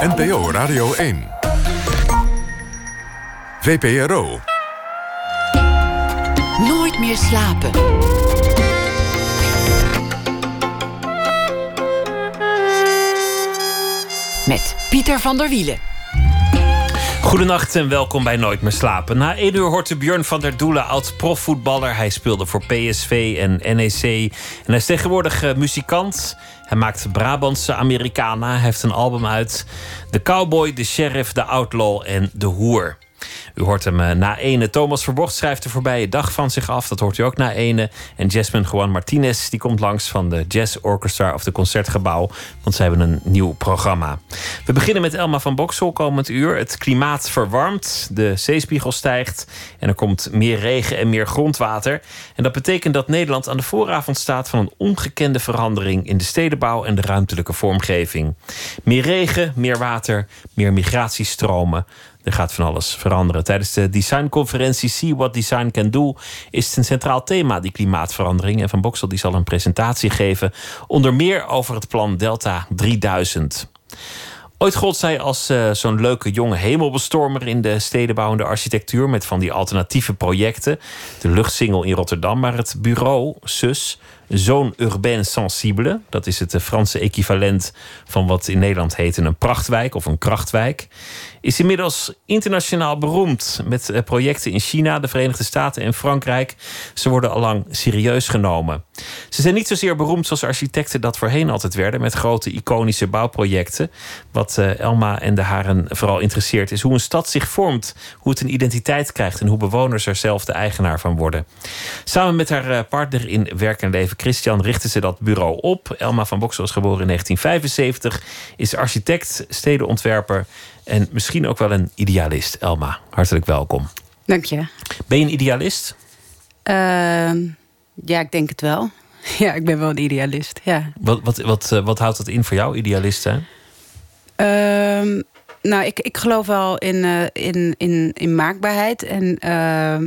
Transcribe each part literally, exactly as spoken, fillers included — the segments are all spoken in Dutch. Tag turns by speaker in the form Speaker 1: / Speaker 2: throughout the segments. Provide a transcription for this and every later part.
Speaker 1: N P O Radio één. V P R O.
Speaker 2: Nooit meer slapen. Met Pieter van der Wielen.
Speaker 3: Goedenacht en welkom bij Nooit meer slapen. Na één uur hoort u Björn van der Doelen, oud-profvoetballer. Hij speelde voor P S V en N E C. En hij is tegenwoordig uh, muzikant. Hij maakt Brabantse Americana. Hij heeft een album uit. De Cowboy, de Sheriff, de Outlaw en de Hoer. U hoort hem uh, na ene. Thomas Verbocht schrijft de voorbije dag van zich af. Dat hoort u ook na ene. En Jasmine Juan Martinez die komt langs van de Jazz Orchestra of de Concertgebouw. Want ze hebben een nieuw programma. We beginnen met Elma van Boxel komend uur. Het klimaat verwarmt. De zeespiegel stijgt. En er komt meer regen en meer grondwater. En dat betekent dat Nederland aan de vooravond staat van een ongekende verandering in de stedenbouw en de ruimtelijke vormgeving. Meer regen, meer water, meer migratiestromen. Er gaat van alles veranderen. Tijdens de designconferentie See What Design Can Do is het een centraal thema, die klimaatverandering. En Van Boxel die zal een presentatie geven, onder meer over het plan Delta drieduizend. Ooit gold zij als uh, zo'n leuke jonge hemelbestormer in de stedenbouwende architectuur met van die alternatieve projecten. De luchtsingel in Rotterdam, maar het bureau S U S, Zone Urbaine Sensible, dat is het Franse equivalent van wat in Nederland heet een prachtwijk of een krachtwijk, is inmiddels internationaal beroemd met projecten in China, de Verenigde Staten en Frankrijk. Ze worden allang serieus genomen. Ze zijn niet zozeer beroemd zoals architecten dat voorheen altijd werden, met grote iconische bouwprojecten. Wat uh, Elma en de haren vooral interesseert is hoe een stad zich vormt, hoe het een identiteit krijgt en hoe bewoners er zelf de eigenaar van worden. Samen met haar uh, partner in werk en leven Christian richten ze dat bureau op. Elma van Boxel is geboren in negentien vijfenzeventig, is architect, stedenontwerper en misschien ook wel een idealist. Elma, hartelijk welkom.
Speaker 4: Dank je.
Speaker 3: Ben je een idealist?
Speaker 4: Uh, ja, ik denk het wel. Ja, ik ben wel een idealist, ja.
Speaker 3: Wat, wat, wat, wat houdt dat in voor jou, idealist zijn?
Speaker 4: Uh, nou, ik, ik geloof wel in, uh, in, in, in maakbaarheid. En uh,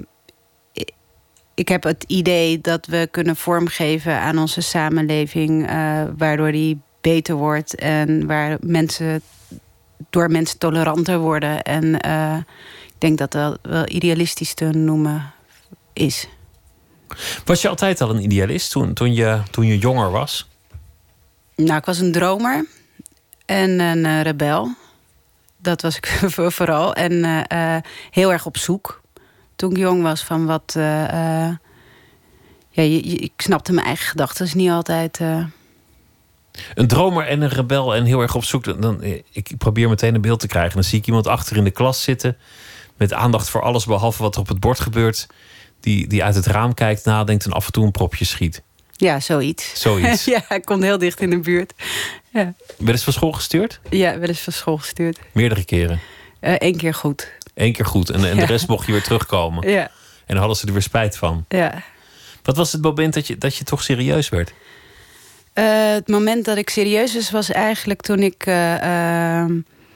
Speaker 4: ik heb het idee dat we kunnen vormgeven aan onze samenleving, Uh, waardoor die beter wordt en waar mensen door mensen toleranter worden. En uh, ik denk dat dat wel idealistisch te noemen is.
Speaker 3: Was je altijd al een idealist toen, toen, je, toen je jonger was?
Speaker 4: Nou, ik was een dromer en een uh, rebel. Dat was ik vooral. En uh, uh, heel erg op zoek toen ik jong was van wat. Uh, uh, ja, je, je, ik snapte mijn eigen gedachten niet altijd. Uh...
Speaker 3: Een dromer en een rebel en heel erg op zoek. Dan, ik probeer meteen een beeld te krijgen. Dan zie ik iemand achter in de klas zitten met aandacht voor alles behalve wat er op het bord gebeurt. Die, die uit het raam kijkt, nadenkt en af en toe een propje schiet.
Speaker 4: Ja, zoiets.
Speaker 3: Zoiets.
Speaker 4: Ja, ik kon heel dicht in de buurt. Ja.
Speaker 3: Wel eens van school gestuurd?
Speaker 4: Ja, wel eens van school gestuurd.
Speaker 3: Meerdere keren?
Speaker 4: Eén uh, keer goed.
Speaker 3: Eén keer goed. En, en ja. De rest mocht je weer terugkomen.
Speaker 4: Ja.
Speaker 3: En dan hadden ze er weer spijt van.
Speaker 4: Ja.
Speaker 3: Wat was het moment dat je, dat je toch serieus werd?
Speaker 4: Uh, het moment dat ik serieus was, was eigenlijk toen ik Uh, uh,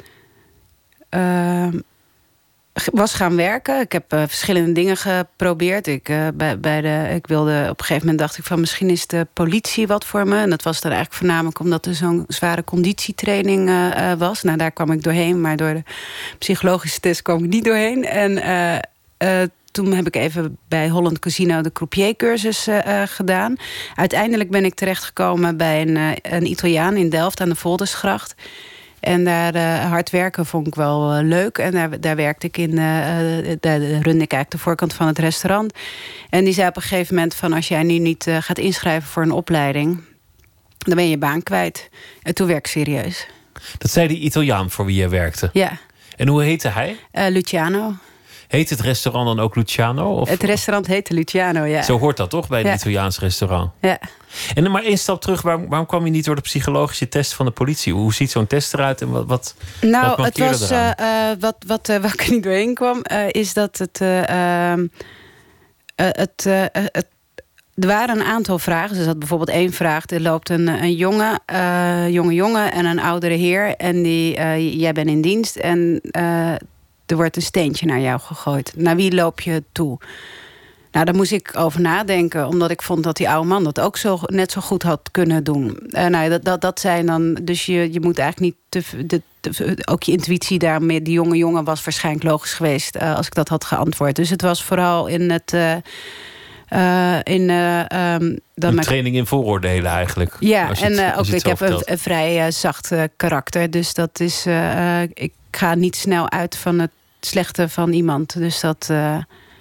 Speaker 4: uh, was gaan werken. Ik heb uh, verschillende dingen geprobeerd. Ik, uh, bij, bij de, ik wilde op een gegeven moment dacht ik van misschien is de politie wat voor me. En dat was dan eigenlijk voornamelijk omdat er zo'n zware conditietraining uh, uh, was. Nou, daar kwam ik doorheen, maar door de psychologische test kwam ik niet doorheen. En uh, uh, toen heb ik even bij Holland Casino de croupiercursus uh, gedaan. Uiteindelijk ben ik terechtgekomen bij een, uh, een Italiaan in Delft aan de Voldersgracht. En daar uh, hard werken vond ik wel uh, leuk. En daar, daar werkte ik in, uh, daar runde ik eigenlijk de voorkant van het restaurant. En die zei op een gegeven moment van als jij nu niet uh, gaat inschrijven voor een opleiding, dan ben je je baan kwijt. En toen werd ik serieus.
Speaker 3: Dat zei die Italiaan voor wie je werkte?
Speaker 4: Ja.
Speaker 3: En hoe heette hij?
Speaker 4: Uh, Luciano.
Speaker 3: Heet het restaurant dan ook Luciano? Of?
Speaker 4: Het restaurant heette Luciano, ja.
Speaker 3: Zo hoort dat toch bij een
Speaker 4: ja.
Speaker 3: Italiaans restaurant?
Speaker 4: Ja.
Speaker 3: En dan maar één stap terug. Waarom, waarom kwam je niet door de psychologische test van de politie? Hoe ziet zo'n test eruit en wat, wat,
Speaker 4: nou,
Speaker 3: wat
Speaker 4: het was
Speaker 3: eraan?
Speaker 4: Uh, wat, wat, uh, waar ik er niet doorheen kwam, uh, is dat het, uh, uh, het, uh, het er waren een aantal vragen. Dus dat bijvoorbeeld één vraag. Er loopt een, een jonge, uh, jonge jongen en een oudere heer. En die, uh, jij bent in dienst. En uh, er wordt een steentje naar jou gegooid. Naar wie loop je toe? Nou, daar moest ik over nadenken. Omdat ik vond dat die oude man dat ook zo, net zo goed had kunnen doen. Uh, nou, dat, dat, dat zijn dan. Dus je, je moet eigenlijk niet. Te, de, de, ook je intuïtie daarmee. Die jonge jongen was waarschijnlijk logisch geweest. Uh, als ik dat had geantwoord. Dus het was vooral in het. Uh, uh, in, uh, um,
Speaker 3: een mijn... training in vooroordelen eigenlijk.
Speaker 4: Ja,
Speaker 3: het,
Speaker 4: en uh, ook ik heb een, een vrij uh, zacht uh, karakter. Dus dat is. Uh, uh, ik ga niet snel uit van het slechte van iemand. Dus dat. Uh,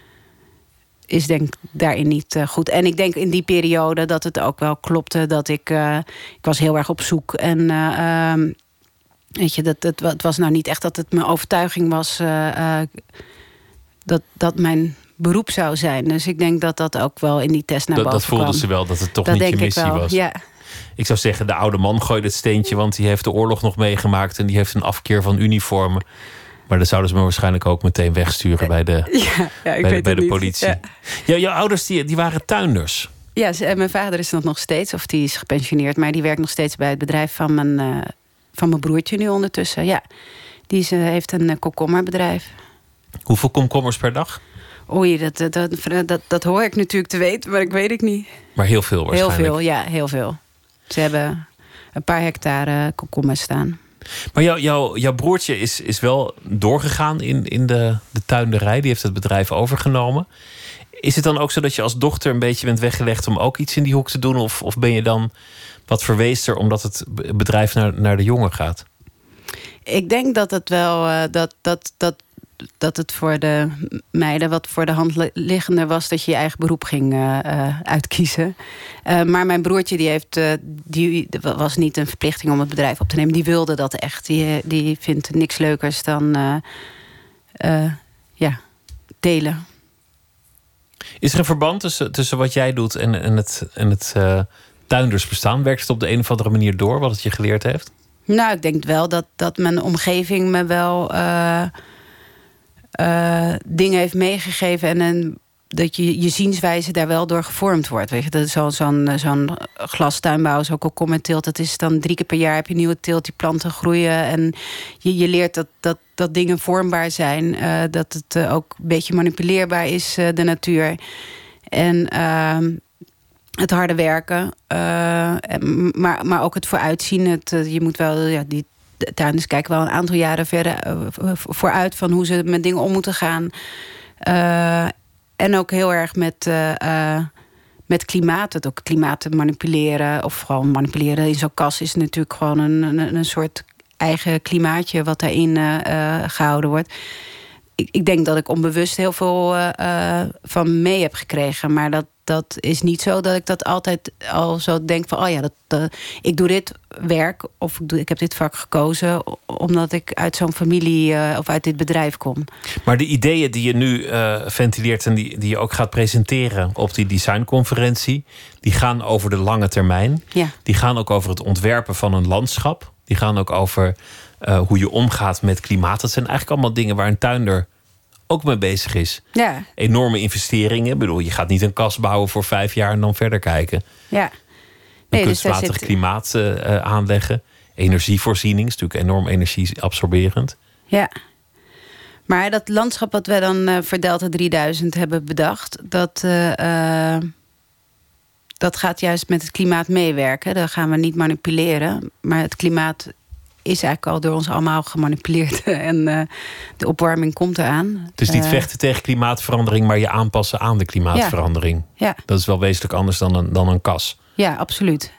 Speaker 4: is denk ik daarin niet uh, goed. En ik denk in die periode dat het ook wel klopte dat ik... Uh, ik was heel erg op zoek. En uh, um, weet je, dat, dat, het was nou niet echt dat het mijn overtuiging was... Uh, uh, dat, dat mijn beroep zou zijn. Dus ik denk dat dat ook wel in die test naar
Speaker 3: dat,
Speaker 4: boven
Speaker 3: dat voelde
Speaker 4: kwam.
Speaker 3: ze wel, dat het toch
Speaker 4: dat
Speaker 3: niet je missie was.
Speaker 4: Ja.
Speaker 3: Ik zou zeggen, de oude man gooide het steentje... want die heeft de oorlog nog meegemaakt... en die heeft een afkeer van uniformen. Maar dan zouden ze me waarschijnlijk ook meteen wegsturen bij de,
Speaker 4: ja, ja, ik
Speaker 3: bij,
Speaker 4: weet
Speaker 3: bij de
Speaker 4: niet.
Speaker 3: politie.
Speaker 4: Ja.
Speaker 3: Ja, jouw ouders die, die waren tuinders.
Speaker 4: Ja, mijn vader is dat nog steeds, of die is gepensioneerd... maar die werkt nog steeds bij het bedrijf van mijn, uh, van mijn broertje nu ondertussen. Ja, die is, uh, heeft een uh, komkommerbedrijf.
Speaker 3: Hoeveel komkommers per dag?
Speaker 4: Oei, dat, dat, dat, dat, dat hoor ik natuurlijk te weten, maar ik weet het niet.
Speaker 3: Maar heel veel waarschijnlijk.
Speaker 4: Heel veel, ja, heel veel. Ze hebben een paar hectare komkommers staan.
Speaker 3: Maar jou, jou, jouw broertje is, is wel doorgegaan in, in de, de tuinderij. Die heeft het bedrijf overgenomen. Is het dan ook zo dat je als dochter een beetje bent weggelegd... om ook iets in die hoek te doen? Of, of ben je dan wat verweester omdat het bedrijf naar, naar de jongen gaat? Ik denk dat het wel... Uh, dat, dat, dat, dat het voor de meiden wat voor de hand liggender was... dat je je eigen beroep ging uh, uh, uitkiezen. Uh, maar mijn broertje die heeft, uh, die was niet een verplichting om het bedrijf op te nemen. Die wilde dat echt. Die, die vindt niks leukers dan uh, uh, ja, delen. Is er een verband tussen, tussen wat jij doet en, en het, en het uh, tuindersbestaan? Werkt het op de een of andere manier door wat het je geleerd heeft? Nou, ik denk wel dat, dat mijn omgeving me wel... Uh, Uh, dingen heeft meegegeven en een, dat je je zienswijze daar wel door gevormd wordt. Weet je, dat is zo, zo'n, zo'n glastuinbouw, zo'n komkommerteelt. Dat is dan drie keer per jaar heb je een nieuwe teelt, die planten groeien. En je, je leert dat, dat, dat dingen vormbaar zijn. Uh, dat het uh, ook een beetje manipuleerbaar is, uh, de natuur. En uh, het harde werken. Uh, maar, maar ook het vooruitzien. Het, uh, je moet wel... Ja, die de tuinders kijken wel een aantal jaren verder uh, vooruit... van hoe ze met dingen om moeten gaan. Uh, en ook heel erg met, uh, uh, met klimaat. Het ook klimaat te manipuleren. Of gewoon manipuleren in zo'n kas is natuurlijk gewoon een, een, een soort eigen klimaatje... wat daarin uh, uh, gehouden wordt. Ik, ik denk dat ik onbewust heel veel uh, uh, van mee heb gekregen. Maar dat, dat is niet zo dat ik dat altijd al zo denk van... oh ja, dat, dat, ik doe dit werk of ik, doe, ik heb dit vak gekozen... omdat ik uit zo'n familie uh, of uit dit bedrijf kom. Maar de ideeën die je nu uh, ventileert... en die, die je ook gaat presenteren op die designconferentie... die gaan over de lange termijn. Ja. Die gaan ook over het ontwerpen van een landschap. Die gaan ook over uh, hoe je omgaat met klimaat. Dat zijn eigenlijk allemaal dingen waar een tuinder... ook mee bezig is. Ja. Enorme investeringen. Ik bedoel, je gaat niet een kas bouwen voor vijf jaar en dan verder kijken. Ja. Nee, een kunstmatig dus zit... klimaat uh, aanleggen. Energievoorziening is natuurlijk enorm energieabsorberend. Ja. Maar dat landschap wat we dan uh, voor Delta drieduizend hebben bedacht... dat, uh, uh, dat gaat juist met het klimaat meewerken. Dat gaan we niet manipuleren. Maar het klimaat... is eigenlijk al door ons allemaal gemanipuleerd. En uh, de opwarming komt eraan. Dus niet uh, vechten tegen klimaatverandering... maar je aanpassen aan de klimaatverandering. Ja. Ja. Dat is wel wezenlijk anders dan een, dan een kas. Ja, absoluut.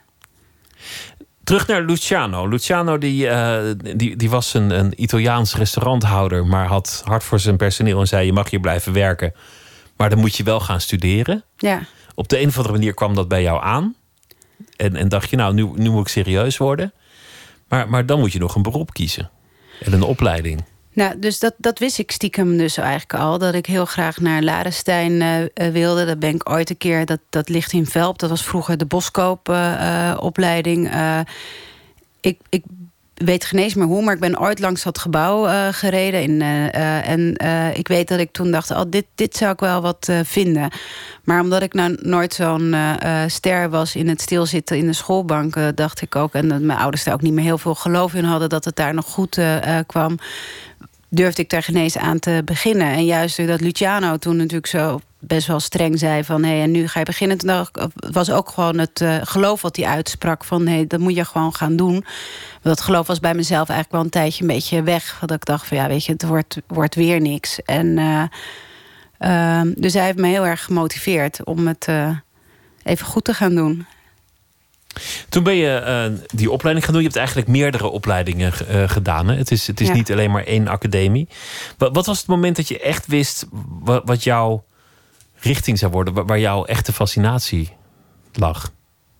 Speaker 3: Terug naar Luciano. Luciano die, uh, die, die was een, een Italiaans restauranthouder... maar had hard voor zijn personeel en zei... je mag hier blijven werken, maar dan moet je wel gaan studeren. Ja. Op de een of andere manier kwam dat bij jou aan. En, en dacht je, nou, nu, nu moet ik serieus worden... Maar, maar dan moet je nog een beroep kiezen. En een opleiding. Nou, dus dat, dat wist ik stiekem dus eigenlijk al. Dat ik heel graag naar Larenstein uh, wilde. Dat ben ik ooit een keer... Dat, dat ligt in Velp. Dat was vroeger de boskoopopleiding. Uh, uh, ik, ik weet geen eens meer hoe... maar ik ben ooit langs dat gebouw uh, gereden. In, uh, uh, en uh, ik weet dat ik toen dacht... Oh, dit, dit zou ik wel wat uh, vinden. Maar omdat ik nou nooit zo'n uh, uh, ster was... in het stilzitten in de schoolbank... Uh, dacht ik ook... en dat mijn ouders daar ook niet meer heel veel geloof in hadden... dat het daar nog goed uh, uh, kwam...
Speaker 4: durfde ik daar geen eens aan te beginnen. En juist doordat Luciano toen natuurlijk zo best wel streng zei van hé, hey, en nu ga je beginnen. Toen dacht ik, was ook gewoon het uh, geloof wat hij uitsprak van hé, hey, dat moet je gewoon gaan doen. Dat geloof was bij mezelf eigenlijk wel een tijdje een beetje weg. Dat ik dacht van ja, weet je, het wordt, wordt weer niks. En uh, uh, dus hij heeft me heel erg gemotiveerd om het uh, even goed te gaan doen.
Speaker 3: Toen ben je uh, die opleiding gaan doen. Je hebt eigenlijk meerdere opleidingen uh, gedaan. Hè? Het is, het is ja. niet alleen maar één academie. Wat, wat was het moment dat je echt wist wat, wat jouw richting zou worden? Waar jouw echte fascinatie lag?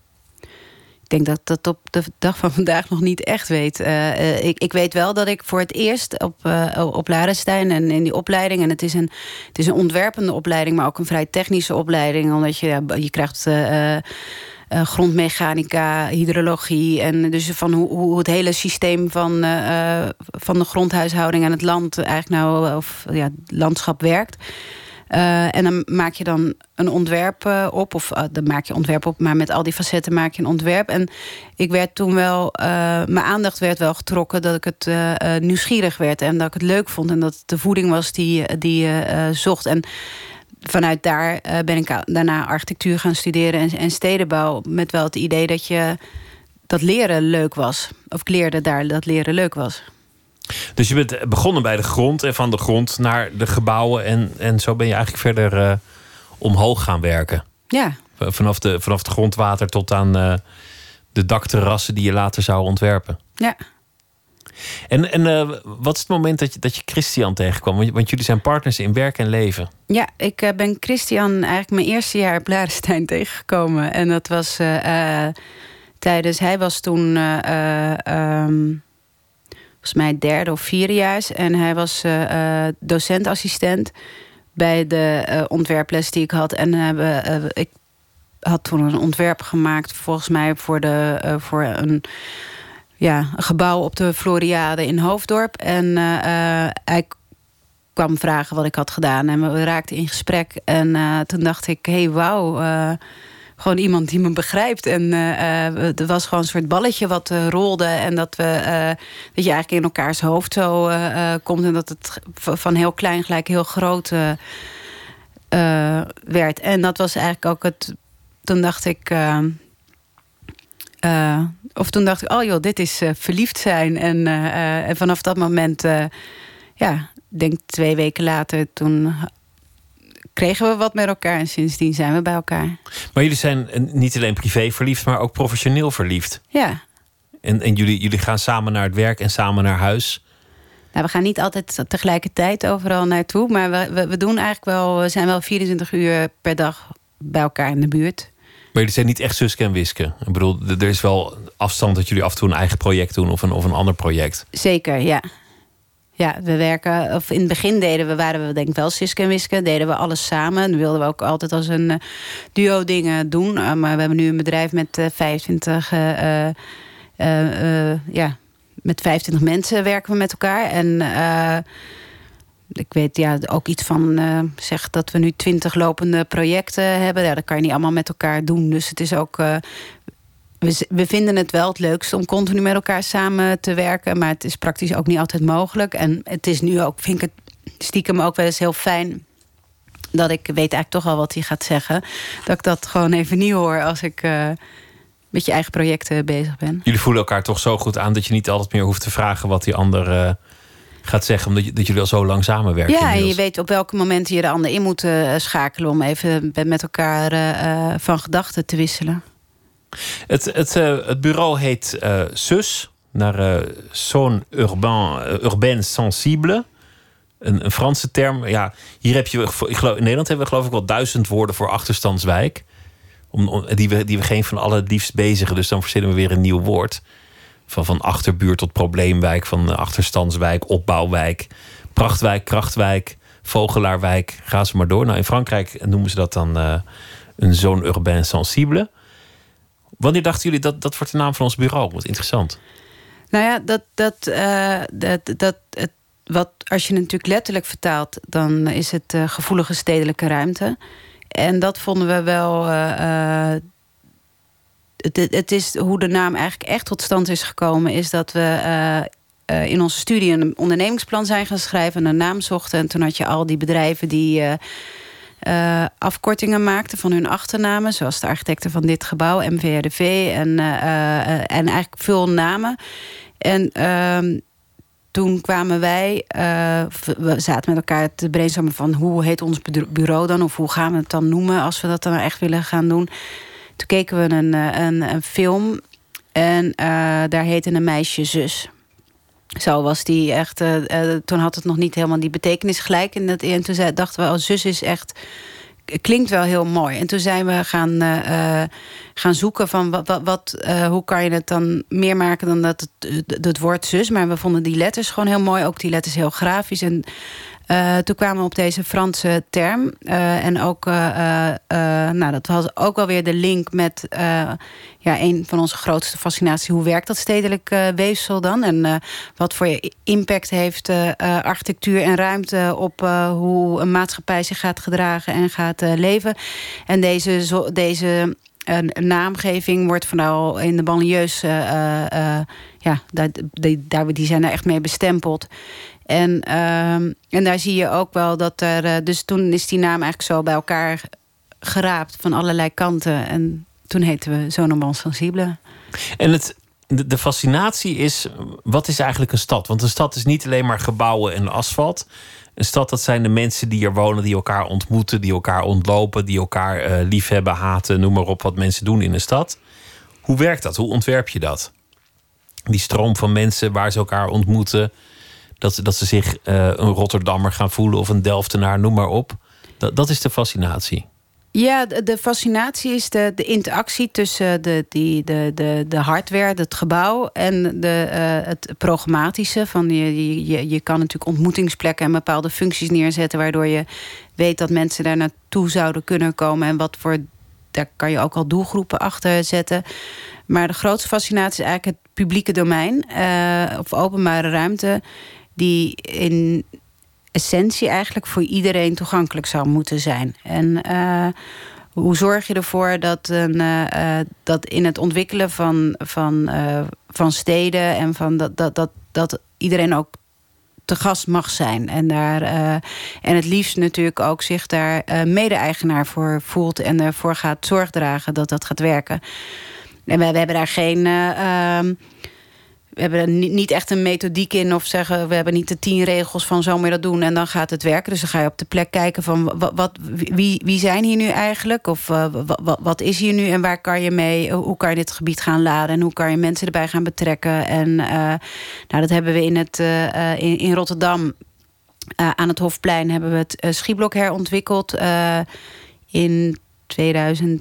Speaker 4: Ik denk dat ik dat op de dag van vandaag nog niet echt weet. Uh, uh, ik, ik weet wel dat ik voor het eerst op, uh, op Larenstein en in die opleiding... en het is, een, het is een ontwerpende opleiding, maar ook een vrij technische opleiding. Omdat je, je krijgt... Uh, Uh, grondmechanica, hydrologie. En dus van hoe, hoe het hele systeem van, uh, van de grondhuishouding en het land eigenlijk nou, of ja, het landschap werkt. Uh, en dan maak je dan een ontwerp uh, op, of uh, dan maak je ontwerp op, maar met al die facetten maak je een ontwerp. En ik werd toen wel, uh, mijn aandacht werd wel getrokken dat ik het uh, uh, nieuwsgierig werd en dat ik het leuk vond en dat het de voeding was die, die je uh, zocht. En vanuit daar uh, ben ik daarna architectuur gaan studeren en, en stedenbouw. Met wel het idee dat je dat leren leuk was. Of ik leerde daar dat leren leuk was.
Speaker 3: Dus je bent begonnen bij de grond en van de grond naar de gebouwen. En, en zo ben je eigenlijk verder uh, omhoog gaan werken.
Speaker 4: Ja.
Speaker 3: Vanaf, de, vanaf het grondwater tot aan uh, de dakterrassen die je later zou ontwerpen.
Speaker 4: Ja.
Speaker 3: En, en uh, wat is het moment dat je, dat je Christian tegenkwam? Want, want jullie zijn partners in werk en leven.
Speaker 4: Ja, ik uh, ben Christian eigenlijk mijn eerste jaar op Larenstein tegengekomen. En dat was uh, uh, tijdens... Hij was toen uh, uh, um, volgens mij derde of vierdejaars. En hij was uh, uh, docentassistent bij de uh, ontwerples die ik had. En uh, uh, ik had toen een ontwerp gemaakt volgens mij voor, de, uh, voor een... Ja, een gebouw op de Floriade in Hoofddorp. En uh, uh, hij kwam vragen wat ik had gedaan. En we raakten in gesprek. En uh, toen dacht ik, hé, hey, wauw. Uh, gewoon iemand die me begrijpt. En uh, er was gewoon een soort balletje wat uh, rolde. En dat, we, uh, dat je eigenlijk in elkaars hoofd zo uh, uh, komt. En dat het van heel klein gelijk heel groot uh, uh, werd. En dat was eigenlijk ook het... Toen dacht ik... Uh, uh, Of toen dacht ik, oh joh, dit is uh, verliefd zijn. En, uh, uh, en vanaf dat moment, uh, ja, denk twee weken later... toen kregen we wat met elkaar en sindsdien zijn we bij elkaar.
Speaker 3: Maar jullie zijn niet alleen privé verliefd, maar ook professioneel verliefd.
Speaker 4: Ja.
Speaker 3: En, en jullie, jullie gaan samen naar het werk en samen naar huis.
Speaker 4: Nou, we gaan niet altijd tegelijkertijd overal naartoe. Maar we, we, we doen eigenlijk wel, we zijn wel vierentwintig uur per dag bij elkaar in de buurt.
Speaker 3: Maar jullie zijn niet echt Suske en Wiske. Ik bedoel, er is wel afstand dat jullie af en toe een eigen project doen of een, of een ander project.
Speaker 4: Zeker, ja. Ja, we werken, of in het begin deden we, waren we denk ik wel Suske en Wiske, deden we alles samen. Dan wilden we ook altijd als een uh, duo dingen doen. Uh, maar we hebben nu een bedrijf met uh, vijfentwintig, uh, uh, uh, ja, met vijfentwintig mensen werken we met elkaar. En uh, ik weet ja, ook iets van, uh, zeg dat we nu twintig lopende projecten hebben. Ja, dat kan je niet allemaal met elkaar doen. Dus het is ook... Uh, We, we vinden het wel het leukste om continu met elkaar samen te werken. Maar het is praktisch ook niet altijd mogelijk. En het is nu ook, vind ik het stiekem ook wel eens heel fijn... dat ik weet eigenlijk toch al wat hij gaat zeggen. Dat ik dat gewoon even niet hoor als ik uh, met je eigen projecten bezig ben.
Speaker 3: Jullie voelen elkaar toch zo goed aan dat je niet altijd meer hoeft te vragen... wat die ander uh, gaat zeggen, omdat je, dat jullie al zo lang samenwerken.
Speaker 4: Ja,
Speaker 3: inmiddels.
Speaker 4: En je weet op welke momenten je de ander in moet uh, schakelen... om even met elkaar uh, van gedachten te wisselen.
Speaker 3: Het, het, uh, het bureau heet uh, S U S, naar uh, Zone Urbain, uh, Urbaine Sensible. Een, een Franse term. Ja, hier heb je, ik geloof, in Nederland hebben we geloof ik wel duizend woorden voor achterstandswijk. Om, om, die, we, die we geen van alle liefst bezigen. Dus dan verzinnen we weer een nieuw woord. Van, van achterbuurt tot probleemwijk, van achterstandswijk, opbouwwijk, prachtwijk, krachtwijk, vogelaarwijk. Ga ze maar door. Nou, in Frankrijk noemen ze dat dan uh, een Zone Urbaine Sensible. Wanneer dachten jullie dat dat wordt de naam van ons bureau? Wat interessant.
Speaker 4: Nou ja, dat, dat, uh, dat, dat het, wat, als je het natuurlijk letterlijk vertaalt... dan is het uh, gevoelige stedelijke ruimte. En dat vonden we wel... Uh, uh, het, het is hoe de naam eigenlijk echt tot stand is gekomen... is dat we uh, uh, in onze studie een ondernemingsplan zijn gaan schrijven... en een naam zochten. En toen had je al die bedrijven die uh, uh, afkortingen maakten van hun achternamen... zoals de architecten van dit gebouw, M V R D V... en, uh, uh, en eigenlijk veel namen. En... Uh, Toen kwamen wij, uh, we zaten met elkaar te brainstormen van... hoe heet ons bureau dan, of hoe gaan we het dan noemen... als we dat dan echt willen gaan doen. Toen keken we een, een, een film en uh, daar heette een meisje Zus. Zo was die echt, uh, uh, toen had het nog niet helemaal die betekenis gelijk. En, dat, en toen zei, dachten we, oh, Zus is echt... klinkt wel heel mooi. En toen zijn we gaan, uh, gaan zoeken van wat, wat, wat, uh, hoe kan je het dan meer maken dan dat het, het woord zus. Maar we vonden die letters gewoon heel mooi. Ook die letters heel grafisch. En uh, toen kwamen we op deze Franse term. Uh, en ook, uh, uh, nou, dat was ook wel weer de link met uh, ja, een van onze grootste fascinaties. Hoe werkt dat stedelijk uh, weefsel dan? En uh, wat voor impact heeft uh, architectuur en ruimte op uh, hoe een maatschappij zich gaat gedragen en gaat uh, leven. En deze, zo, deze uh, naamgeving wordt vooral in de banlieues, uh, uh, ja, daar, die, daar, die zijn er echt mee bestempeld. En, uh, en daar zie je ook wel dat er... Uh, dus toen is die naam eigenlijk zo bij elkaar geraapt van allerlei kanten. En toen heten we Zone Urbane Sensible.
Speaker 3: En het, de, de fascinatie is, wat is eigenlijk een stad? Want een stad is niet alleen maar gebouwen en asfalt. Een stad, dat zijn de mensen die er wonen, die elkaar ontmoeten... die elkaar ontlopen, die elkaar uh, liefhebben, haten... noem maar op wat mensen doen in een stad. Hoe werkt dat? Hoe ontwerp je dat? Die stroom van mensen waar ze elkaar ontmoeten... Dat, dat ze zich uh, een Rotterdammer gaan voelen of een Delftenaar, noem maar op. Dat, dat is de fascinatie.
Speaker 4: Ja, de, de fascinatie is de, de interactie tussen de, die, de, de, de hardware, het gebouw... en de, uh, het programmatische. Van je, je, je kan natuurlijk ontmoetingsplekken en bepaalde functies neerzetten... waardoor je weet dat mensen daar naartoe zouden kunnen komen... en wat voor, daar kan je ook al doelgroepen achter zetten. Maar de grootste fascinatie is eigenlijk het publieke domein... Uh, of openbare ruimte... die in essentie eigenlijk voor iedereen toegankelijk zou moeten zijn. En uh, hoe zorg je ervoor dat, een, uh, dat in het ontwikkelen van, van, uh, van steden... en van dat, dat, dat, dat iedereen ook te gast mag zijn. En, daar, uh, en het liefst natuurlijk ook zich daar uh, mede-eigenaar voor voelt... en ervoor gaat zorg dragen dat dat gaat werken. En we, we hebben daar geen... Uh, um, We hebben er niet echt een methodiek in of zeggen... we hebben niet de tien regels van zo moet je dat doen en dan gaat het werken. Dus dan ga je op de plek kijken van wat, wat, wie, wie zijn hier nu eigenlijk? Of uh, wat, wat is hier nu en waar kan je mee? Hoe kan je dit gebied gaan laden? En hoe kan je mensen erbij gaan betrekken? En uh, nou, dat hebben we in, het, uh, in, in Rotterdam... Uh, aan het Hofplein hebben we het uh, Schiblok herontwikkeld... Uh, in tweeduizend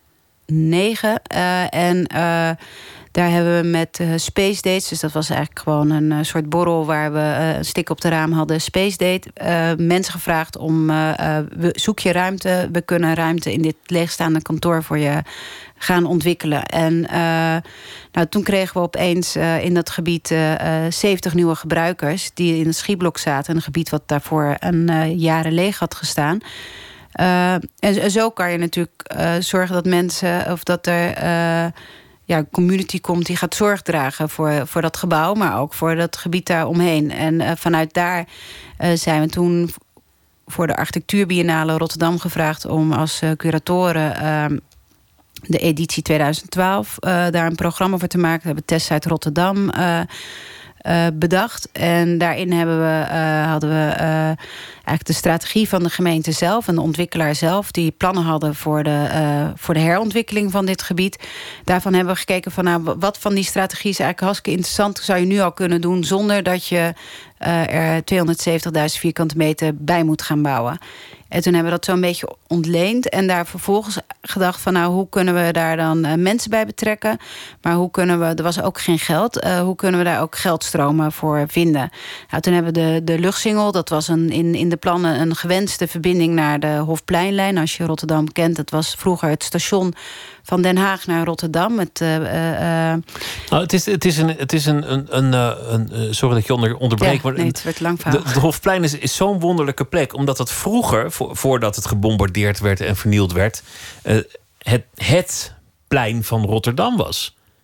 Speaker 4: negen. Uh, en... Uh, Daar hebben we met uh, Space Dates... dus dat was eigenlijk gewoon een uh, soort borrel... waar we uh, een stik op de raam hadden, Space Date... Uh, mensen gevraagd om... Uh, uh, we, zoek je ruimte, we kunnen ruimte... in dit leegstaande kantoor voor je gaan ontwikkelen. En uh, nou, toen kregen we opeens uh, in dat gebied... Uh, uh, zeventig nieuwe gebruikers die in het Schiblok zaten. Een gebied wat daarvoor een uh, jaren leeg had gestaan... Uh, en zo kan je natuurlijk uh, zorgen dat mensen... of dat er... Uh, Ja, een community komt die gaat zorg dragen voor, voor dat gebouw... maar ook voor dat gebied daaromheen. En uh, vanuit daar uh, zijn we toen voor de Architectuurbiennale Rotterdam gevraagd... om als uh, curatoren uh, de editie tweeduizend twaalf uh, daar een programma voor te maken. We hebben Test uit Rotterdam uh, uh, bedacht. En daarin hebben we, uh, hadden we uh, eigenlijk de strategie van de gemeente zelf... en de ontwikkelaar zelf, die plannen hadden voor de, uh, voor de herontwikkeling van dit gebied. Daarvan hebben we gekeken van, nou, wat van die strategie is eigenlijk hartstikke interessant... zou je nu al kunnen doen zonder dat je uh, er tweehonderdzeventigduizend vierkante meter bij moet gaan bouwen. En toen hebben we dat zo'n beetje ontleend. En daar vervolgens gedacht van, nou, hoe kunnen we daar dan uh, mensen bij betrekken? Maar hoe kunnen we, er was ook geen geld. Uh, hoe kunnen we daar ook geldstromen voor vinden? Nou, toen hebben we de, de luchtsingel, dat was een, in, in de plannen een gewenste verbinding naar de Hofpleinlijn. Als je Rotterdam kent, dat was vroeger het station van Den Haag naar Rotterdam. Het, uh, uh,
Speaker 3: nou, het, is, het is een... Het is een, een, een, een, een sorry dat je onder, onderbreekt.
Speaker 4: Ja,
Speaker 3: maar
Speaker 4: nee, het werd lang verhaal.
Speaker 3: De, de Hofplein is, is zo'n wonderlijke plek. Omdat het vroeger, vo, voordat het gebombardeerd werd en vernield werd... Uh, het, het plein van Rotterdam was.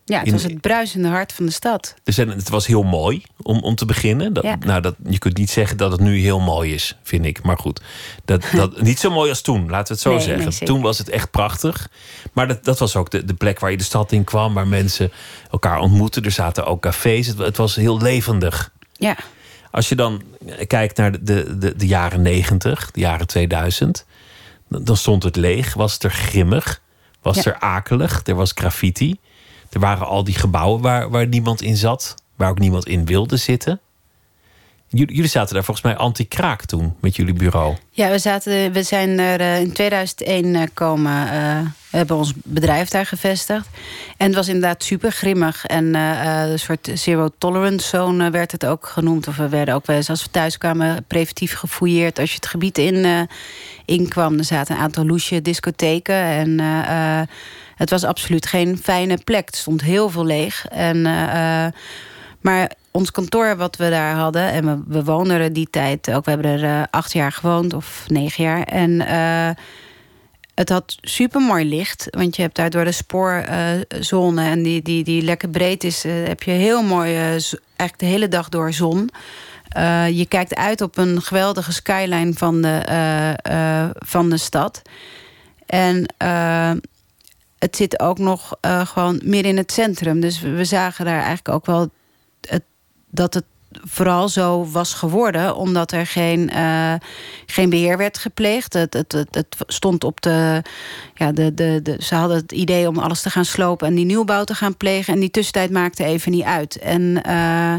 Speaker 4: Ja, het was het bruisende hart van de stad.
Speaker 3: Dus het was heel mooi om, om te beginnen. Dat,
Speaker 4: ja.
Speaker 3: nou, dat, je kunt niet zeggen dat het nu heel mooi is, vind ik. Maar goed, dat, dat, niet zo mooi als toen, laten we het zo
Speaker 4: nee,
Speaker 3: zeggen.
Speaker 4: Nee,
Speaker 3: toen was het echt prachtig. Maar dat, dat was ook de, de plek waar je de stad in kwam, waar mensen elkaar ontmoetten. Er zaten ook cafés. Het, het was heel levendig.
Speaker 4: Ja.
Speaker 3: Als je dan kijkt naar de, de, de, de jaren negentig, de jaren tweeduizend... dan stond het leeg, was het er grimmig, was
Speaker 4: ja.
Speaker 3: er akelig, er was graffiti. Er waren al die gebouwen waar, waar niemand in zat, waar ook niemand in wilde zitten. Jullie, jullie zaten daar volgens mij anti-kraak toen met jullie bureau. Ja,
Speaker 4: we, zaten, we zijn er uh, in tweeduizend één uh, komen. Uh, we hebben ons bedrijf daar gevestigd. En het was inderdaad super grimmig. En uh, uh, een soort zero tolerance zone uh, werd het ook genoemd. Of we werden ook wel eens, als we thuis kwamen, preventief gefouilleerd. Als je het gebied in, uh, inkwam, er zaten een aantal loesje discotheken. En uh, uh, het was absoluut geen fijne plek. Het stond heel veel leeg. En, uh, uh, maar ons kantoor wat we daar hadden, en we, we woonden er die tijd ook. We hebben er uh, acht jaar gewoond, of negen jaar. En uh, het had super mooi licht. Want je hebt daar door de spoorzone, uh, en die, die, die lekker breed is, uh, heb je heel mooi, uh, eigenlijk de hele dag door zon. Uh, je kijkt uit op een geweldige skyline van de, uh, uh, van de stad. En uh, het zit ook nog uh, gewoon midden in het centrum. Dus we, we zagen daar eigenlijk ook wel het, dat het vooral zo was geworden, omdat er geen, uh, geen beheer werd gepleegd. Het, het, het, het stond op de, ja, de, de, de... Ze hadden het idee om alles te gaan slopen en die nieuwbouw te gaan plegen. En die tussentijd maakte even niet uit. En uh,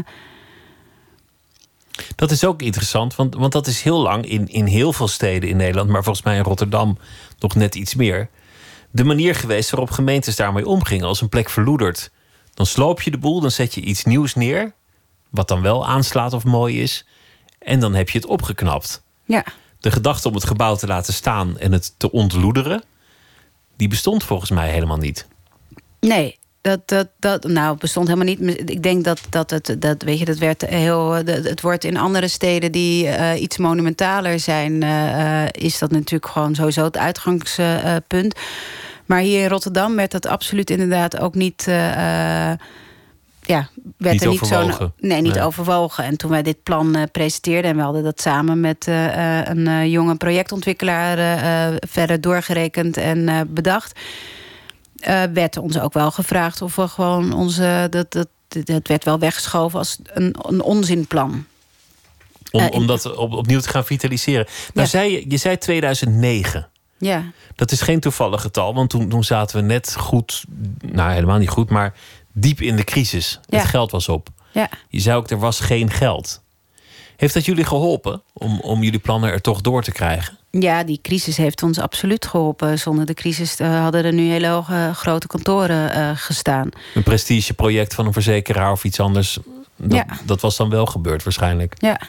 Speaker 3: dat is ook interessant, want, want dat is heel lang in, in heel veel steden in Nederland, maar volgens mij in Rotterdam nog net iets meer, de manier geweest waarop gemeentes daarmee omgingen. Als een plek verloedert, dan sloop je de boel, dan zet je iets nieuws neer, wat dan wel aanslaat of mooi is, en dan heb je het opgeknapt.
Speaker 4: Ja.
Speaker 3: De gedachte om het gebouw te laten staan en het te ontloederen, die bestond volgens mij helemaal niet.
Speaker 4: Nee. Dat, dat, dat, nou, bestond helemaal niet. Ik denk dat, dat het, dat, weet je, dat werd heel. Het wordt in andere steden die uh, iets monumentaler zijn, uh, is dat natuurlijk gewoon sowieso het uitgangspunt. Uh, maar hier in Rotterdam werd dat absoluut inderdaad ook niet. Uh, ja, werd
Speaker 3: niet
Speaker 4: er niet
Speaker 3: overwogen.
Speaker 4: zo. Nee, niet nee. overwogen. En toen wij dit plan uh, presenteerden, en we hadden dat samen met uh, een uh, jonge projectontwikkelaar uh, verder doorgerekend en uh, bedacht. Uh, werd ons ook wel gevraagd of we gewoon onze. Dat, dat, dat werd wel weggeschoven als een, een onzinplan.
Speaker 3: Om,
Speaker 4: uh,
Speaker 3: om dat op, opnieuw te gaan vitaliseren. Nou, ja. zei je, je zei tweeduizend negen.
Speaker 4: Ja.
Speaker 3: Dat is geen toevallig getal, want toen, toen zaten we net goed. Nou, helemaal niet goed, maar diep in de crisis. Ja. Het geld was op.
Speaker 4: Ja.
Speaker 3: Je zei ook, er was geen geld. Heeft dat jullie geholpen om, om jullie plannen er toch door te krijgen?
Speaker 4: Ja, die crisis heeft ons absoluut geholpen. Zonder de crisis uh, hadden er nu hele hoge, grote kantoren uh, gestaan.
Speaker 3: Een prestigeproject van een verzekeraar of iets anders. Dat,
Speaker 4: ja.
Speaker 3: dat was dan wel gebeurd waarschijnlijk.
Speaker 4: Ja.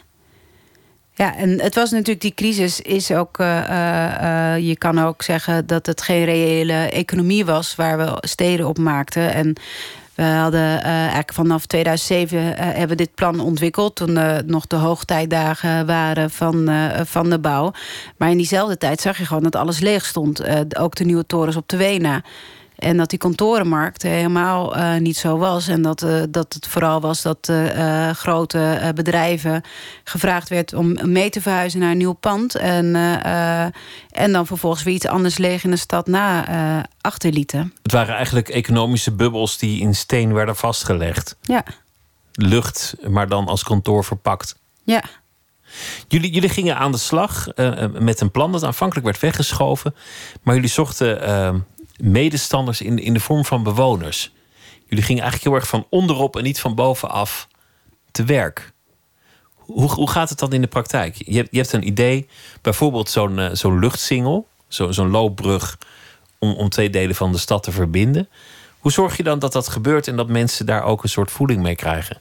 Speaker 4: Ja, en het was natuurlijk, die crisis is ook, uh, uh, je kan ook zeggen dat het geen reële economie was waar we steden op maakten. En we hadden uh, eigenlijk vanaf tweeduizend zeven uh, hebben we dit plan ontwikkeld, toen uh, nog de hoogtijdagen waren van, uh, van de bouw. Maar in diezelfde tijd zag je gewoon dat alles leeg stond. Uh, ook de nieuwe torens op de Wena. En dat die kantorenmarkt helemaal uh, niet zo was. En dat, uh, dat het vooral was dat uh, grote uh, bedrijven gevraagd werd om mee te verhuizen naar een nieuw pand. En, uh, uh, en dan vervolgens weer iets anders leeg in de stad na uh, achterlieten.
Speaker 3: Het waren eigenlijk economische bubbels die in steen werden vastgelegd.
Speaker 4: Ja.
Speaker 3: Lucht, maar dan als kantoor verpakt.
Speaker 4: Ja.
Speaker 3: Jullie, jullie gingen aan de slag uh, met een plan dat aanvankelijk werd weggeschoven. Maar jullie zochten Uh, medestanders in, in de vorm van bewoners. Jullie gingen eigenlijk heel erg van onderop en niet van bovenaf te werk. Hoe, hoe gaat het dan in de praktijk? Je hebt, je hebt een idee, bijvoorbeeld zo'n, uh, zo'n luchtsingel, zo, zo'n loopbrug om, om twee delen van de stad te verbinden. Hoe zorg je dan dat dat gebeurt en dat mensen daar ook een soort voeling mee krijgen?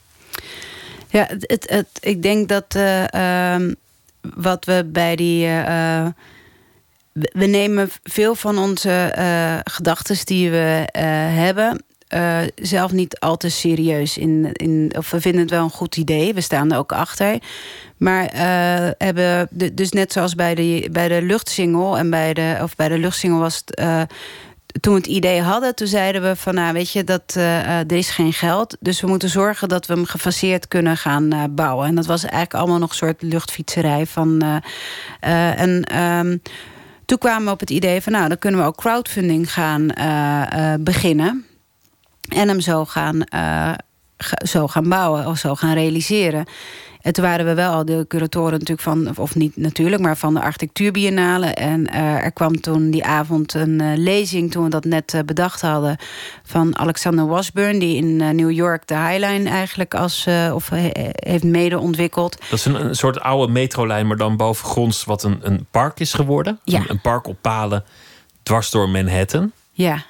Speaker 4: Ja, het, het, het, ik denk dat uh, uh, wat we bij die Uh, We nemen veel van onze uh, gedachten die we uh, hebben Uh, zelf niet al te serieus in, in. Of we vinden het wel een goed idee. We staan er ook achter. Maar uh, hebben. De, dus net zoals bij de, bij de luchtsingel. En bij de, of bij de luchtsingel was het. Uh, toen we het idee hadden, toen zeiden we van, nou weet je, dat uh, uh, er is geen geld, dus we moeten zorgen dat we hem gefaseerd kunnen gaan uh, bouwen. En dat was eigenlijk allemaal nog een soort luchtfietserij van. Uh, uh, en um, toen kwamen we op het idee van, nou, dan kunnen we ook crowdfunding gaan uh, uh, beginnen en hem zo gaan, uh, ga, zo gaan bouwen of zo gaan realiseren. En toen waren we wel al de curatoren natuurlijk van, of niet natuurlijk, maar van de architectuurbiennale. En uh, er kwam toen die avond een uh, lezing, toen we dat net uh, bedacht hadden, van Alexander Washburn, die in uh, New York de Highline eigenlijk als uh, of he, heeft mede ontwikkeld.
Speaker 3: Dat is een, een soort oude metrolijn, maar dan bovengronds wat een, een park is geworden.
Speaker 4: Ja.
Speaker 3: Een, een park op palen dwars door Manhattan.
Speaker 4: Ja.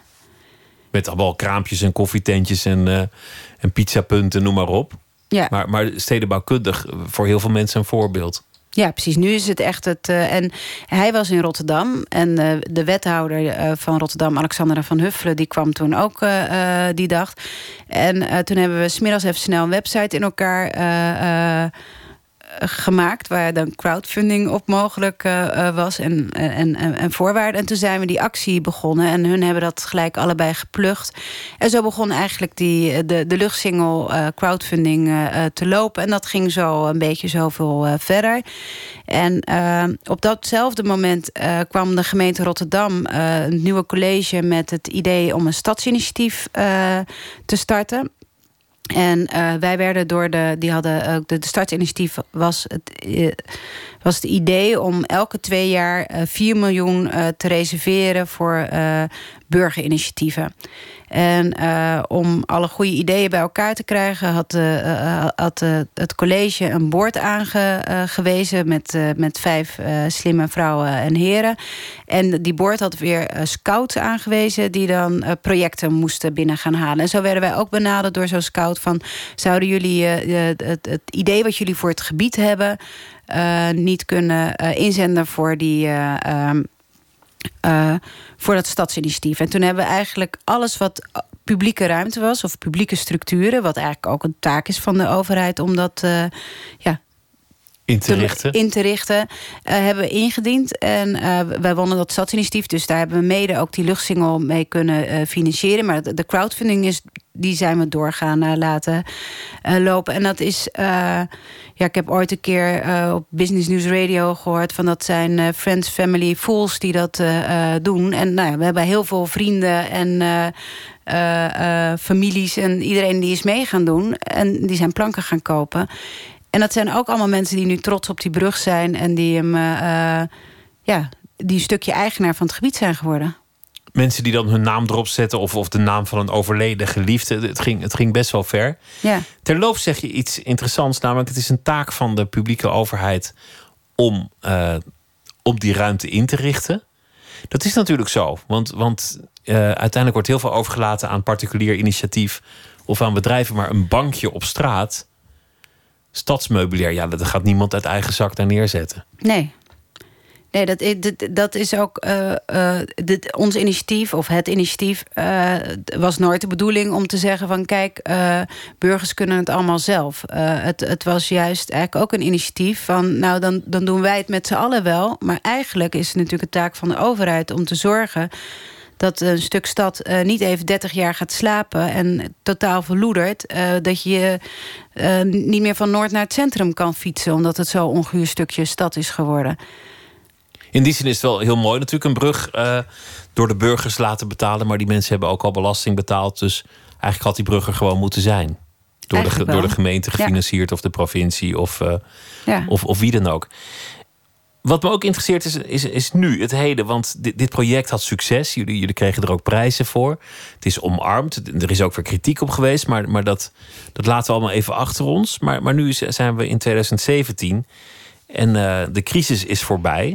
Speaker 3: Met allemaal kraampjes en koffietentjes en, uh, en pizzapunten, noem maar op.
Speaker 4: Ja.
Speaker 3: Maar, maar stedenbouwkundig voor heel veel mensen een voorbeeld.
Speaker 4: Ja, precies. Nu is het echt het. Uh, en hij was in Rotterdam. En uh, de wethouder uh, van Rotterdam, Alexandra van Huffelen, die kwam toen ook uh, uh, die dag. En uh, toen hebben we 's middags even snel een website in elkaar uh, uh, gemaakt, waar dan crowdfunding op mogelijk uh, was en, en, en, en voorwaarden. En toen zijn we die actie begonnen en hun hebben dat gelijk allebei geplukt. En zo begon eigenlijk die, de, de luchtsingle uh, crowdfunding uh, te lopen. En dat ging zo een beetje zoveel uh, verder. En uh, op datzelfde moment uh, kwam de gemeente Rotterdam, uh, een nieuwe college, met het idee om een stadsinitiatief uh, te starten. En uh, wij werden door de, die hadden, uh, de, de startinitiatief was het, uh, was het idee om elke twee jaar uh, vier miljoen uh, te reserveren voor uh, burgerinitiatieven. En uh, om alle goede ideeën bij elkaar te krijgen, had, uh, had uh, het college een board aangewezen met, uh, met vijf uh, slimme vrouwen en heren. En die board had weer uh, scouts aangewezen die dan uh, projecten moesten binnen gaan halen. En zo werden wij ook benaderd door zo'n scout van, zouden jullie uh, het, het idee wat jullie voor het gebied hebben uh, niet kunnen uh, inzenden voor die Uh, um, Uh, voor dat stadsinitiatief. En toen hebben we eigenlijk alles wat publieke ruimte was, of publieke structuren, wat eigenlijk ook een taak is van de overheid om dat uh, ja,
Speaker 3: in te richten,
Speaker 4: in te richten uh, hebben we ingediend. En uh, wij wonnen dat stadsinitiatief, dus daar hebben we mede ook die luchtsingel mee kunnen uh, financieren. Maar de, de crowdfunding is, die zijn we doorgaan uh, laten uh, lopen. En dat is, uh, ja, ik heb ooit een keer uh, op Business News Radio gehoord van, dat zijn uh, Friends, Family, Fools die dat uh, uh, doen. En nou ja, we hebben heel veel vrienden en uh, uh, uh, families en iedereen die is mee gaan doen. En die zijn planken gaan kopen. En dat zijn ook allemaal mensen die nu trots op die brug zijn en die hem, uh, uh, ja, die een stukje eigenaar van het gebied zijn geworden.
Speaker 3: Mensen die dan hun naam erop zetten of, of de naam van een overleden geliefde. Het ging, het ging best wel ver.
Speaker 4: Ja.
Speaker 3: Terloops zeg je iets interessants, namelijk het is een taak van de publieke overheid om, uh, om die ruimte in te richten. Dat is natuurlijk zo, want, want uh, uiteindelijk wordt heel veel overgelaten aan particulier initiatief of aan bedrijven, maar een bankje op straat, stadsmeubilair, ja, dat gaat niemand uit eigen zak daar neerzetten.
Speaker 4: Nee. Nee, dat, dat, dat is ook uh, uh, dit, ons initiatief, of het initiatief, uh, was nooit de bedoeling om te zeggen van, kijk, uh, burgers kunnen het allemaal zelf. Uh, het, het was juist eigenlijk ook een initiatief van, nou, dan, dan doen wij het met z'n allen wel. Maar eigenlijk is het natuurlijk een taak van de overheid om te zorgen dat een stuk stad uh, niet even dertig jaar gaat slapen en totaal verloedert. Uh, dat je uh, niet meer van Noord naar het centrum kan fietsen, omdat het zo'n onguur stukje stad is geworden.
Speaker 3: In die zin is het wel heel mooi natuurlijk, een brug uh, door de burgers laten betalen, maar die mensen hebben ook al belasting betaald, dus eigenlijk had die brug er gewoon moeten zijn. Door, de, door de gemeente gefinancierd, ja. Of de provincie of, uh, ja. of, of wie dan ook. Wat me ook interesseert is, is, is nu, het heden. Want dit, dit project had succes. Jullie, jullie kregen er ook prijzen voor. Het is omarmd. Er is ook weer kritiek op geweest. Maar, maar dat, dat laten we allemaal even achter ons. Maar, maar nu zijn we in twintig zeventien. En uh, de crisis is voorbij.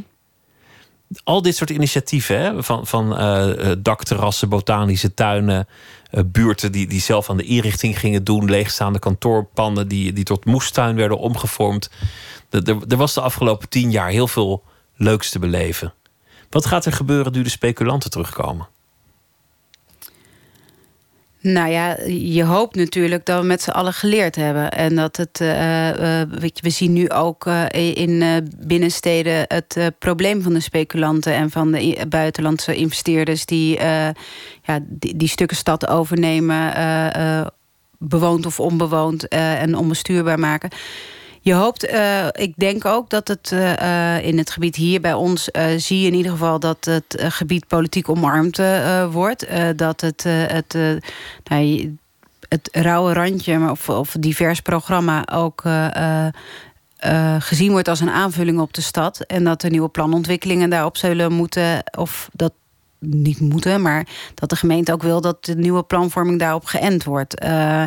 Speaker 3: Al dit soort initiatieven, hè, van, van uh, dakterrassen, botanische tuinen, uh, buurten die, die zelf aan de inrichting gingen doen, leegstaande kantoorpanden die, die tot moestuin werden omgevormd. Er, er was de afgelopen tien jaar heel veel leuks te beleven. Wat gaat er gebeuren nu de speculanten terugkomen?
Speaker 4: Nou ja, je hoopt natuurlijk dat we met z'n allen geleerd hebben. En dat het, uh, uh, weet je, we zien nu ook uh, in uh, binnensteden het uh, probleem van de speculanten en van de buitenlandse investeerders die, uh, ja, die, die stukken stad overnemen, uh, uh, bewoond of onbewoond, uh, en onbestuurbaar maken. Je hoopt, uh, ik denk ook dat het uh, in het gebied hier bij ons... Uh, zie je in ieder geval dat het uh, gebied politiek omarmd uh, wordt. Uh, dat het, uh, het, uh, nou, het rauwe randje maar of, of divers programma ook uh, uh, gezien wordt als een aanvulling op de stad. En dat er nieuwe planontwikkelingen daarop zullen moeten... of dat niet moeten, maar dat de gemeente ook wil... dat de nieuwe planvorming daarop geënt wordt... Uh,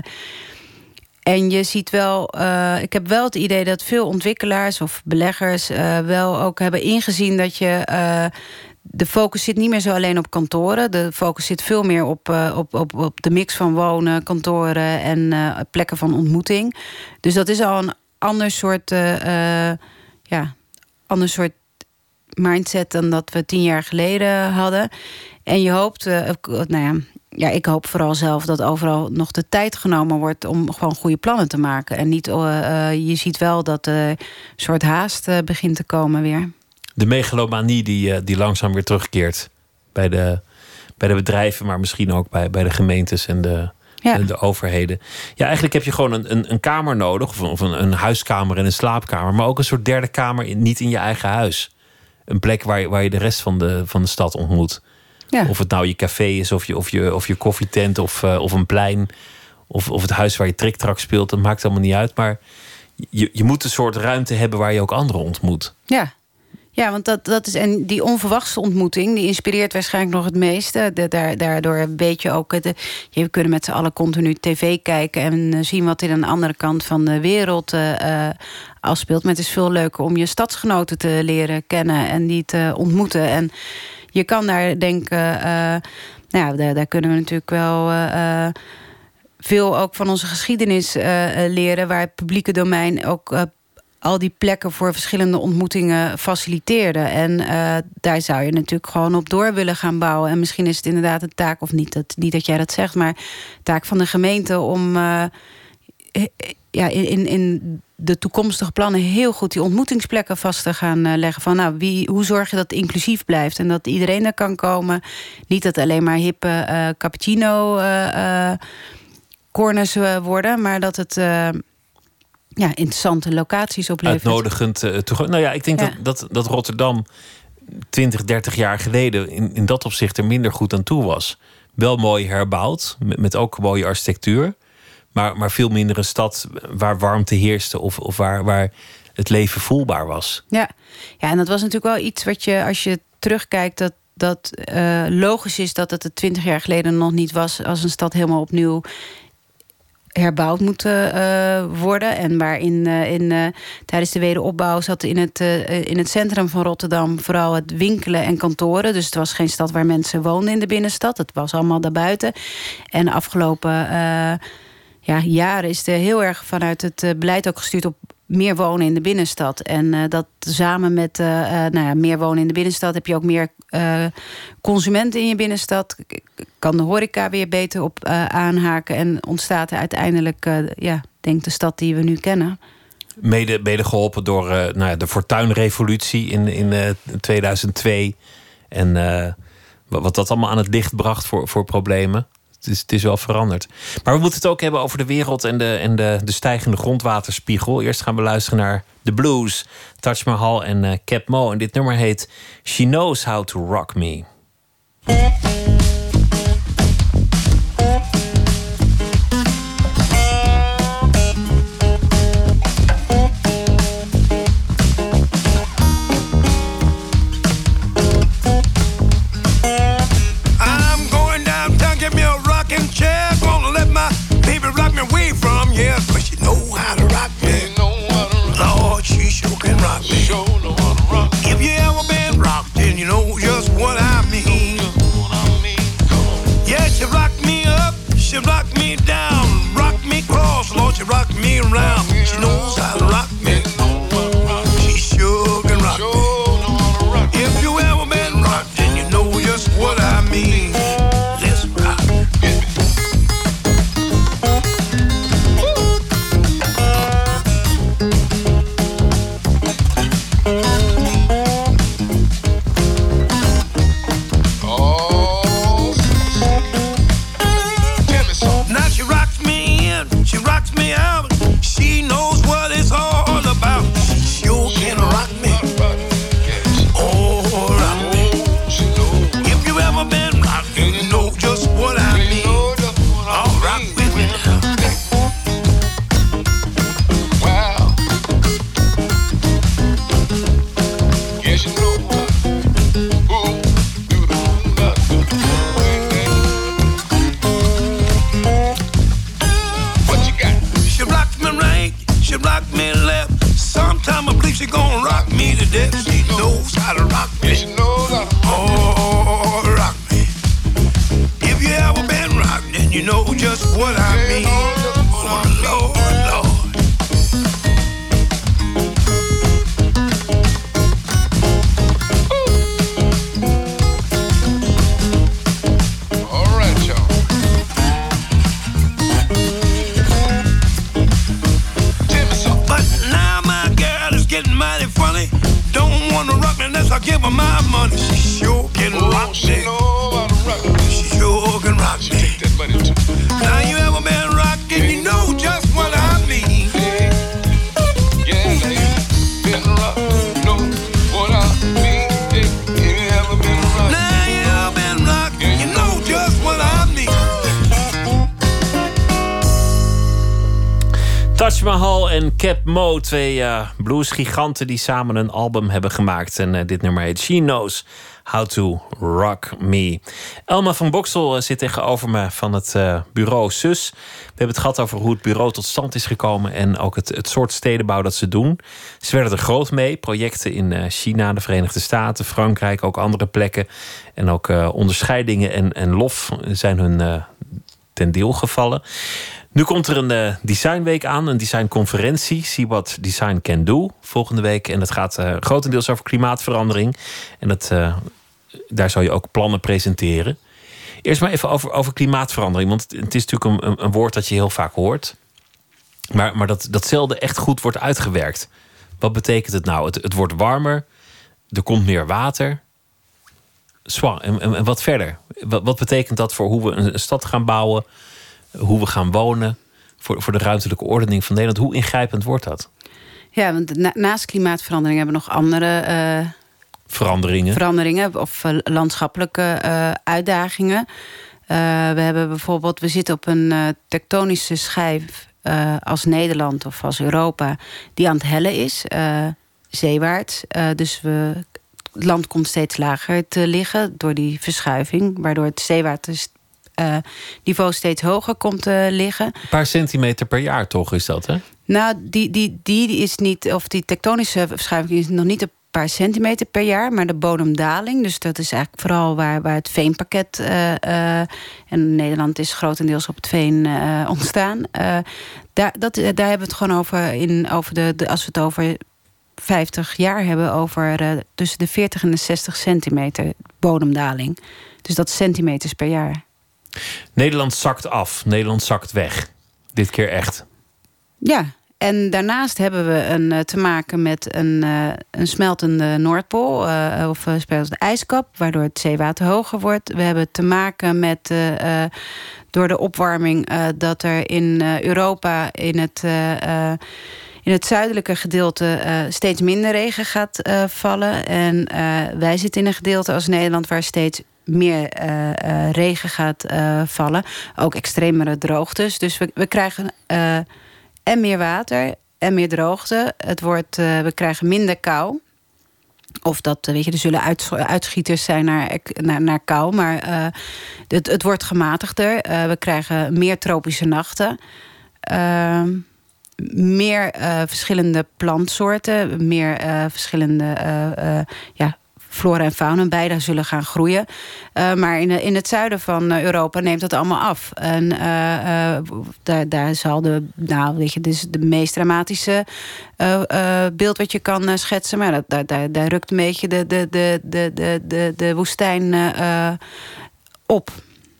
Speaker 4: En je ziet wel, uh, ik heb wel het idee dat veel ontwikkelaars of beleggers uh, wel ook hebben ingezien dat je uh, de focus zit niet meer zo alleen op kantoren. De focus zit veel meer op, uh, op, op, op de mix van wonen, kantoren en uh, plekken van ontmoeting. Dus dat is al een ander soort, uh, uh, ja, ander soort mindset dan dat we tien jaar geleden hadden. En je hoopt, uh, nou ja. Ja, ik hoop vooral zelf dat overal nog de tijd genomen wordt om gewoon goede plannen te maken. En niet, uh, uh, je ziet wel dat er een soort haast uh, begint te komen weer.
Speaker 3: De megalomanie die, uh, die langzaam weer terugkeert bij de, bij de bedrijven, maar misschien ook bij, bij de gemeentes en de, ja. en de overheden. Ja, eigenlijk heb je gewoon een, een, een kamer nodig, of, een, of een, een huiskamer en een slaapkamer, maar ook een soort derde kamer in, niet in je eigen huis. Een plek waar je, waar je de rest van de, van de stad ontmoet. Ja. Of het nou je café is, of je, of je, of je koffietent, of, uh, of een plein, of, of het huis waar je triktrak speelt, dat maakt allemaal niet uit. Maar je, je moet een soort ruimte hebben waar je ook anderen ontmoet.
Speaker 4: Ja, ja, want dat, dat is, en die onverwachte ontmoeting, die inspireert waarschijnlijk nog het meeste. De, daar, daardoor weet je ook, de, je kunnen met z'n allen continu tv kijken en zien wat in een andere kant van de wereld uh, afspeelt. Maar het is veel leuker om je stadsgenoten te leren kennen en die te ontmoeten. En je kan daar denken, uh, nou ja, daar, daar kunnen we natuurlijk wel uh, veel ook van onze geschiedenis uh, leren, waar het publieke domein ook uh, al die plekken voor verschillende ontmoetingen faciliteerde. En uh, daar zou je natuurlijk gewoon op door willen gaan bouwen. En misschien is het inderdaad een taak, of niet dat, niet dat jij dat zegt, maar taak van de gemeente om uh, ja, in, in de toekomstige plannen heel goed die ontmoetingsplekken vast te gaan uh, leggen. Van nou, wie, hoe zorg je dat het inclusief blijft en dat iedereen er kan komen. Niet dat alleen maar hippe uh, cappuccino uh, uh, corners uh, worden, maar dat het uh, ja, interessante locaties oplevert.
Speaker 3: Uitnodigend. Uh, toe, nou ja, ik denk ja. dat, dat, dat Rotterdam twintig, dertig jaar geleden in, in dat opzicht er minder goed aan toe was. Wel mooi herbouwd, met, met ook mooie architectuur. Maar, maar veel minder een stad waar warmte heerste of, of waar, waar het leven voelbaar was.
Speaker 4: Ja. Ja, en dat was natuurlijk wel iets wat je, als je terugkijkt, dat, dat uh, logisch is dat het het twintig jaar geleden nog niet was als een stad helemaal opnieuw herbouwd moet uh, worden. En waarin uh, in, uh, tijdens de wederopbouw zat in het, uh, in het centrum van Rotterdam vooral het winkelen en kantoren. Dus het was geen stad waar mensen woonden in de binnenstad. Het was allemaal daarbuiten. En de afgelopen uh, ja, jaren is er heel erg vanuit het uh, beleid ook gestuurd op meer wonen in de binnenstad. En uh, dat samen met uh, uh, nou ja, meer wonen in de binnenstad heb je ook meer uh, consumenten in je binnenstad. Kan de horeca weer beter op uh, aanhaken en ontstaat er uiteindelijk, uh, ja, denk de stad die we nu kennen.
Speaker 3: Mede, mede geholpen door uh, nou ja, de Fortuinrevolutie in, in uh, tweeduizend twee. En uh, wat dat allemaal aan het licht bracht voor, voor problemen. Het is, het is wel veranderd. Maar we moeten het ook hebben over de wereld en de, en de, de stijgende grondwaterspiegel. Eerst gaan we luisteren naar The Blues, Taj Mahal en uh, Cap Mo. En dit nummer heet She Knows How to Rock Me.
Speaker 5: If you ever been rocked, then you know just what I mean. me left. Sometime I believe she gonna rock me to death. She knows how to rock me. She knows how to oh, rock me. If you ever been rocked, then you know just what I mean. Oh, Lord, Lord. Getting mighty funny. Don't wanna rock me unless I give her my money. She sure can oh, rock she me. Know how to rock me. She sure can rock she me. Take that money too. Now you ever been rockin', hey. You know just what I mean. Hey. Yeah, now you been rockin', know what I mean. Hey. You ever been rockin'? Now you ever been rockin', yeah, you know just what I mean.
Speaker 3: Taj Mahal en Cap Mo, twee uh, bluesgiganten die samen een album hebben gemaakt. En uh, dit nummer heet She Knows How to Rock Me. Elma van Boksel uh, zit tegenover me van het uh, bureau S U S. We hebben het gehad over hoe het bureau tot stand is gekomen en ook het, het soort stedenbouw dat ze doen. Ze werden er groot mee. Projecten in uh, China, de Verenigde Staten, Frankrijk, ook andere plekken. En ook uh, onderscheidingen en, en lof zijn hun uh, ten deel gevallen. Nu komt er een uh, designweek aan, een designconferentie. See What Design Can Do volgende week. En dat gaat uh, grotendeels over klimaatverandering. En dat, uh, daar zal je ook plannen presenteren. Eerst maar even over, over klimaatverandering. Want het is natuurlijk een, een woord dat je heel vaak hoort. Maar, maar dat, dat zelden echt goed wordt uitgewerkt. Wat betekent het nou? Het, het wordt warmer. Er komt meer water. Zwa, en, en, en wat verder? Wat, wat betekent dat voor hoe we een, een stad gaan bouwen? Hoe we gaan wonen, voor, voor de ruimtelijke ordening van Nederland. Hoe ingrijpend wordt dat? Ja, want na, naast klimaatverandering hebben we nog andere uh, veranderingen. veranderingen of uh, landschappelijke uh, uitdagingen. Uh, we hebben bijvoorbeeld, we zitten op een uh, tektonische schijf uh, als Nederland of als Europa, die aan het hellen is, uh, zeewaarts. Uh, dus we, het land komt steeds lager te liggen door die verschuiving, waardoor het zeewater Uh, niveau steeds hoger komt te uh, liggen. Een paar centimeter per jaar toch is dat, hè? Nou, die, die, die is niet, of die tektonische verschuiving is nog niet een paar centimeter per jaar, maar de bodemdaling. Dus dat is eigenlijk vooral waar, waar het veenpakket uh, uh, en Nederland is grotendeels op het veen uh, ontstaan. Uh, daar, dat, daar hebben we het gewoon over in over de, de als we het over vijftig jaar hebben, over uh, tussen de veertig en de zestig centimeter bodemdaling. Dus dat is centimeters per jaar. Nederland zakt af, Nederland zakt weg. Dit keer echt. Ja, en daarnaast hebben we een, te maken met een, een smeltende Noordpool, uh, of uh, smeltende ijskap, waardoor het zeewater hoger wordt. We hebben te maken met uh, uh, door de opwarming uh, dat er in uh, Europa in het uh, uh, in het zuidelijke gedeelte uh, steeds minder regen gaat uh, vallen. En uh, wij zitten in een gedeelte als Nederland waar steeds meer uh, uh, regen gaat uh, vallen. Ook extremere droogtes. Dus we, we krijgen uh, en meer water en meer droogte. Het wordt, uh, we krijgen minder kou. Of dat, weet je, er zullen uit, uitschieters zijn naar, naar, naar kou. Maar uh, het, het wordt gematigder. Uh, we krijgen meer tropische nachten. Uh, meer uh, verschillende plantsoorten. Meer uh, verschillende uh, uh, ja, flora en fauna. Beide zullen gaan groeien. Uh, maar in, in het zuiden van Europa neemt dat allemaal af. En uh, uh, daar, daar zal de, nou, weet je, dit is de meest dramatische uh, uh, beeld wat je kan uh, schetsen. Maar dat, daar, daar, daar rukt een beetje de, de, de, de, de, de, de woestijn uh, op.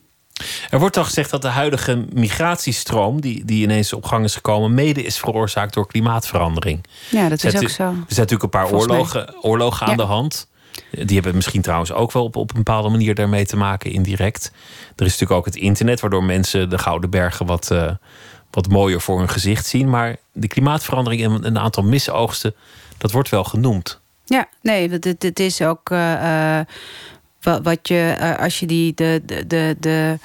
Speaker 3: Er wordt al gezegd dat de huidige migratiestroom, die, die ineens op gang is gekomen, mede is veroorzaakt door klimaatverandering. Ja, dat is ook zo. Er zijn natuurlijk een paar oorlogen, oorlogen aan ja. de hand. Die hebben misschien trouwens ook wel op, op een bepaalde manier daarmee te maken, indirect. Er is natuurlijk ook het internet, waardoor mensen de Gouden Bergen wat, uh, wat mooier voor hun gezicht zien. Maar de klimaatverandering en een aantal misoogsten, dat wordt wel genoemd. Ja, nee, het, het is ook Uh, uh, wat je, uh, als je die de, de, de, de,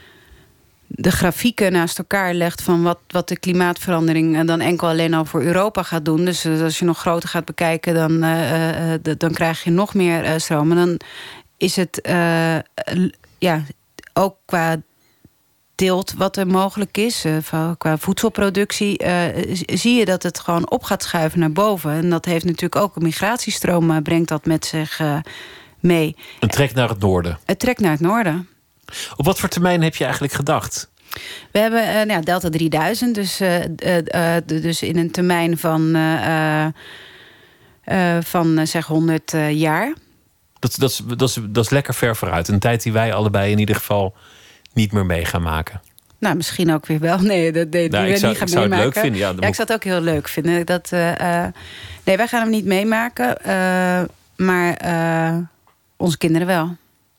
Speaker 3: de grafieken naast elkaar legt van wat, wat de klimaatverandering dan enkel alleen al voor Europa gaat doen. Dus als je nog groter gaat bekijken, dan, uh, uh, dan krijg je nog meer uh, stromen. Dan is het uh, ja, ook qua
Speaker 4: teelt wat er mogelijk is, uh, qua voedselproductie, uh, zie je dat het gewoon op gaat schuiven naar boven. En dat heeft natuurlijk ook een migratiestroom, uh, brengt dat met zich uh, mee.
Speaker 3: Een trek naar het noorden.
Speaker 4: Het trek naar het noorden.
Speaker 3: Op wat voor termijn heb je eigenlijk gedacht?
Speaker 4: We hebben uh, nou, Delta drieduizend, dus, uh, uh, uh, dus in een termijn van, uh, uh, van uh, zeg honderd uh, jaar.
Speaker 3: Dat, dat, is, dat, is, dat is lekker ver vooruit. Een tijd die wij allebei in ieder geval niet meer mee gaan maken.
Speaker 4: Nou, misschien ook weer wel. Nee, dat nee,
Speaker 3: nou,
Speaker 4: die
Speaker 3: ik zou,
Speaker 4: niet gaan
Speaker 3: ik zou
Speaker 4: meemaken.
Speaker 3: het leuk vinden. Ja,
Speaker 4: ja, ik zou het ook heel leuk vinden. Dat, uh, uh, nee, wij gaan hem niet meemaken. Uh, maar uh, onze kinderen wel.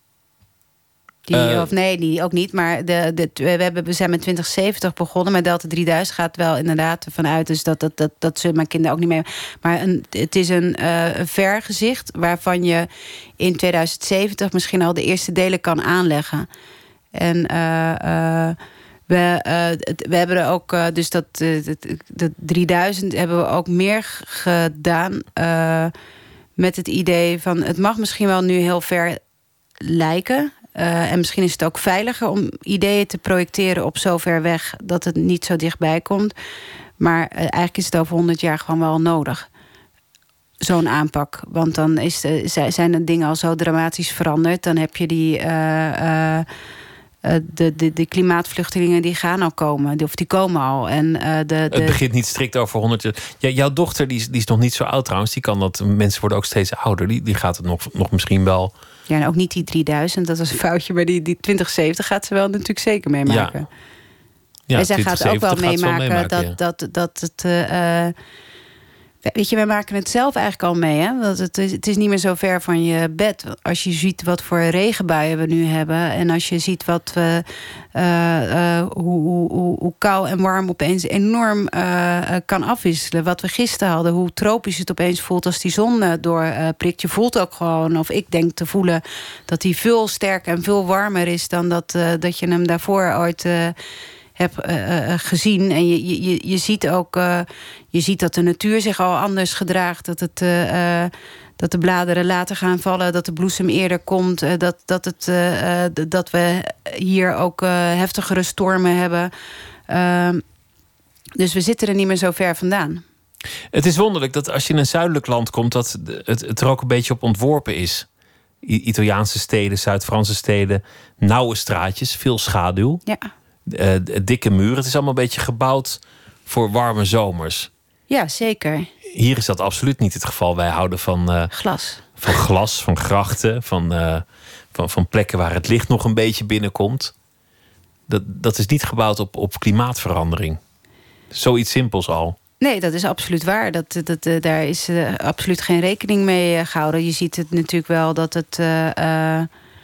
Speaker 4: Die, uh, of nee, die ook niet. Maar de, de, we, hebben, we zijn met twintig zeventig begonnen. Maar Delta drieduizend gaat wel inderdaad vanuit. Dus dat, dat, dat, dat zullen mijn kinderen ook niet mee. Maar een, het is een uh, vergezicht waarvan je in tweeduizend zeventig misschien al de eerste delen kan aanleggen. En uh, uh, we, uh, we hebben er ook, uh, dus dat, uh, dat, dat drieduizend hebben we ook meer gedaan. Uh, met het idee van, het mag misschien wel nu heel ver lijken. Uh, en misschien is het ook veiliger om ideeën te projecteren op zo ver weg dat het niet zo dichtbij komt. Maar uh, eigenlijk is het over honderd jaar gewoon wel nodig. Zo'n aanpak. Want dan is de, zijn de dingen al zo dramatisch veranderd. Dan heb je die, uh, uh, de, de, de klimaatvluchtelingen die gaan al komen. Of die komen al. En, uh, de, de...
Speaker 3: Het begint niet strikt over honderd jaar. Ja, jouw dochter die is, die is nog niet zo oud trouwens. Die kan dat, mensen worden ook steeds ouder. Die, die gaat het nog, nog misschien wel...
Speaker 4: Ja, en ook niet die drieduizend, dat was een foutje. Maar die, die twintig zeventig gaat ze wel natuurlijk zeker meemaken.
Speaker 3: Ja. Ja,
Speaker 4: en zij gaat ook wel meemaken,
Speaker 3: meemaken
Speaker 4: dat,
Speaker 3: ja.
Speaker 4: dat, dat het... Uh, weet je, wij maken het zelf eigenlijk al mee. Hè? Dat het, is, het is niet meer zo ver van je bed. Als je ziet wat voor regenbuien we nu hebben. En als je ziet wat we, uh, uh, hoe, hoe, hoe, hoe kou en warm opeens enorm uh, kan afwisselen. Wat we gisteren hadden, hoe tropisch het opeens voelt als die zon uh, doorprikt. Je voelt ook gewoon, of ik denk te voelen, dat die veel sterker en veel warmer is dan dat, uh, dat je hem daarvoor ooit... Uh, heb uh, uh, gezien. En je, je, je ziet ook uh, je ziet dat de natuur zich al anders gedraagt. Dat, het, uh, uh, dat de bladeren later gaan vallen. Dat de bloesem eerder komt. Uh, dat, dat, het, uh, uh, dat we hier ook uh, heftigere stormen hebben. Uh, dus we zitten er niet meer zo ver vandaan.
Speaker 3: Het is wonderlijk dat als je in een zuidelijk land komt... dat het, het er ook een beetje op ontworpen is. Italiaanse steden, Zuid-Franse steden. Nauwe straatjes, veel schaduw.
Speaker 4: Ja.
Speaker 3: Uh, dikke muren. Het is allemaal een beetje gebouwd voor warme zomers.
Speaker 4: Ja, zeker.
Speaker 3: Hier is dat absoluut niet het geval. Wij houden van... Uh,
Speaker 4: glas.
Speaker 3: Van glas, van grachten, van, uh, van, van plekken waar het licht nog een beetje binnenkomt. Dat, dat is niet gebouwd op, op klimaatverandering. Zoiets simpels al.
Speaker 4: Nee, dat is absoluut waar. Dat, dat, uh, daar is uh, absoluut geen rekening mee uh, gehouden. Je ziet het natuurlijk wel dat het... Uh, uh,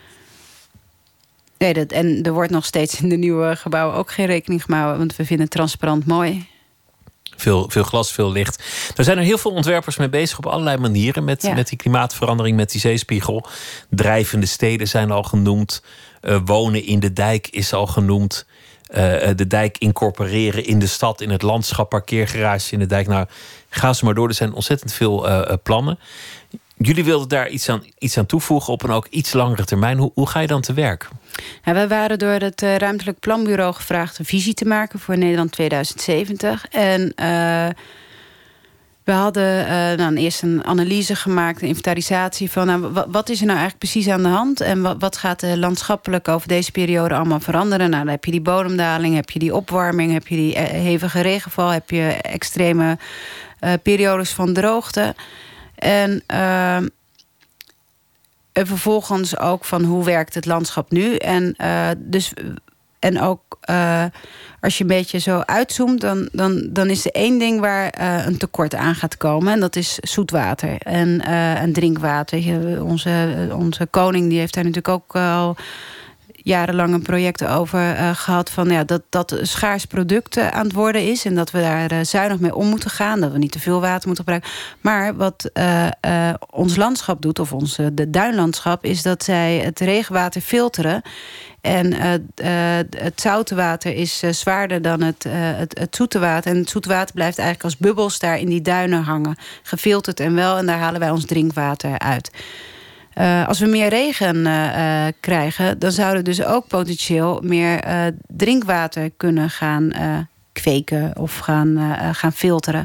Speaker 4: Nee, dat, en er wordt nog steeds in de nieuwe gebouwen ook geen rekening gehouden, want we vinden het transparant mooi.
Speaker 3: Veel, veel glas, veel licht. Er zijn er heel veel ontwerpers mee bezig op allerlei manieren met, ja. met die klimaatverandering, met die zeespiegel. Drijvende steden zijn al genoemd. Uh, wonen in de dijk is al genoemd. Uh, de dijk incorporeren in de stad, in het landschap, parkeergarage in de dijk. Nou, ga ze maar door. Er zijn ontzettend veel uh, plannen. Jullie wilden daar iets aan, iets aan toevoegen op een ook iets langere termijn. Hoe, hoe ga je dan te werk?
Speaker 4: Ja, wij waren door het uh, Ruimtelijk Planbureau gevraagd een visie te maken voor Nederland tweeduizend zeventig. En uh, we hadden uh, nou, eerst een analyse gemaakt, een inventarisatie van nou, wat, wat is er nou eigenlijk precies aan de hand en wat, wat gaat er landschappelijk over deze periode allemaal veranderen. Nou, dan heb je die bodemdaling, heb je die opwarming, heb je die hevige regenval, heb je extreme uh, periodes van droogte. En, uh, en vervolgens ook van hoe werkt het landschap nu. En, uh, dus, en ook uh, als je een beetje zo uitzoomt, dan, dan, dan is er één ding waar uh, een tekort aan gaat komen. En dat is zoetwater en, uh, en drinkwater. Onze, onze koning die heeft daar natuurlijk ook al jarenlang een project over uh, gehad van ja, dat dat een schaars product uh, aan het worden is en dat we daar uh, zuinig mee om moeten gaan, dat we niet te veel water moeten gebruiken. Maar wat uh, uh, ons landschap doet, of ons uh, de duinlandschap, is dat zij het regenwater filteren. En uh, uh, het zoute water is uh, zwaarder dan het, uh, het, het zoete water. En het zoete water blijft eigenlijk als bubbels daar in die duinen hangen. Gefilterd en wel, en daar halen wij ons drinkwater uit. Uh, als we meer regen uh, uh, krijgen, dan zouden we dus ook potentieel meer uh, drinkwater kunnen gaan uh, kweken of gaan, uh, gaan filteren.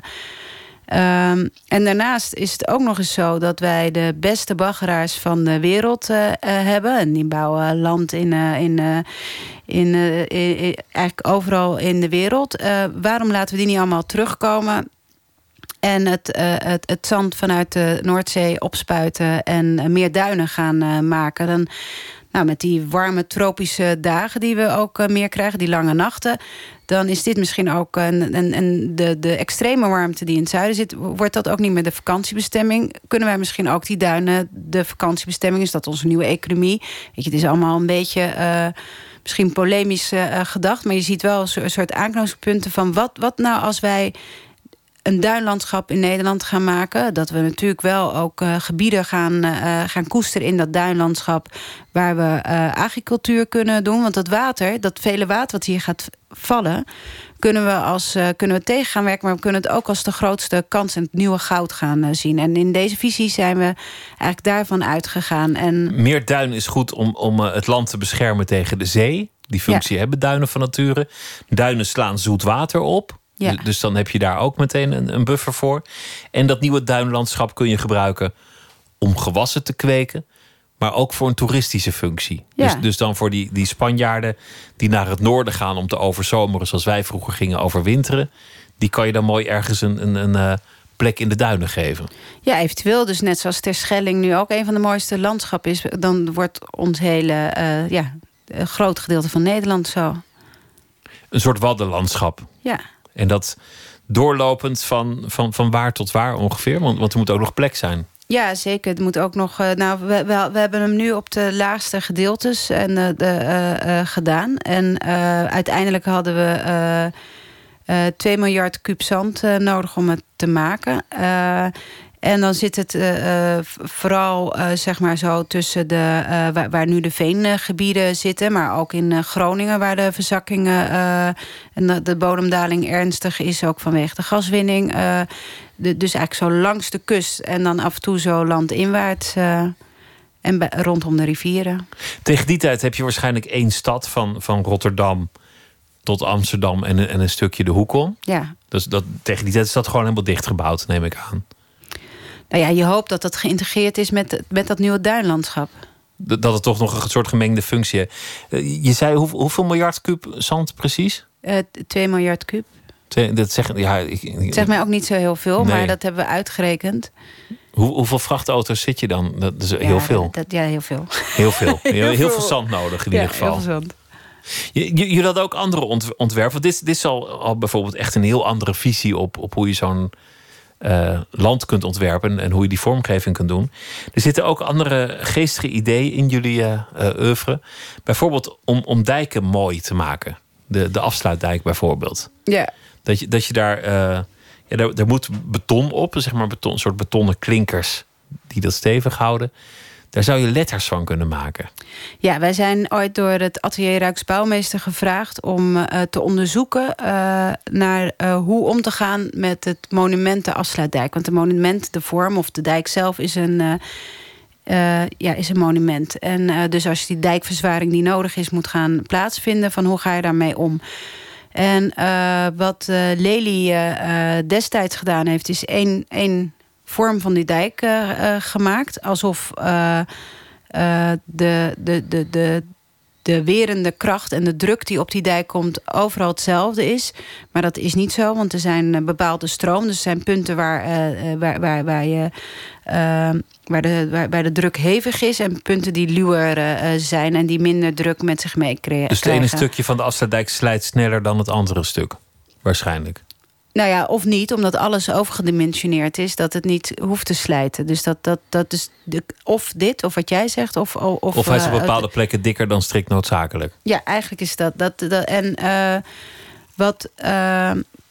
Speaker 4: Um, en daarnaast is het ook nog eens zo dat wij de beste baggeraars van de wereld uh, uh, hebben. En die bouwen land in, uh, in, uh, in, uh, in, in eigenlijk overal in de wereld. Uh, waarom laten we die niet allemaal terugkomen? En het, uh, het, het zand vanuit de Noordzee opspuiten en uh, meer duinen gaan uh, maken. Dan, nou, met die warme tropische dagen die we ook uh, meer krijgen, die lange nachten, dan is dit misschien ook een, een, een, de, de extreme warmte die in het zuiden zit, wordt dat ook niet meer de vakantiebestemming? Kunnen wij misschien ook die duinen de vakantiebestemming? Is dat onze nieuwe economie? Weet je, het is allemaal een beetje uh, misschien polemisch uh, gedacht, maar je ziet wel een soort aanknopingspunten van wat, wat nou als wij een duinlandschap in Nederland gaan maken. Dat we natuurlijk wel ook uh, gebieden gaan, uh, gaan koesteren in dat duinlandschap, waar we uh, agricultuur kunnen doen. Want dat water, dat vele water wat hier gaat vallen, kunnen we, als, uh, kunnen we tegen gaan werken, maar we kunnen het ook als de grootste kans en het nieuwe goud gaan uh, zien. En in deze visie zijn we eigenlijk daarvan uitgegaan. En
Speaker 3: meer duin is goed om, om uh, het land te beschermen tegen de zee. Die functie ja. hebben duinen van nature. Duinen slaan zoet water op. Ja. Dus, dus dan heb je daar ook meteen een, een buffer voor. En dat nieuwe duinlandschap kun je gebruiken om gewassen te kweken, maar ook voor een toeristische functie. Ja. Dus, dus dan voor die, die Spanjaarden die naar het noorden gaan om te overzomeren, zoals wij vroeger gingen overwinteren, die kan je dan mooi ergens een, een, een uh, plek in de duinen geven. Ja, eventueel. Dus net zoals Terschelling nu ook een van de mooiste landschappen is, dan wordt ons hele uh, ja, een groot gedeelte van Nederland zo. Een soort waddenlandschap. Ja. En dat doorlopend van, van, van waar tot waar ongeveer? Want, want er moet ook nog plek zijn. Ja, zeker. Het moet ook nog. Uh, nou, we, we, we hebben hem nu op de laagste gedeeltes en, uh, de, uh, uh, gedaan. En uh, uiteindelijk hadden we uh, uh, twee miljard kuub zand uh, nodig om het te maken. Uh, En dan zit het uh, vooral uh, zeg maar zo tussen de uh, waar, waar nu de veengebieden zitten, maar ook in uh, Groningen, waar de verzakkingen uh, en de, de bodemdaling ernstig is, ook vanwege de gaswinning. Uh, de, dus eigenlijk zo langs de kust en dan af en toe zo landinwaarts uh, en bij, rondom de rivieren. Tegen die tijd heb je waarschijnlijk één stad van, van Rotterdam tot Amsterdam en, en een stukje de hoek om. Ja. Dus dat, tegen die tijd is dat gewoon helemaal dichtgebouwd, neem ik aan. Nou ja, je hoopt dat dat geïntegreerd is met, met dat nieuwe duinlandschap. Dat het toch nog een soort gemengde functie heeft. Je zei hoe, hoeveel miljard kuub zand precies? Uh, twee miljard kuub. Twee, dat zeg, ja, ik, ik, zeg mij ook niet zo heel veel, nee. Maar dat hebben we uitgerekend. Hoe, hoeveel vrachtauto's zit je dan? Dat is heel ja, veel. Dat, ja, heel veel. Heel veel. heel, heel, heel veel zand nodig in ja, ieder geval. Heel veel zand. Jullie hadden ook andere ontwerpen. Dit, dit is al, al bijvoorbeeld echt een heel andere visie op, op hoe je zo'n Uh, land kunt ontwerpen en hoe je die vormgeving kunt doen. Er zitten ook andere geestige ideeën in jullie uh, uh, oeuvre. Bijvoorbeeld om, om dijken mooi te maken. De, de afsluitdijk bijvoorbeeld. Ja. Dat je, dat je daar, uh, ja, daar... Daar moet beton op, zeg maar beton, een soort betonnen klinkers die dat stevig houden. Daar zou je letters van kunnen maken. Ja, wij zijn ooit door het atelier Rijksbouwmeester gevraagd om uh, te onderzoeken uh, naar uh, hoe om te gaan met het monument de afsluitdijk. Want de monument, de vorm of de dijk zelf is een, uh, uh, ja, is een monument. En uh, dus als je die dijkverzwaring die nodig is moet gaan plaatsvinden, van hoe ga je daarmee om? En uh, wat uh, Lely uh, destijds gedaan heeft, is één... één vorm van die dijk uh, uh, gemaakt. Alsof uh, uh, de, de, de, de, de werende kracht en de druk die op die dijk komt overal hetzelfde is. Maar dat is niet zo, want er zijn uh, bepaalde stromen. Dus er zijn punten waar, uh, waar, waar, waar, je, uh, waar, de, waar, waar de druk hevig is en punten die luwer uh, zijn en die minder druk met zich mee krijgen. Dus het ene stukje van de afsluitdijk slijt sneller dan het andere stuk, waarschijnlijk. Nou ja, of niet, omdat alles overgedimensioneerd is, dat het niet hoeft te slijten. Dus dat, dat, dat is de, of dit, of wat jij zegt, of... Of, of hij is op bepaalde uh, plekken dikker dan strikt noodzakelijk. Ja, eigenlijk is dat. dat, dat en uh, wat... Uh,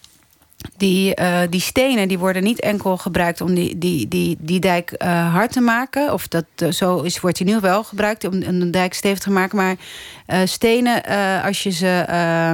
Speaker 3: die, uh, die stenen die worden niet enkel gebruikt om die, die, die, die dijk uh, hard te maken. Of dat, uh, zo is, wordt die nu wel gebruikt om een dijk stevig te maken. Maar uh, stenen, uh, als je ze...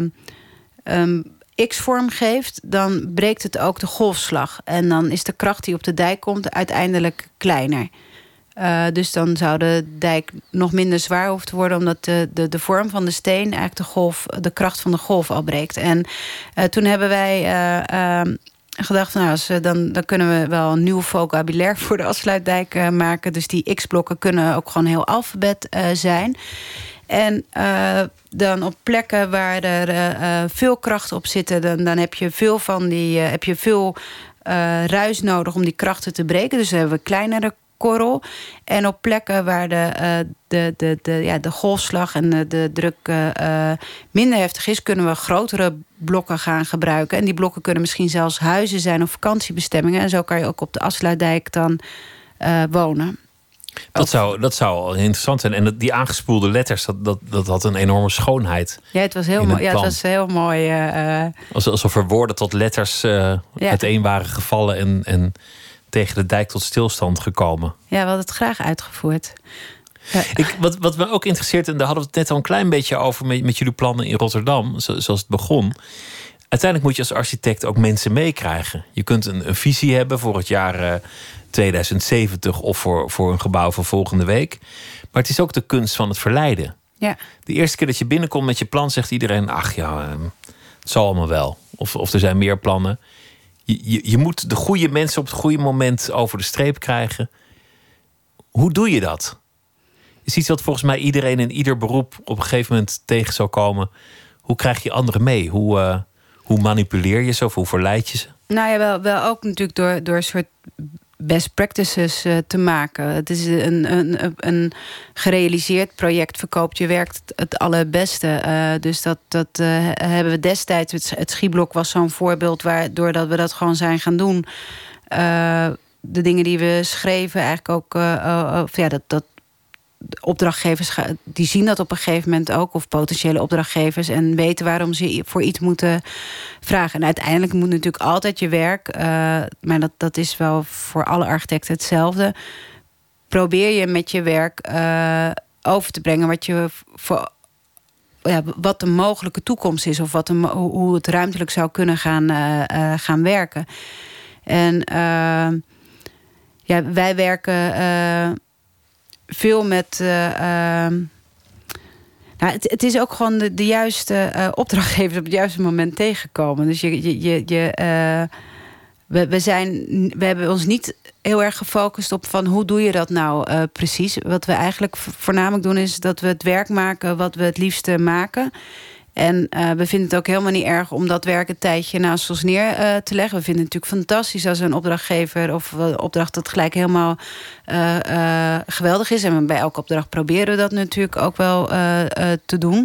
Speaker 3: Uh, um, X-vorm geeft, dan breekt het ook de golfslag. En dan is de kracht die op de dijk komt uiteindelijk kleiner.
Speaker 4: Uh, dus dan zou de dijk nog minder zwaar hoeven te worden, omdat de, de, de vorm van de steen eigenlijk de golf, de kracht van de golf afbreekt. En uh, toen hebben wij uh, uh, gedacht, nou, als, uh, dan, dan kunnen we wel een nieuw vocabulaire voor de afsluitdijk uh, maken. Dus die X-blokken kunnen ook gewoon heel alfabet uh, zijn. En uh, dan op plekken waar er uh, veel kracht op zitten, dan, dan heb je veel van die, uh, heb je veel uh, ruis nodig om die krachten te breken. Dus dan hebben we kleinere korrel. En op plekken waar de, uh, de, de, de, ja, de golfslag en de, de druk uh, uh, minder heftig is, kunnen we grotere blokken gaan gebruiken. En die blokken kunnen misschien zelfs huizen zijn of vakantiebestemmingen. En zo kan je ook op de afsluitdijk dan uh, wonen.
Speaker 3: Dat zou, dat zou al interessant zijn. En dat, die aangespoelde letters, dat, dat, dat had een enorme schoonheid.
Speaker 4: Ja, het was heel mooi. Ja, het was heel mooi. Uh,
Speaker 3: Alsof er woorden tot letters uh, ja. uiteen waren gevallen en, en tegen de dijk tot stilstand gekomen.
Speaker 4: Ja, we hadden het graag uitgevoerd. Ja.
Speaker 3: Ik, wat, wat me ook interesseert, en daar hadden we het net al een klein beetje over met, met jullie plannen in Rotterdam, zo, zoals het begon. Uiteindelijk moet je als architect ook mensen meekrijgen. Je kunt een, een visie hebben voor het jaar uh, tweeduizend zeventig of voor, voor een gebouw van volgende week. Maar het is ook de kunst van het verleiden.
Speaker 4: Ja.
Speaker 3: De eerste keer dat je binnenkomt met je plan, zegt iedereen, ach ja, uh, het zal allemaal wel. Of, of er zijn meer plannen. Je, je, je moet de goede mensen op het goede moment over de streep krijgen. Hoe doe je dat? Is iets wat volgens mij iedereen in ieder beroep op een gegeven moment tegen zou komen. Hoe krijg je anderen mee? Hoe, uh, hoe manipuleer je ze of hoe verleid je ze?
Speaker 4: Nou ja, wel, wel ook natuurlijk door, door een soort best practices uh, te maken. Het is een, een, een gerealiseerd project, verkoopt je werk het, het allerbeste. Uh, dus dat, dat uh, hebben we destijds. Het, het Schieblok was zo'n voorbeeld waar, doordat we dat gewoon zijn gaan doen. Uh, de dingen die we schreven, eigenlijk ook. Uh, uh, of ja, dat, dat opdrachtgevers die zien dat op een gegeven moment ook, of potentiële opdrachtgevers, en weten waarom ze voor iets moeten vragen. En uiteindelijk moet natuurlijk altijd je werk, uh, maar dat, dat is wel voor alle architecten hetzelfde. Probeer je met je werk uh, over te brengen wat je voor, ja, wat de mogelijke toekomst is, of wat de, hoe het ruimtelijk zou kunnen gaan, uh, uh, gaan werken. En uh, ja, wij werken Uh, veel met Uh, uh, nou, het, het is ook gewoon de, de juiste uh, opdrachtgevers op het juiste moment tegenkomen. Dus je, je, je, je, uh, we, we, zijn, we hebben ons niet heel erg gefocust op van hoe doe je dat nou uh, precies. Wat we eigenlijk voornamelijk doen is dat we het werk maken wat we het liefste maken. En uh, we vinden het ook helemaal niet erg om dat werk een tijdje naast ons neer uh, te leggen. We vinden het natuurlijk fantastisch als een opdrachtgever of een opdracht dat gelijk helemaal uh, uh, geweldig is. En bij elke opdracht proberen we dat natuurlijk ook wel uh, uh, te doen.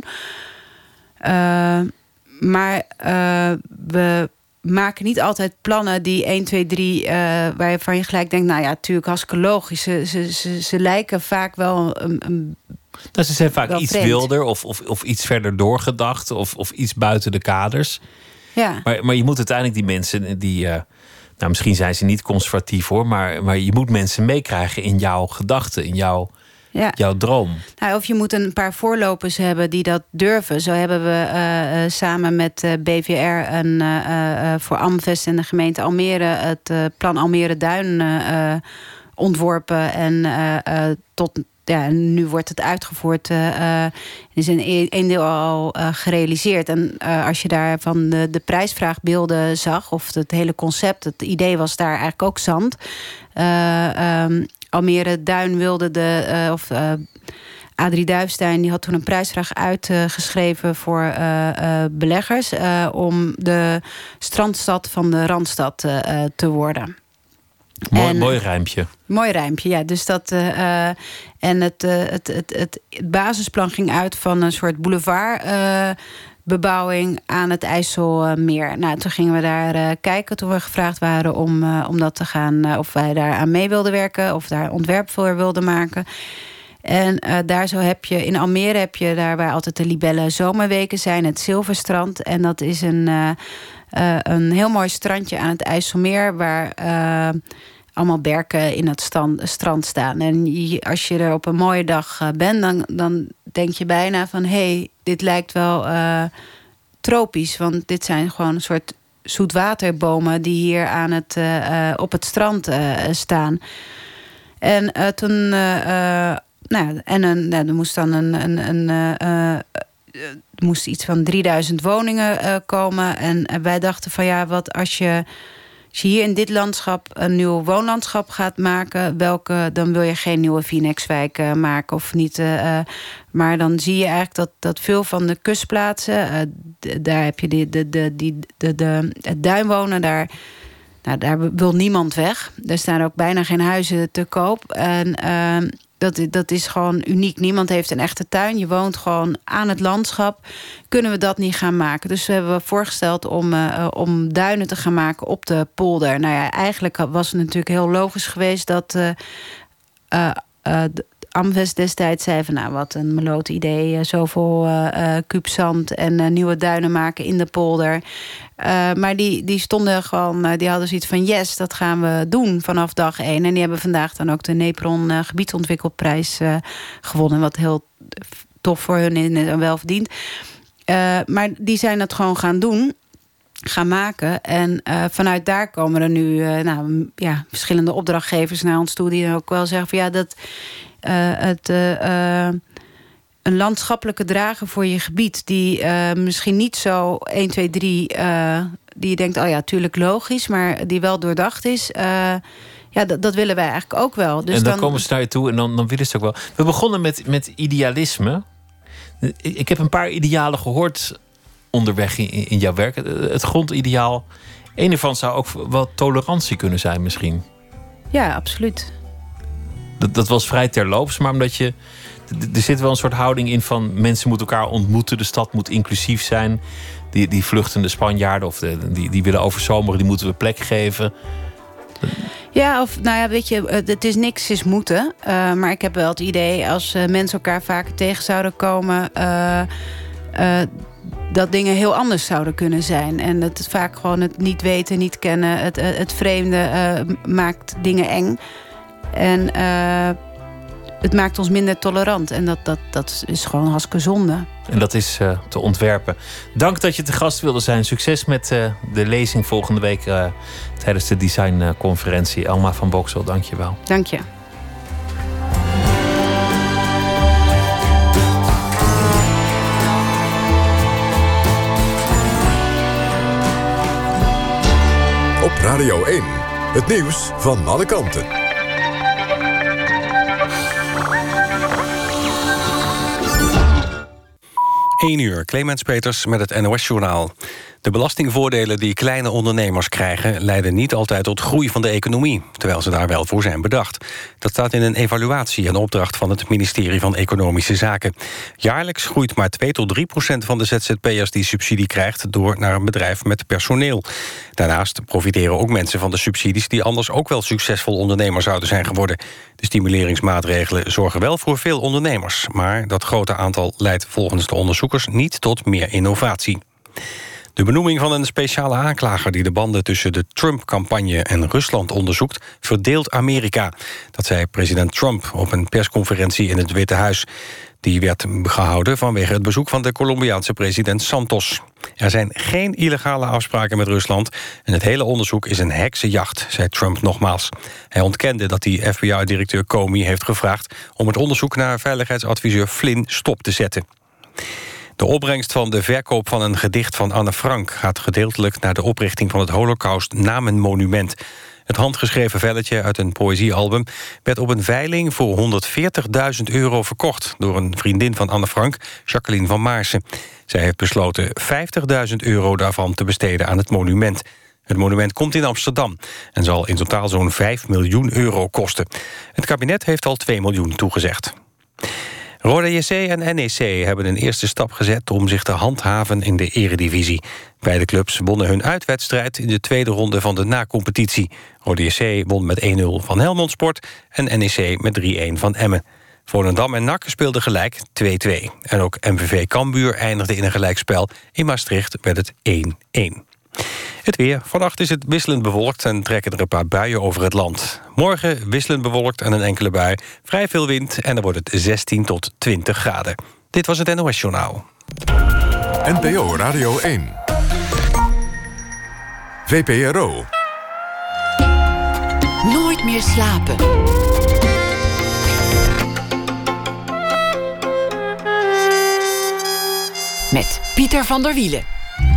Speaker 4: Uh, maar uh, we maken niet altijd plannen die één, twee, drie... Uh, waarvan je gelijk denkt, nou ja, natuurlijk hartstikke logisch. Ze, ze, ze, ze lijken vaak wel een, een
Speaker 3: Nou, ze zijn vaak
Speaker 4: wel
Speaker 3: iets
Speaker 4: vreemd.
Speaker 3: wilder of, of, of iets verder doorgedacht of, of iets buiten de kaders.
Speaker 4: Ja.
Speaker 3: Maar, maar je moet uiteindelijk die mensen die, uh, nou, misschien zijn ze niet conservatief hoor, maar, maar je moet mensen meekrijgen in jouw gedachten, in jouw,
Speaker 4: Ja.
Speaker 3: jouw droom.
Speaker 4: Nou, of je moet een paar voorlopers hebben die dat durven. Zo hebben we uh, uh, samen met uh, B V R een, uh, uh, voor Amvest en de gemeente Almere het uh, plan Almere Duin uh, uh, ontworpen. En uh, uh, tot ja, nu wordt het uitgevoerd. Uh, uh, is een, een deel al uh, gerealiseerd. En uh, als je daarvan de, de prijsvraagbeelden zag, of het hele concept, het idee was daar eigenlijk ook zand. Uh, um, Almere Duin wilde de, uh, of uh, Adrie Duifstein, die had toen een prijsvraag uitgeschreven uh, voor uh, uh, beleggers uh, om de strandstad van de Randstad uh, te worden.
Speaker 3: Mooi,
Speaker 4: En,
Speaker 3: mooi rijmpje.
Speaker 4: Mooi rijmpje, ja. Dus dat, uh, en het, uh, het, het, het, het basisplan ging uit van een soort boulevard Uh, bebouwing aan het IJsselmeer. Nou, toen gingen we daar uh, kijken toen we gevraagd waren om, uh, om dat te gaan, uh, of wij daar aan mee wilden werken, of daar ontwerp voor wilden maken. En uh, daar zo heb je, in Almere heb je daar waar altijd de Libelle zomerweken zijn, het Zilverstrand. En dat is een, uh, uh, een heel mooi strandje aan het IJsselmeer, waar Uh, allemaal berken in het stand, strand staan. En je, als je er op een mooie dag uh, bent, dan, dan denk je bijna van hé, hey, dit lijkt wel uh, tropisch. Want dit zijn gewoon een soort zoetwaterbomen die hier aan het, uh, uh, op het strand uh, staan. En uh, toen... Uh, uh, nou, en een, nou, er moest dan een... een, een uh, uh, er moest iets van drieduizend woningen uh, komen. En uh, wij dachten van ja, wat als je... Als je hier in dit landschap een nieuw woonlandschap gaat maken... Welke, dan wil je geen nieuwe Phoenixwijk uh, maken of niet. Uh, maar dan zie je eigenlijk dat, dat veel van de kustplaatsen... Uh, d- daar heb je die, de, de, die, de, de, het duinwonen, daar, nou, daar wil niemand weg. Er staan ook bijna geen huizen te koop. En uh, dat, dat is gewoon uniek. Niemand heeft een echte tuin. Je woont gewoon aan het landschap. Kunnen we dat niet gaan maken? Dus we hebben voorgesteld om, uh, om duinen te gaan maken op de polder. Nou ja, eigenlijk was het natuurlijk heel logisch geweest... dat uh, uh, uh, de Amvest destijds zei van... nou, wat een meloot idee, zoveel uh, uh, kuub zand... en uh, nieuwe duinen maken in de polder. Uh, maar die, die stonden gewoon, uh, die hadden zoiets van... yes, dat gaan we doen vanaf dag één. En die hebben vandaag dan ook de Nepron uh, gebiedsontwikkelprijs uh, gewonnen... wat heel tof voor hun is en wel verdiend. Uh, maar die zijn dat gewoon gaan doen... gaan maken. En uh, vanuit daar komen er nu uh, nou, ja, verschillende opdrachtgevers naar ons toe... die ook wel zeggen van ja, dat uh, het uh, uh, een landschappelijke drager voor je gebied... die uh, misschien niet zo één, twee, drie... Uh, die je denkt, oh ja, tuurlijk logisch... maar die wel doordacht is... Uh, ja, dat, dat willen wij eigenlijk ook wel. Dus
Speaker 3: en dan,
Speaker 4: dan
Speaker 3: komen ze naar je toe en dan, dan willen ze ook wel. We begonnen met, met idealisme. Ik heb een paar idealen gehoord... onderweg in, in jouw werk. Het grondideaal. Een ervan zou ook wel tolerantie kunnen zijn misschien.
Speaker 4: Ja, absoluut.
Speaker 3: Dat, dat was vrij terloops, maar omdat je... Er zit wel een soort houding in van... mensen moeten elkaar ontmoeten, de stad moet inclusief zijn. Die, die vluchtende Spanjaarden of de, die, die willen overzomeren... die moeten we plek geven.
Speaker 4: Ja, of nou ja, weet je, het is niks is moeten. Uh, maar ik heb wel het idee... als uh, mensen elkaar vaker tegen zouden komen... Uh, uh, dat dingen heel anders zouden kunnen zijn. En dat het vaak gewoon het niet weten, niet kennen... het, het vreemde uh, maakt dingen eng. En uh, het maakt ons minder tolerant. En dat, dat, dat is gewoon hartstikke zonde.
Speaker 3: En dat is uh, te ontwerpen. Dank dat je te gast wilde zijn. Succes met uh, de lezing volgende week... Uh, tijdens de designconferentie. Elma van Boksel, dank je wel.
Speaker 4: Dank je.
Speaker 1: Op Radio één, het nieuws van alle kanten.
Speaker 6: één uur, Clemens Peters met het N O S-journaal. De belastingvoordelen die kleine ondernemers krijgen... leiden niet altijd tot groei van de economie... terwijl ze daar wel voor zijn bedacht. Dat staat in een evaluatie en opdracht van het ministerie van Economische Zaken. Jaarlijks groeit maar twee tot drie procent van de Z Z P'ers die subsidie krijgt... door naar een bedrijf met personeel. Daarnaast profiteren ook mensen van de subsidies... die anders ook wel succesvol ondernemer zouden zijn geworden. De stimuleringsmaatregelen zorgen wel voor veel ondernemers... maar dat grote aantal leidt volgens de onderzoekers niet tot meer innovatie. De benoeming van een speciale aanklager die de banden tussen de Trump-campagne en Rusland onderzoekt, verdeelt Amerika. Dat zei president Trump op een persconferentie in het Witte Huis. Die werd gehouden vanwege het bezoek van de Colombiaanse president Santos. Er zijn geen illegale afspraken met Rusland en het hele onderzoek is een heksenjacht, zei Trump nogmaals. Hij ontkende dat die F B I-directeur Comey heeft gevraagd om het onderzoek naar veiligheidsadviseur Flynn stop te zetten. De opbrengst van de verkoop van een gedicht van Anne Frank gaat gedeeltelijk naar de oprichting van het Holocaust-namenmonument. Het handgeschreven velletje uit een poëziealbum werd op een veiling voor honderdveertigduizend euro verkocht door een vriendin van Anne Frank, Jacqueline van Maarsen. Zij heeft besloten vijftigduizend euro daarvan te besteden aan het monument. Het monument komt in Amsterdam en zal in totaal zo'n vijf miljoen euro kosten. Het kabinet heeft al twee miljoen toegezegd. Roda J C en N E C hebben een eerste stap gezet om zich te handhaven in de eredivisie. Beide clubs wonnen hun uitwedstrijd in de tweede ronde van de na-competitie. Roda J C won met één nul van Helmond Sport en N E C met drie-een van Emmen. Volendam en N A C speelden gelijk twee-twee. En ook M V V Cambuur eindigde in een gelijkspel. In Maastricht werd het één-één. Het weer. Vannacht is het wisselend bewolkt en trekken er een paar buien over het land. Morgen wisselend bewolkt en een enkele bui. Vrij veel wind en dan wordt het zestien tot twintig graden. Dit was het N O S-journaal.
Speaker 1: N P O Radio één. V P R O.
Speaker 2: Nooit meer slapen. Met Pieter van der Wielen.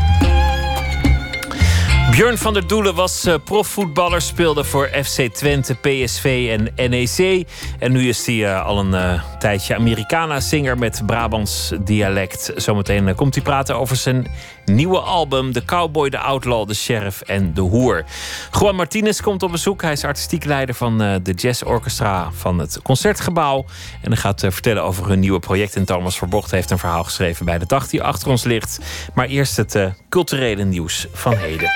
Speaker 3: Björn van der Doelen was uh, profvoetballer, speelde voor F C Twente, P S V en N E C. En nu is hij uh, al een uh, tijdje Americana-zinger met Brabants dialect. Zometeen uh, komt hij praten over zijn nieuwe album... De Cowboy, de Outlaw, de Sheriff en de Hoer. Juan Martinez komt op bezoek. Hij is artistiek leider van uh, de Jazz Orchestra van het Concertgebouw. En hij gaat uh, vertellen over hun nieuwe project. En Thomas Verbocht heeft een verhaal geschreven bij de dag die achter ons ligt. Maar eerst het uh, culturele nieuws van heden.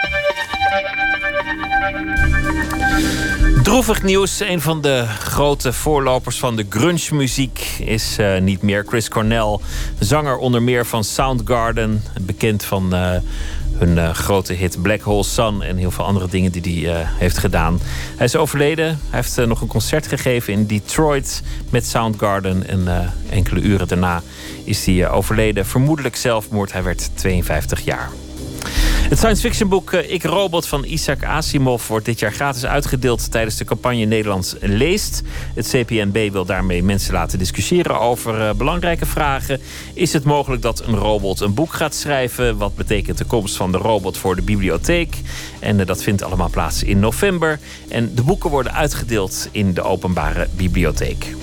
Speaker 3: Droevig nieuws. Een van de grote voorlopers van de grunge-muziek is uh, niet meer. Chris Cornell, zanger onder meer van Soundgarden. Bekend van uh, hun uh, grote hit Black Hole Sun en heel veel andere dingen die hij uh, heeft gedaan. Hij is overleden. Hij heeft uh, nog een concert gegeven in Detroit met Soundgarden. En uh, enkele uren daarna is hij uh, overleden. Vermoedelijk zelfmoord. Hij werd tweeënvijftig jaar. Het science fiction boek Ik, Robot van Isaac Asimov wordt dit jaar gratis uitgedeeld tijdens de campagne Nederlands Leest. Het C P N B wil daarmee mensen laten discussiëren over uh, belangrijke vragen. Is het mogelijk dat een robot een boek gaat schrijven? Wat betekent de komst van de robot voor de bibliotheek? En uh, dat vindt allemaal plaats in november. En de boeken worden uitgedeeld in de openbare bibliotheek.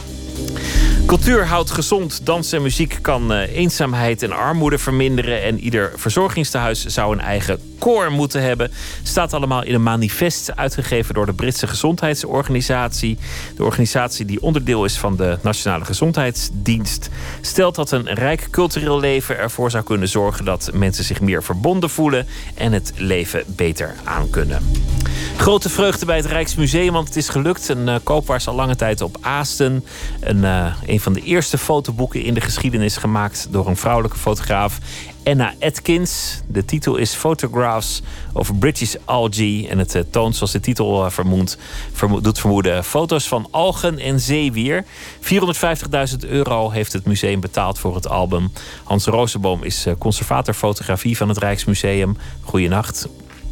Speaker 3: Cultuur houdt gezond. Dans en muziek kan uh, eenzaamheid en armoede verminderen. En ieder verzorgingstehuis zou een eigen koor moeten hebben. Staat allemaal in een manifest uitgegeven door de Britse Gezondheidsorganisatie. De organisatie die onderdeel is van de Nationale Gezondheidsdienst stelt dat een rijk cultureel leven ervoor zou kunnen zorgen dat mensen zich meer verbonden voelen en het leven beter aankunnen. Grote vreugde bij het Rijksmuseum, want het is gelukt. Een uh, koopwaars al lange tijd op Aasten. Een, uh, een van de eerste fotoboeken in de geschiedenis gemaakt door een vrouwelijke fotograaf, Anna Atkins. De titel is Photographs of British Algae. En het uh, toont, zoals de titel uh, vermoedt, vermo- doet vermoeden, foto's van algen en zeewier. vierhonderdvijftigduizend euro heeft het museum betaald voor het album. Hans Rozenboom is uh, conservator fotografie van het Rijksmuseum. Goeienacht.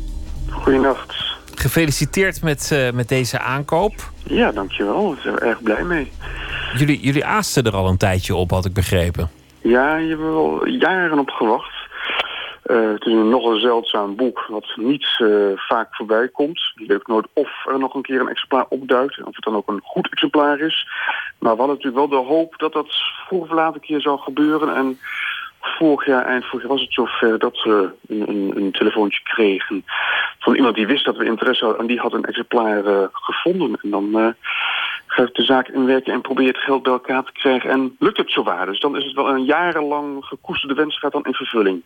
Speaker 7: Goeienacht.
Speaker 3: Gefeliciteerd met, uh, met deze aankoop.
Speaker 7: Ja, dankjewel. Ik ben er erg blij mee.
Speaker 3: Jullie, jullie aasten er al een tijdje op, had ik begrepen.
Speaker 7: Ja, je hebt er al jaren op gewacht. Uh, het is een nogal zeldzaam boek wat niet uh, vaak voorbij komt. Je weet ook nooit of er nog een keer een exemplaar opduikt. Of het dan ook een goed exemplaar is. Maar we hadden natuurlijk wel de hoop dat dat vroeg of laat een keer zou gebeuren. En vorig jaar, eind vorig jaar was het zover dat we een, een, een telefoontje kregen van iemand die wist dat we interesse hadden. En die had een exemplaar uh, gevonden. En dan uh, ga ik de zaak inwerken en probeer het geld bij elkaar te krijgen. En lukt het zowaar. Dus dan is het wel een jarenlang gekoesterde wens gaat dan in vervulling.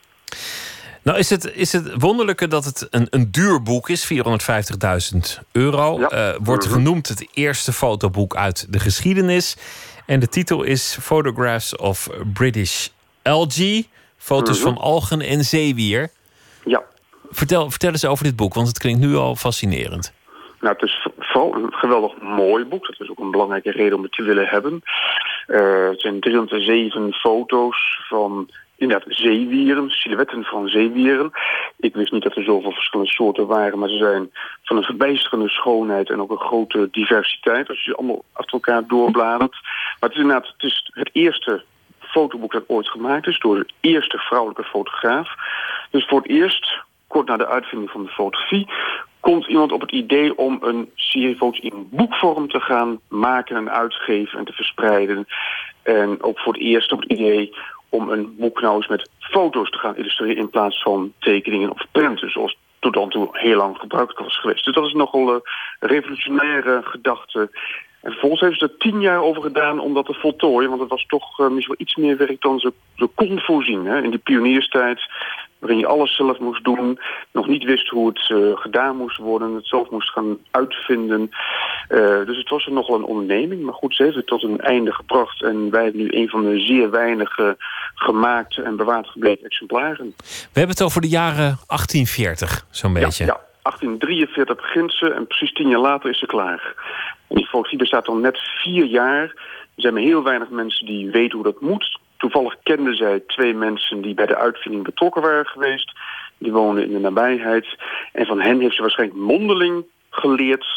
Speaker 3: Nou, is het, is het wonderlijke dat het een, een duur boek is, vierhonderdvijftigduizend euro.
Speaker 7: Ja.
Speaker 3: Uh, wordt mm-hmm. genoemd het eerste fotoboek uit de geschiedenis. En de titel is Photographs of British Algae. Foto's mm-hmm. van algen en zeewier.
Speaker 7: Ja.
Speaker 3: Vertel, vertel eens over dit boek, want het klinkt nu al fascinerend.
Speaker 7: Nou, het is vooral een geweldig mooi boek. Dat is ook een belangrijke reden om het te willen hebben. Uh, het zijn driehonderdzeven foto's van inderdaad zeewieren, silhouetten van zeewieren. Ik wist niet dat er zoveel verschillende soorten waren, maar ze zijn van een verbijsterende schoonheid en ook een grote diversiteit. Als je ze allemaal achter elkaar doorbladert. Maar het is inderdaad het, is het eerste fotoboek dat ooit gemaakt is door de eerste vrouwelijke fotograaf. Dus voor het eerst, kort na de uitvinding van de fotografie, komt iemand op het idee om een serie foto's in boekvorm te gaan maken en uitgeven en te verspreiden. En ook voor het eerst op het idee om een boek nou eens met foto's te gaan illustreren in plaats van tekeningen of prenten, zoals tot dan toe heel lang gebruikelijk was geweest. Dus dat is nogal een revolutionaire gedachte. En vervolgens heeft ze er tien jaar over gedaan om dat te voltooien, want het was toch uh, misschien wel iets meer werk dan ze, ze kon voorzien. Hè? In die pionierstijd, waarin je alles zelf moest doen, nog niet wist hoe het uh, gedaan moest worden, het zelf moest gaan uitvinden. Uh, dus het was er nogal een onderneming, maar goed, ze heeft het tot een einde gebracht en wij hebben nu een van de zeer weinige gemaakte en bewaard gebleven exemplaren.
Speaker 3: We hebben het over de jaren achttien veertig, zo'n beetje.
Speaker 7: Ja, ja. achttien drieënveertig begint ze en precies tien jaar later is ze klaar. En die fotografie bestaat al net vier jaar. Er zijn maar heel weinig mensen die weten hoe dat moet. Toevallig kenden zij twee mensen die bij de uitvinding betrokken waren geweest. Die woonden in de nabijheid. En van hen heeft ze waarschijnlijk mondeling geleerd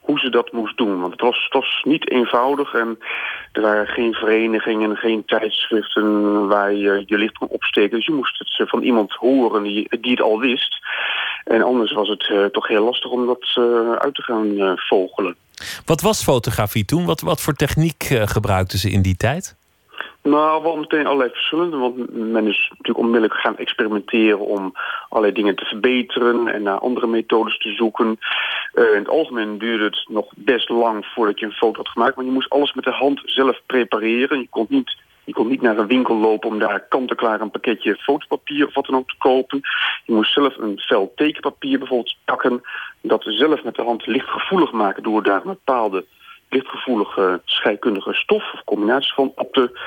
Speaker 7: hoe ze dat moest doen. Want het was, het was niet eenvoudig en er waren geen verenigingen, geen tijdschriften waar je je licht kon opsteken. Dus je moest het van iemand horen die, die het al wist. En anders was het uh, toch heel lastig om dat uh, uit te gaan uh, vogelen.
Speaker 3: Wat was fotografie toen? Wat, wat voor techniek uh, gebruikten ze in die tijd?
Speaker 7: Nou, wel meteen allerlei verschillende. Want men is natuurlijk onmiddellijk gaan experimenteren om allerlei dingen te verbeteren en naar andere methodes te zoeken. Uh, in het algemeen duurde het nog best lang voordat je een foto had gemaakt. Want je moest alles met de hand zelf prepareren. Je kon niet, je kon niet naar een winkel lopen om daar kant-en-klaar een pakketje fotopapier of wat dan ook te kopen. Je moest zelf een vel tekenpapier bijvoorbeeld pakken. Dat zelf met de hand lichtgevoelig maken door daar een bepaalde lichtgevoelige scheikundige stof of combinaties van op te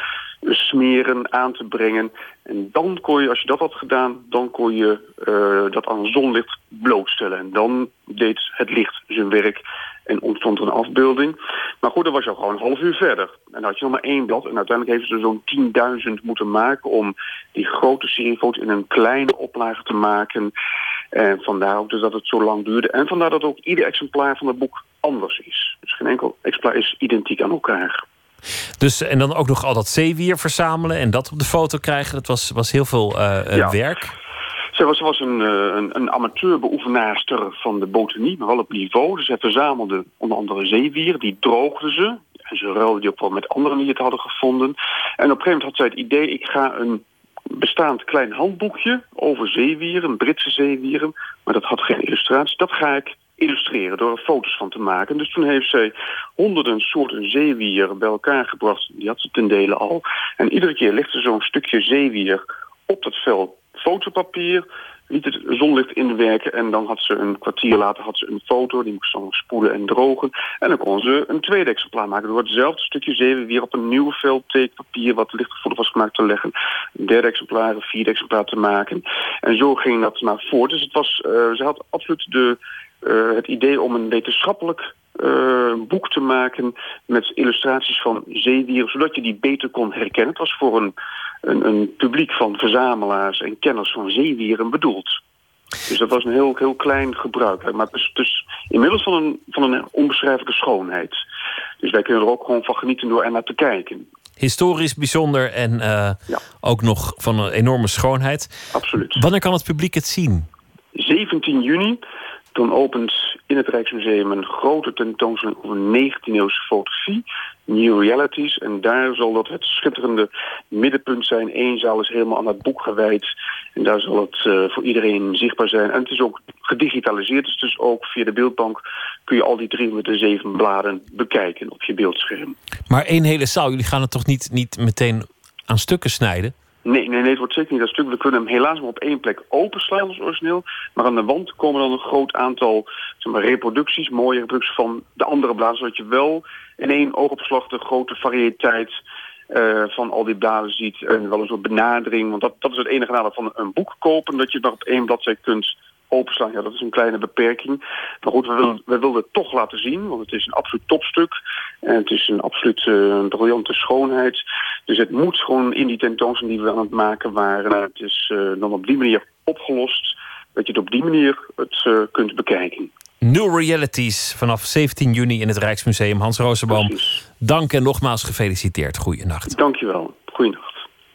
Speaker 7: smeren, aan te brengen. En dan kon je, als je dat had gedaan, dan kon je uh, dat aan zonlicht blootstellen. En dan deed het licht zijn werk en ontstond er een afbeelding. Maar goed, dan was je al gewoon een half uur verder. En dan had je nog maar één blad. En uiteindelijk heeft ze er zo'n tienduizend moeten maken om die grote seriefoto's in een kleine oplage te maken. En vandaar ook dus dat het zo lang duurde. En vandaar dat ook ieder exemplaar van het boek anders is. Dus geen enkel exemplaar is identiek aan elkaar.
Speaker 3: Dus, en dan ook nog al dat zeewier verzamelen en dat op de foto krijgen. Dat was, was heel veel uh, ja. werk.
Speaker 7: Zij was, was een, een, een amateurbeoefenaarster van de botanie, maar wel op niveau. Dus zij verzamelde onder andere zeewier, die droogde ze. En ze ruilde die ook wel met anderen die het hadden gevonden. En op een gegeven moment had zij het idee, ik ga een bestaand klein handboekje over zeewieren, Britse zeewieren. Maar dat had geen illustratie. Dat ga ik illustreren door er foto's van te maken. Dus toen heeft zij honderden soorten zeewier bij elkaar gebracht. Die had ze ten dele al. En iedere keer legde ze zo'n stukje zeewier op dat vel fotopapier, liet het zonlicht inwerken en dan had ze een kwartier later had ze een foto, die moest dan spoelen en drogen. En dan kon ze een tweede exemplaar maken door hetzelfde stukje zeewier op een nieuw vel tekenpapier wat lichtgevoelig was gemaakt te leggen. Een derde exemplaar, een vierde exemplaar te maken. En zo ging dat maar voort. Dus het was, uh, ze had absoluut de, uh, het idee om een wetenschappelijk Uh, boek te maken met illustraties van zeewieren, zodat je die beter kon herkennen. Het was voor een, een, een publiek van verzamelaars en kenners van zeewieren bedoeld. Dus dat was een heel, heel klein gebruik. Maar het is dus inmiddels van een, van een onbeschrijfelijke schoonheid. Dus wij kunnen er ook gewoon van genieten door er naar te kijken.
Speaker 3: Historisch bijzonder en uh, ja. ook nog van een enorme schoonheid.
Speaker 7: Absoluut.
Speaker 3: Wanneer kan het publiek het zien?
Speaker 7: zeventien juni. Dan opent in het Rijksmuseum een grote tentoonstelling over negentiende-eeuwse fotografie, New Realities. En daar zal dat het schitterende middenpunt zijn. Eén zaal is helemaal aan het boek gewijd. En daar zal het uh, voor iedereen zichtbaar zijn. En het is ook gedigitaliseerd. Dus, dus ook via de beeldbank kun je al die driehonderdzeven bladen bekijken op je beeldscherm.
Speaker 3: Maar één hele zaal, jullie gaan het toch niet, niet meteen aan stukken snijden?
Speaker 7: Nee, nee, nee, het wordt zeker niet dat stuk. We kunnen hem helaas maar op één plek openslaan als origineel. Maar aan de wand komen dan een groot aantal zeg maar, reproducties, mooie reproducties van de andere bladen. Zodat je wel in één oogopslag de grote variëteit uh, van al die bladen ziet. En wel een soort benadering. Want dat, dat is het enige nadeel van een boek kopen. Dat je het maar op één bladzijde kunt openslaan. Ja, dat is een kleine beperking. Maar goed, we wilden, we wilden het toch laten zien. Want het is een absoluut topstuk. En het is een absoluut uh, briljante schoonheid. Dus het moet gewoon in die tentoonstelling die we aan het maken waren. Het is uh, dan op die manier opgelost. Dat je het op die manier het uh, kunt bekijken.
Speaker 3: New Realities vanaf zeventien juni in het Rijksmuseum. Hans Rosenboom, Precies. Dank en nogmaals gefeliciteerd. Goeienacht.
Speaker 7: Dank je wel. Goeienacht.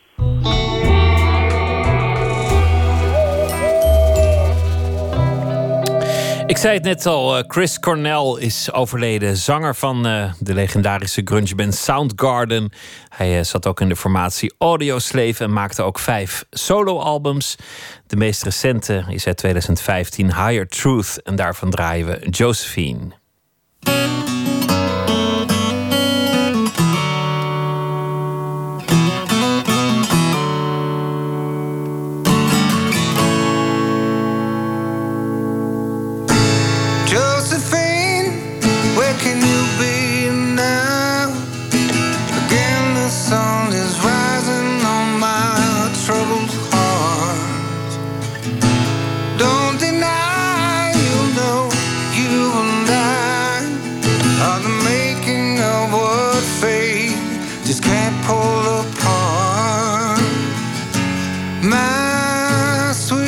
Speaker 3: Ik zei het net al, Chris Cornell is overleden. Zanger van uh, de legendarische grungeband Soundgarden. Hij uh, zat ook in de formatie Audioslave en maakte ook vijf soloalbums. De meest recente is uit twintig vijftien, Higher Truth. En daarvan draaien we Josephine.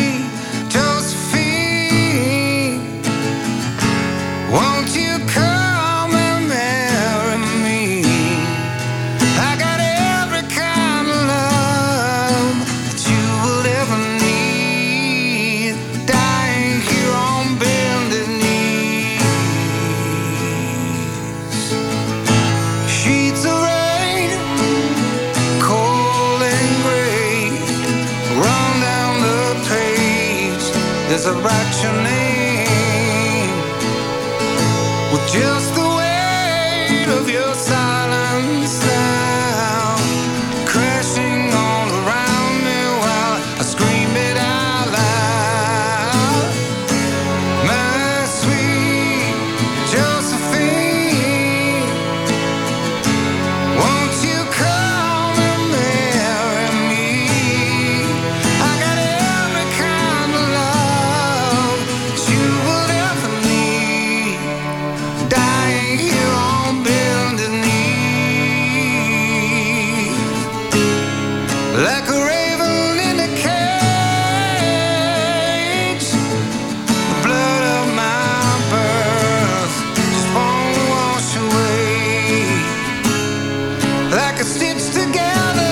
Speaker 8: Won't you come? as I write your name, with just the weight of your silence now crashing all around me while I scream it out loud. My sweet Josephine, won't you come and marry me? I got every kind of love that you will ever need, dying here on bended knee, like a raven in a cage. The blood of my birth just won't wash away, like a stitched together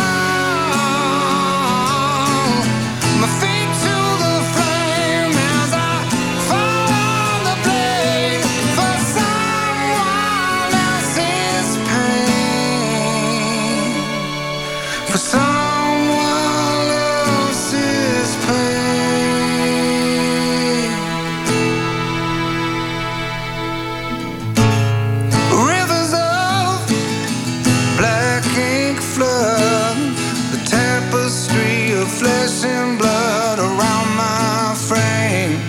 Speaker 8: doll. My feet to the flame as I fall on the blade for someone else's pain, for someone else's pain. Rivers of black ink flood the tapestry of flesh and blood around my frame,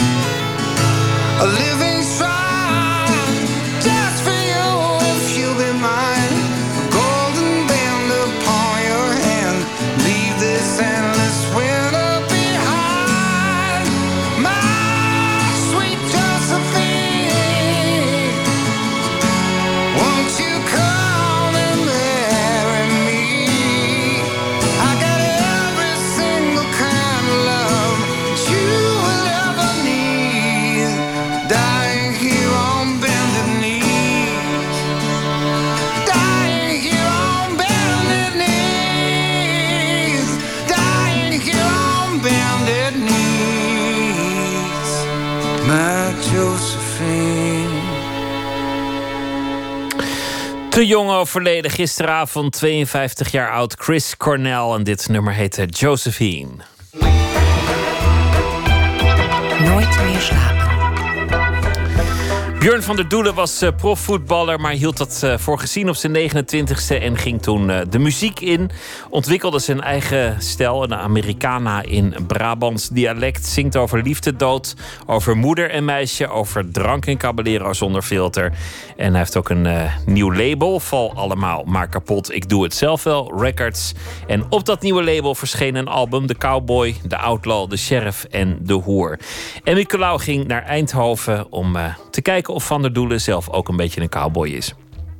Speaker 8: a living shrine just for you if you'll be mine, a golden band upon your hand, leave this endless winter behind. My sweet Josephine, won't you come and marry me? I got every single kind of love that you will ever need, dying here on bended knees, dying here on bended knees, dying here on bended knees. My Josephine.
Speaker 3: Te jong overleden gisteravond, tweeënvijftig jaar oud, Chris Cornell. En dit nummer heette Josephine.
Speaker 2: Nooit meer slapen.
Speaker 3: Björn van der Doelen was uh, profvoetballer, maar hield dat uh, voor gezien op zijn negenentwintigste en ging toen uh, de muziek in. Ontwikkelde zijn eigen stijl, een Americana in Brabants dialect. Zingt over liefde, dood, over moeder en meisje, over drank en caballero zonder filter. En hij heeft ook een uh, nieuw label, Val allemaal maar kapot, ik doe het zelf wel, Records. En op dat nieuwe label verscheen een album, De Cowboy, De Outlaw, De Sheriff en De Hoer. En Nicolaou ging naar Eindhoven om uh, te kijken of Van der Doelen zelf ook een beetje een cowboy is.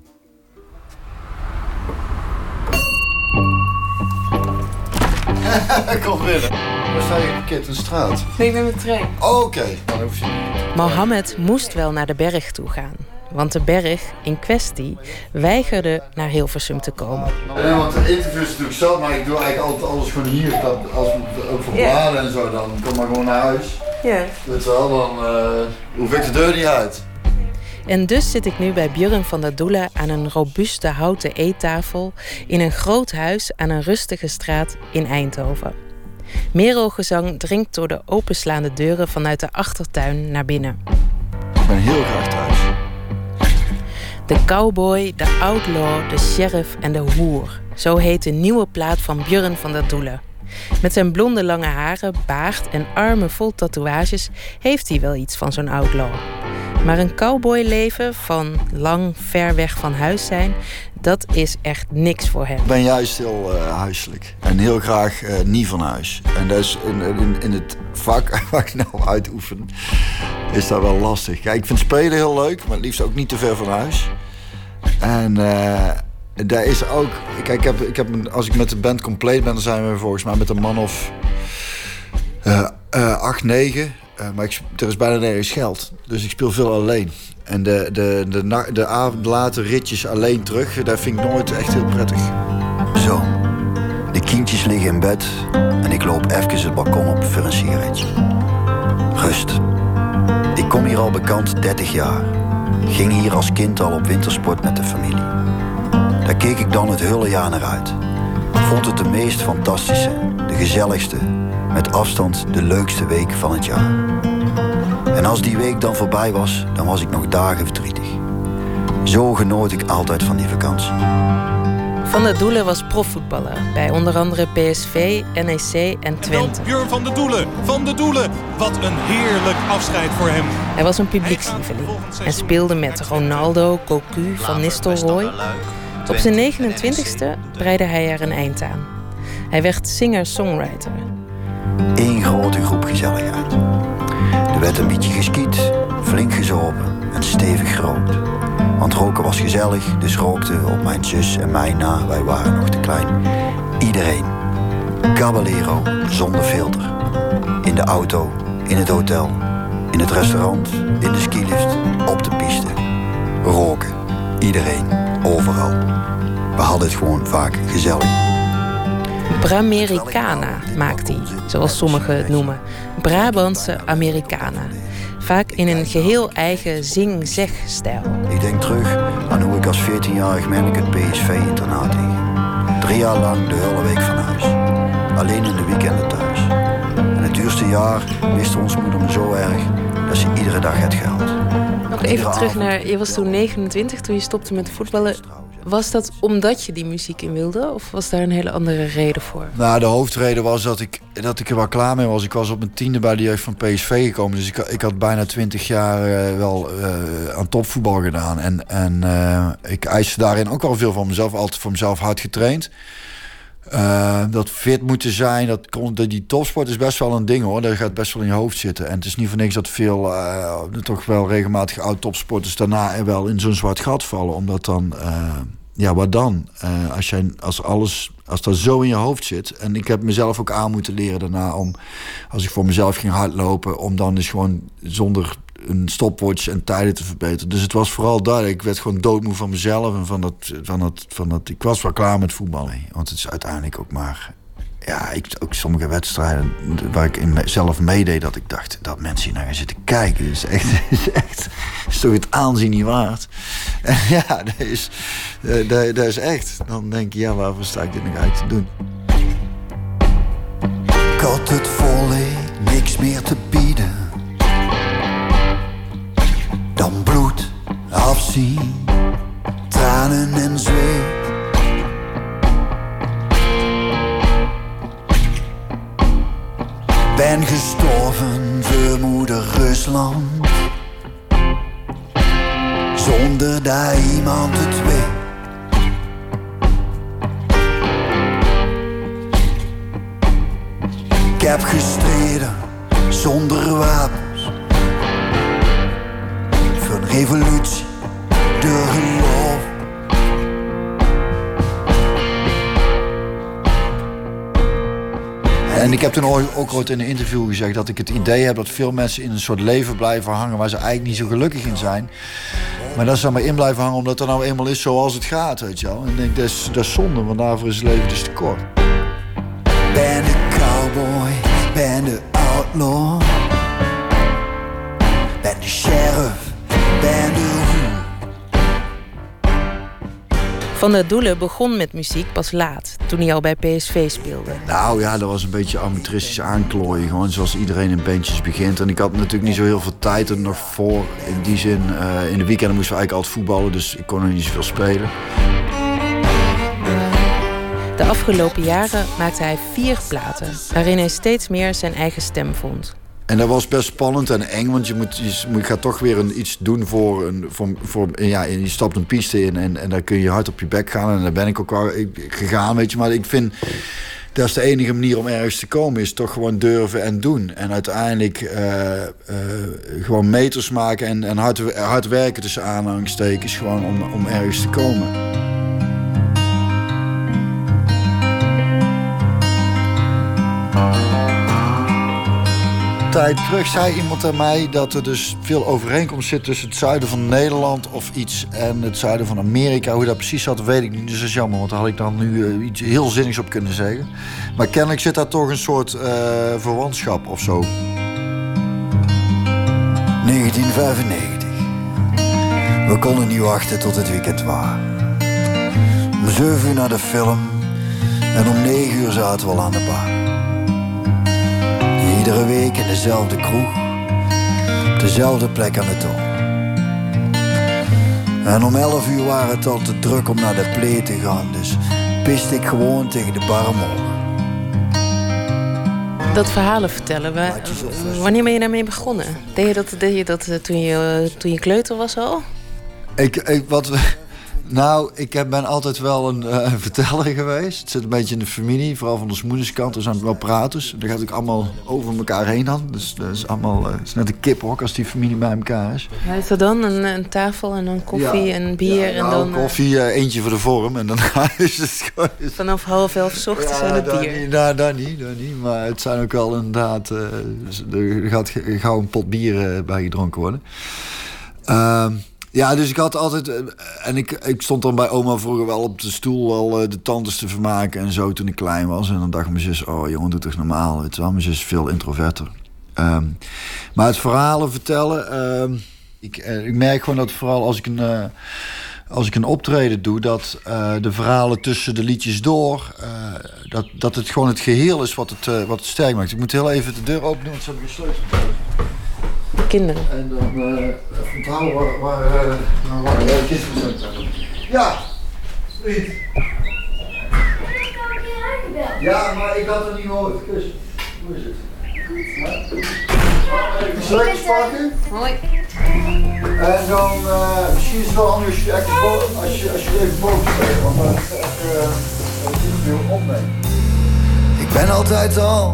Speaker 9: Kom binnen. Waar sta je geparkeerd in de straat?
Speaker 10: Nee, ik ben met de trein.
Speaker 9: Oh, oké. Okay. Dan hoef je niet.
Speaker 10: Mohammed moest wel naar de berg toe gaan. Want de berg in kwestie weigerde naar Hilversum te komen.
Speaker 9: Ja, want de interview is natuurlijk zo, maar ik doe eigenlijk altijd alles gewoon hier. Dat, als we ook voor bladen yeah. en zo, dan kom maar gewoon naar huis. Ja. Yeah. Weet je wel, dan uh, hoef ik de deur niet uit.
Speaker 10: En dus zit ik nu bij Björn van der Doelen aan een robuuste houten eettafel in een groot huis aan een rustige straat in Eindhoven. Merelgezang dringt door de openslaande deuren vanuit de achtertuin naar binnen.
Speaker 9: Ik ben heel graag thuis.
Speaker 10: De Cowboy, de Outlaw, de Sheriff en de Hoer. Zo heet de nieuwe plaat van Björn van der Doelen. Met zijn blonde lange haren, baard en armen vol tatoeages heeft hij wel iets van zo'n outlaw. Maar een cowboyleven van lang ver weg van huis zijn, dat is echt niks voor hem.
Speaker 9: Ik ben juist heel uh, huiselijk en heel graag uh, niet van huis. En dat is in, in, in het vak waar ik nou uitoefen, is dat wel lastig. Kijk, ik vind spelen heel leuk, maar het liefst ook niet te ver van huis. En uh, daar is ook... Kijk, ik heb, ik heb, als ik met de band compleet ben, dan zijn we volgens mij met een man of uh, uh, acht, negen. Uh, maar ik, er is bijna nergens geld. Dus ik speel veel alleen. En de, de, de, de, de avond late ritjes alleen terug, dat vind ik nooit echt heel prettig.
Speaker 11: Zo, de kindjes liggen in bed en ik loop even het balkon op voor een sigaretje. Rust. Ik kom hier al bekend dertig jaar. Ging hier als kind al op wintersport met de familie. Daar keek ik dan het hele jaar naar uit. Vond het de meest fantastische, de gezelligste met afstand de leukste week van het jaar. En als die week dan voorbij was, dan was ik nog dagen verdrietig. Zo genoot ik altijd van die vakantie.
Speaker 10: Van der Doelen was profvoetballer bij onder andere P S V, N E C en Twente.
Speaker 12: Björn van der Doelen, van der Doelen. Wat een heerlijk afscheid voor hem.
Speaker 10: Hij was een publiekslieveling en speelde met Ronaldo, Cocu, Van Nistelrooy. Op zijn negenentwintigste breidde hij er een eind aan. Hij werd singer-songwriter.
Speaker 11: Eén grote groep gezelligheid. Er werd een beetje geskiet, flink gezopen en stevig gerookt. Want roken was gezellig, dus rookte op mijn zus en mij na. Wij waren nog te klein. Iedereen. Caballero, zonder filter. In de auto, in het hotel, in het restaurant, in de skilift, op de piste. Roken. Iedereen. Overal. We hadden het gewoon vaak gezellig.
Speaker 10: Bramericana maakt hij, zoals sommigen het noemen. Brabantse Americana. Vaak in een geheel eigen zing-zeg-stijl.
Speaker 11: Ik denk terug aan hoe ik als veertienjarig manneke het P S V-internaat ging. Drie jaar lang de hele week van huis. Alleen in de weekenden thuis. En het duurste jaar miste ons moeder me zo erg dat ze iedere dag het geld.
Speaker 10: Nog even terug naar, je was toen negenentwintig toen je stopte met voetballen. Was dat omdat je die muziek in wilde? Of was daar een hele andere reden voor?
Speaker 9: Nou, de hoofdreden was dat ik, dat ik er wel klaar mee was. Ik was op mijn tiende bij de jeugd van P S V gekomen. Dus ik, ik had bijna twintig jaar uh, wel uh, aan topvoetbal gedaan. En, en uh, ik eiste daarin ook wel veel van mezelf. Altijd voor mezelf hard getraind. Uh, dat fit moeten zijn, dat, dat, die topsport is best wel een ding hoor. Dat gaat best wel in je hoofd zitten. En het is niet voor niks dat veel, uh, toch wel regelmatig oud-topsporters daarna wel in zo'n zwart gat vallen. Omdat dan, uh, ja wat dan? Uh, als, jij, als alles, als dat zo in je hoofd zit. En ik heb mezelf ook aan moeten leren daarna om, als ik voor mezelf ging hardlopen, om dan dus gewoon zonder een stopwatch en tijden te verbeteren. Dus het was vooral dat. Ik werd gewoon doodmoe van mezelf en van dat, van dat, van dat. Ik was wel klaar met voetballen. Want het is uiteindelijk ook maar. Ja, ik, ook sommige wedstrijden waar ik in zelf meedeed, dat ik dacht dat mensen hier naar gaan zitten kijken. Dat is echt, is echt is toch het aanzien niet waard. En ja, dat is, dat, dat is echt. Dan denk je, ja, waarvoor sta ik dit nog uit te doen?
Speaker 11: Ik had het volledig niks meer te bieden. Dan bloed, afzien, tranen en zweet. Ben gestorven voor moeder Rusland, zonder dat iemand het weet. Ik heb gestreden zonder wapens, voor een revolutie door geloof.
Speaker 9: En ik heb toen ook ooit in een interview gezegd dat ik het idee heb dat veel mensen in een soort leven blijven hangen waar ze eigenlijk niet zo gelukkig in zijn. Maar dat ze er maar in blijven hangen omdat het nou eenmaal is zoals het gaat, weet je wel. En ik denk, dat is, dat is zonde, want daarvoor is het leven dus te kort.
Speaker 11: Ben de cowboy, ben de outlaw, ben de sheriff, ben de hoer.
Speaker 10: Van der Doelen begon met muziek pas laat, toen hij al bij P S V speelde.
Speaker 9: Nou ja, dat was een beetje amateuristisch aanklooien. Gewoon zoals iedereen in bandjes begint. En ik had natuurlijk niet zo heel veel tijd er nog voor. In die zin, uh, in de weekenden moesten we eigenlijk altijd voetballen. Dus ik kon er niet zoveel spelen.
Speaker 10: De afgelopen jaren maakte hij vier platen, waarin hij steeds meer zijn eigen stem vond.
Speaker 9: En dat was best spannend en eng, want je, moet, je, je gaat toch weer een, iets doen voor een... Voor, voor, ja, je stapt een piste in en, en daar kun je hard op je bek gaan. En daar ben ik ook wel gegaan, weet je. Maar ik vind, dat is de enige manier om ergens te komen, is toch gewoon durven en doen. En uiteindelijk uh, uh, gewoon meters maken en, en hard, hard werken tussen aanhalingstekens, gewoon om, om ergens te komen. Tijd terug zei iemand aan mij dat er dus veel overeenkomst zit tussen het zuiden van Nederland of iets en het zuiden van Amerika. Hoe dat precies zat, weet ik niet. Dus dat is jammer, want daar had ik dan nu uh, iets heel zinnigs op kunnen zeggen. Maar kennelijk zit daar toch een soort uh, verwantschap of zo.
Speaker 11: negentien vijfennegentig. We konden niet wachten tot het weekend was. Om zeven uur naar de film en om negen uur zaten we al aan de bar. Iedere week in dezelfde kroeg, op dezelfde plek aan de toon. En om elf uur waren het al te druk om naar de play te gaan, dus piste ik gewoon tegen de bar omhoog.
Speaker 10: Dat verhalen vertellen, waar, wanneer ben je daarmee begonnen? Deed je dat, deed je dat toen, je, toen je kleuter was al?
Speaker 11: Ik, ik, wat we, nou, ik heb, ben altijd wel een uh, verteller geweest. Het zit een beetje in de familie, vooral van onze moederskant. Er zijn wel praters. Daar gaat ook allemaal over elkaar heen dan. Dus dat is allemaal, uh, het is net een kiphok als die familie bij elkaar is.
Speaker 10: Hij heeft er dan een, een tafel en dan koffie ja, en bier.
Speaker 11: Ja,
Speaker 10: en
Speaker 11: nou,
Speaker 10: dan
Speaker 11: koffie, uh, eentje voor de vorm. En dan is het gewoon...
Speaker 10: Vanaf half elf 's ochtends ja, en het bier.
Speaker 11: Niet, nou, dat niet, dat niet. Maar het zijn ook wel inderdaad... Uh, er gaat gauw een pot bier uh, bij gedronken worden. Uh, Ja, dus ik had altijd... En ik, ik stond dan bij oma vroeger wel op de stoel al de tantes te vermaken en zo toen ik klein was. En dan dacht mijn zus, oh jongen, doe toch normaal. Weet je wel, mijn zus is veel introverter. Um, maar het verhalen vertellen... Um, ik, ik merk gewoon dat vooral als ik een, uh, als ik een optreden doe... dat uh, de verhalen tussen de liedjes door... Uh, dat, dat het gewoon het geheel is wat het, uh, wat het sterk maakt. Ik moet heel even de deur openen, want ze hebben gesloten.
Speaker 10: Kinderen.
Speaker 11: En dan uh, even onthouden waar, waar, uh, waar, waar de kinderen zijn. Ja, vriend. Ja, maar ik had het niet gehoord. Kus. Hoe is het? Goed. Even slechts pakken.
Speaker 10: Hoi.
Speaker 11: En dan, uh, misschien is het wel anders als je, echt boven, als je, als je even boven steekt. Want dan uh, het is veel opnemen.
Speaker 13: Ik ben altijd al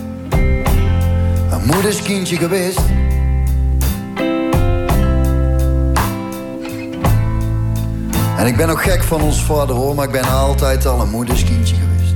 Speaker 13: een moeders kindje geweest. En ik ben ook gek van ons vader hoor, maar ik ben altijd al een moederskindje geweest.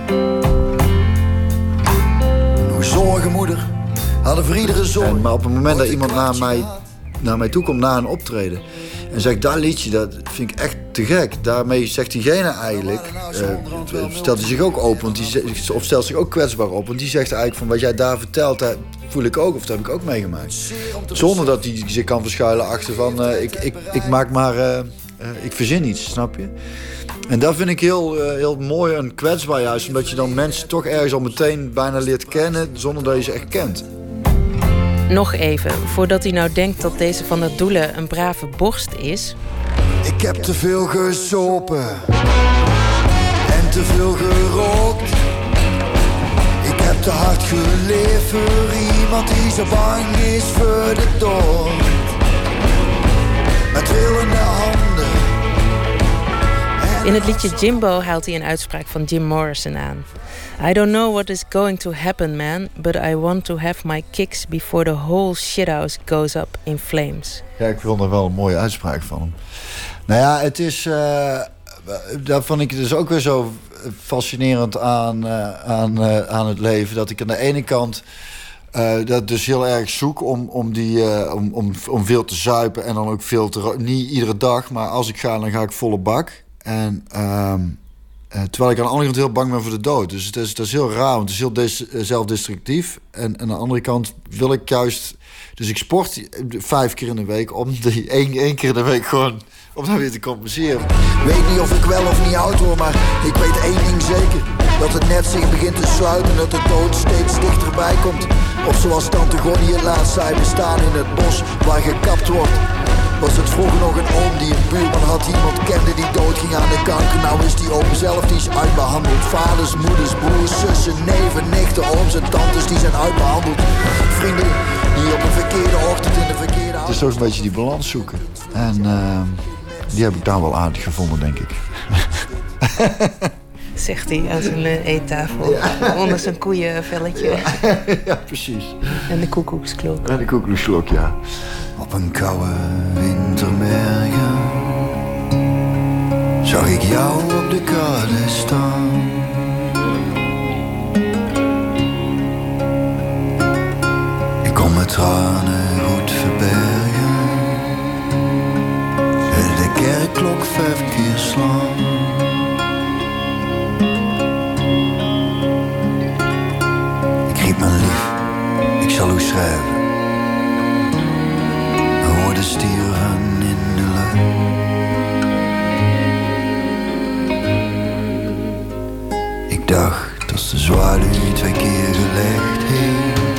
Speaker 13: En hoe zorgenmoeder hadden voor iedere zorg.
Speaker 11: En, maar op het moment dat iemand naar mij, naar mij toe komt na een optreden en zegt dat liedje, dat vind ik echt te gek. Daarmee zegt diegene eigenlijk, uh, stelt hij zich ook open, want die, of stelt zich ook kwetsbaar op. Want die zegt eigenlijk van wat jij daar vertelt, dat voel ik ook, of dat heb ik ook meegemaakt. Zonder dat hij zich kan verschuilen achter van uh, ik, ik, ik maak maar... Uh, Uh, ik verzin iets, snap je? En dat vind ik heel, uh, heel mooi en kwetsbaar juist. Omdat je dan mensen toch ergens al meteen bijna leert kennen zonder dat je ze echt kent.
Speaker 10: Nog even, voordat u nou denkt dat deze Van der Doelen een brave borst is.
Speaker 13: Ik heb te veel gesopen en te veel gerookt. Ik heb te hard geleefd voor iemand die zo bang is voor de dood. Met trillende handen.
Speaker 10: In het liedje Jimbo haalt hij een uitspraak van Jim Morrison aan. I don't know what is going to happen, man, but I want to have my kicks before the whole shithouse goes up in flames.
Speaker 11: Ja, ik vond er wel een mooie uitspraak van hem. Nou ja, het is... Uh, dat vond ik dus ook weer zo fascinerend aan, uh, aan, uh, aan het leven. Dat ik aan de ene kant... Uh, dat dus heel erg zoek om, om, die, uh, om, om, om veel te zuipen en dan ook veel te... Niet iedere dag, maar als ik ga, dan ga ik volle bak. En, uh, uh, terwijl ik aan de andere kant heel bang ben voor de dood. Dus het is, dat is heel raar, want het is heel des, uh, zelfdestructief. En, en aan de andere kant wil ik juist... Dus ik sport vijf keer in de week om die één, één keer in de week gewoon... om dat weer te compenseren.
Speaker 13: Weet niet of ik wel of niet oud word, maar ik weet één ding zeker. Dat het net zich begint te sluiten, dat de dood steeds dichterbij komt. Of zoals tante Gonnie het laatst zei, we staan in het bos waar gekapt wordt. Was het vroeger nog een oom die een buurman had, die iemand kende die doodging aan de kanker. Nou is die oom zelf, die is uitbehandeld. Vaders, moeders, broers, zussen, neven, nichten, ooms en tantes, die zijn uitbehandeld. Vrienden die op een verkeerde ochtend in de verkeerde...
Speaker 11: Het is toch een beetje die balans zoeken. En uh, die heb ik daar wel aardig gevonden, denk ik.
Speaker 10: Zegt hij aan zijn uh, eettafel. Ja. Onder zijn koeienvelletje.
Speaker 11: Ja, ja, precies.
Speaker 10: En de koekoeksklok.
Speaker 11: En de koekoeksklok, ja.
Speaker 13: Op een koude winterbergen zag ik jou op de kade staan. Ik kon mijn tranen goed verbergen. De kerkklok vijf keer slaan. Ik riep mijn lief, ik zal u schrijven. We hoorden stieren in de lucht. Ik dacht, als de zwaluw twee keer gelegd heeft,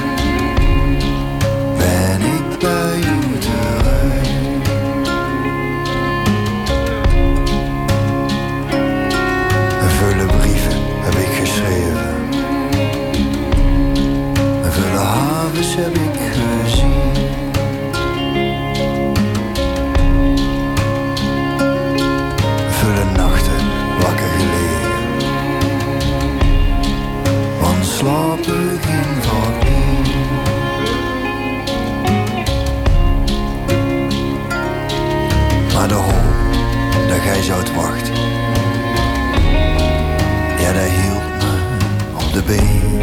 Speaker 11: zou wachten. Ja, dat hield me op de been.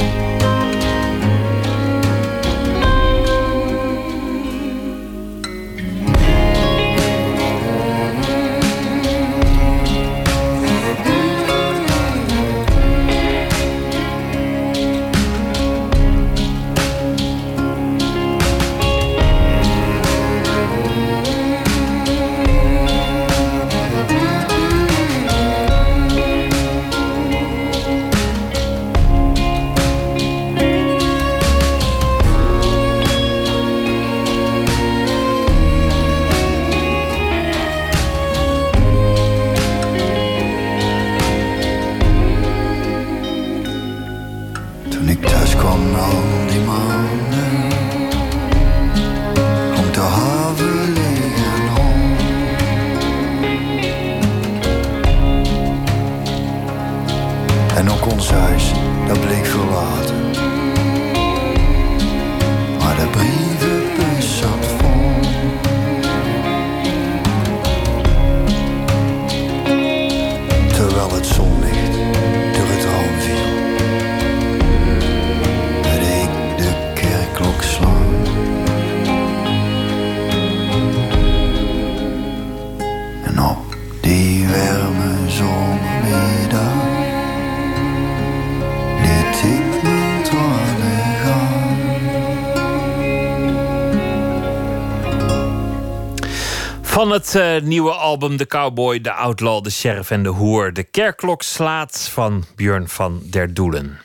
Speaker 3: Van het uh, nieuwe album De Cowboy, De Outlaw, De Sheriff en De Hoer. De kerkklok slaat van Björn van der Doelen.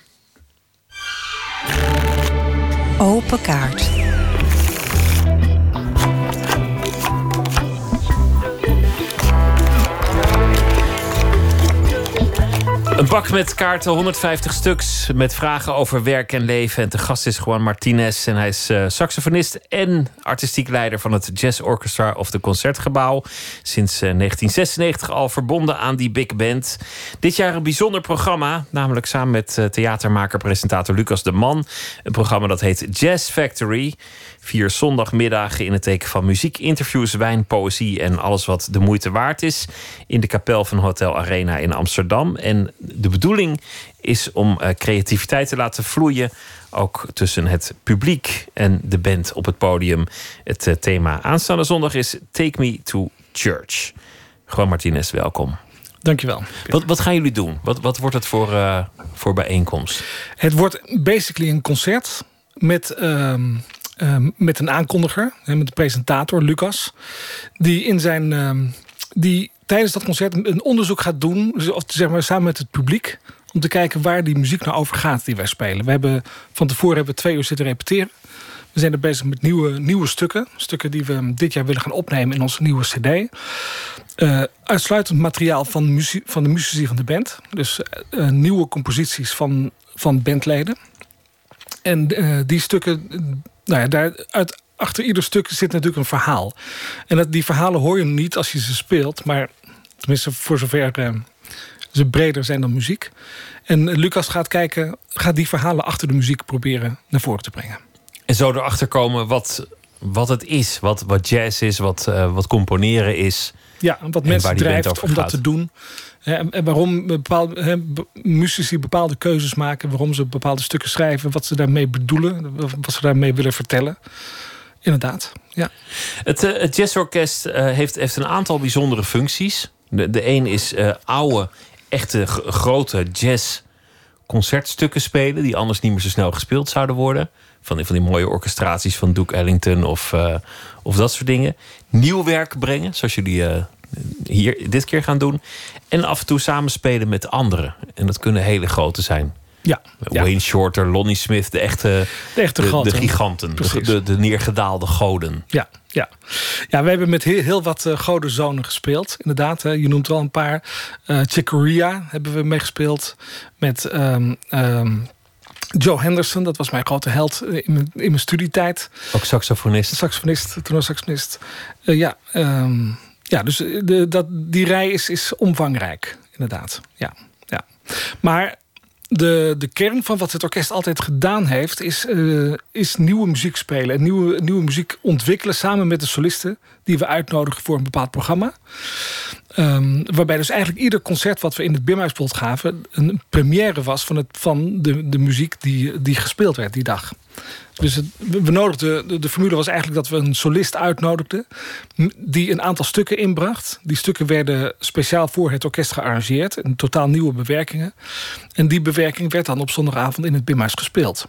Speaker 2: Open kaart.
Speaker 3: Een bak met kaarten, honderdvijftig stuks, met vragen over werk en leven. En te gast is Juan Martinez en hij is uh, saxofonist en artistiek leider van het Jazz Orchestra of de Concertgebouw. Sinds uh, negentien zesennegentig al verbonden aan die big band. Dit jaar een bijzonder programma, namelijk samen met uh, theatermaker-presentator Lucas de Man. Een programma dat heet Jazz Factory. Vier zondagmiddagen in het teken van muziek, interviews, wijn, poëzie en alles wat de moeite waard is. In de kapel van Hotel Arena in Amsterdam. En de bedoeling is om uh, creativiteit te laten vloeien. Ook tussen het publiek en de band op het podium. Het uh, thema aanstaande zondag is Take Me to Church. Juan Martinez, welkom.
Speaker 14: Dankjewel.
Speaker 3: Wat, wat gaan jullie doen? Wat, wat wordt het voor, uh, voor bijeenkomst?
Speaker 14: Het wordt basically een concert met... Uh, Uh, met een aankondiger, met de presentator Lucas, die in zijn uh, die tijdens dat concert een onderzoek gaat doen, of zeg maar samen met het publiek, om te kijken waar die muziek nou over gaat die wij spelen. We hebben van tevoren hebben we twee uur zitten repeteren. We zijn er bezig met nieuwe, nieuwe stukken, stukken die we dit jaar willen gaan opnemen in onze nieuwe cd. Uh, uitsluitend materiaal van, muzie- van de muzici van de band, dus uh, nieuwe composities van, van bandleden. En uh, die stukken, nou ja, daar, uit, achter ieder stuk zit natuurlijk een verhaal. En dat, die verhalen hoor je niet als je ze speelt, maar tenminste voor zover uh, ze breder zijn dan muziek. En Lucas gaat kijken, gaat die verhalen achter de muziek proberen naar voren te brengen.
Speaker 3: En zo erachter komen wat, wat het is, wat, wat jazz is, wat, uh, wat componeren is.
Speaker 14: Ja, wat mensen drijft om dat te doen. En waarom bepaalde he, muzici bepaalde keuzes maken, waarom ze bepaalde stukken schrijven, wat ze daarmee bedoelen, wat ze daarmee willen vertellen. Inderdaad, ja.
Speaker 3: Het, uh, het jazzorkest uh, heeft, heeft een aantal bijzondere functies. De, de een is uh, oude, echte g- grote jazzconcertstukken spelen, die anders niet meer zo snel gespeeld zouden worden. Van die, van die mooie orchestraties van Duke Ellington of, uh, of dat soort dingen. Nieuw werk brengen, zoals jullie uh, hier dit keer gaan doen. En af en toe samenspelen met anderen. En dat kunnen hele grote zijn.
Speaker 14: Ja,
Speaker 3: Wayne
Speaker 14: ja.
Speaker 3: Shorter, Lonnie Smith, de echte,
Speaker 14: de, echte
Speaker 3: de, de giganten. De, de, de neergedaalde goden.
Speaker 14: Ja, ja. ja we hebben met heel, heel wat uh, godenzonen gespeeld. Inderdaad, hè. Je noemt wel een paar. Uh, Chick Corea hebben we meegespeeld. Met... Um, um, Joe Henderson, dat was mijn grote held in mijn, in mijn studietijd.
Speaker 3: Ook saxofonist.
Speaker 14: Saxofonist, tenorsaxofonist. Uh, ja, um, ja, dus de, dat, die rij is, is omvangrijk, inderdaad. Ja, ja. Maar de, de kern van wat het orkest altijd gedaan heeft, is, uh, is nieuwe muziek spelen. En nieuwe, nieuwe muziek ontwikkelen samen met de solisten die we uitnodigen voor een bepaald programma. Um, waarbij dus eigenlijk ieder concert wat we in het Bimhuis bijvoorbeeld gaven... een première was van, het, van de, de muziek die, die gespeeld werd die dag. Dus het, we nodigden, de, de formule was eigenlijk dat we een solist uitnodigden... die een aantal stukken inbracht. Die stukken werden speciaal voor het orkest gearrangeerd. In totaal nieuwe bewerkingen. En die bewerking werd dan op zondagavond in het Bimhuis gespeeld.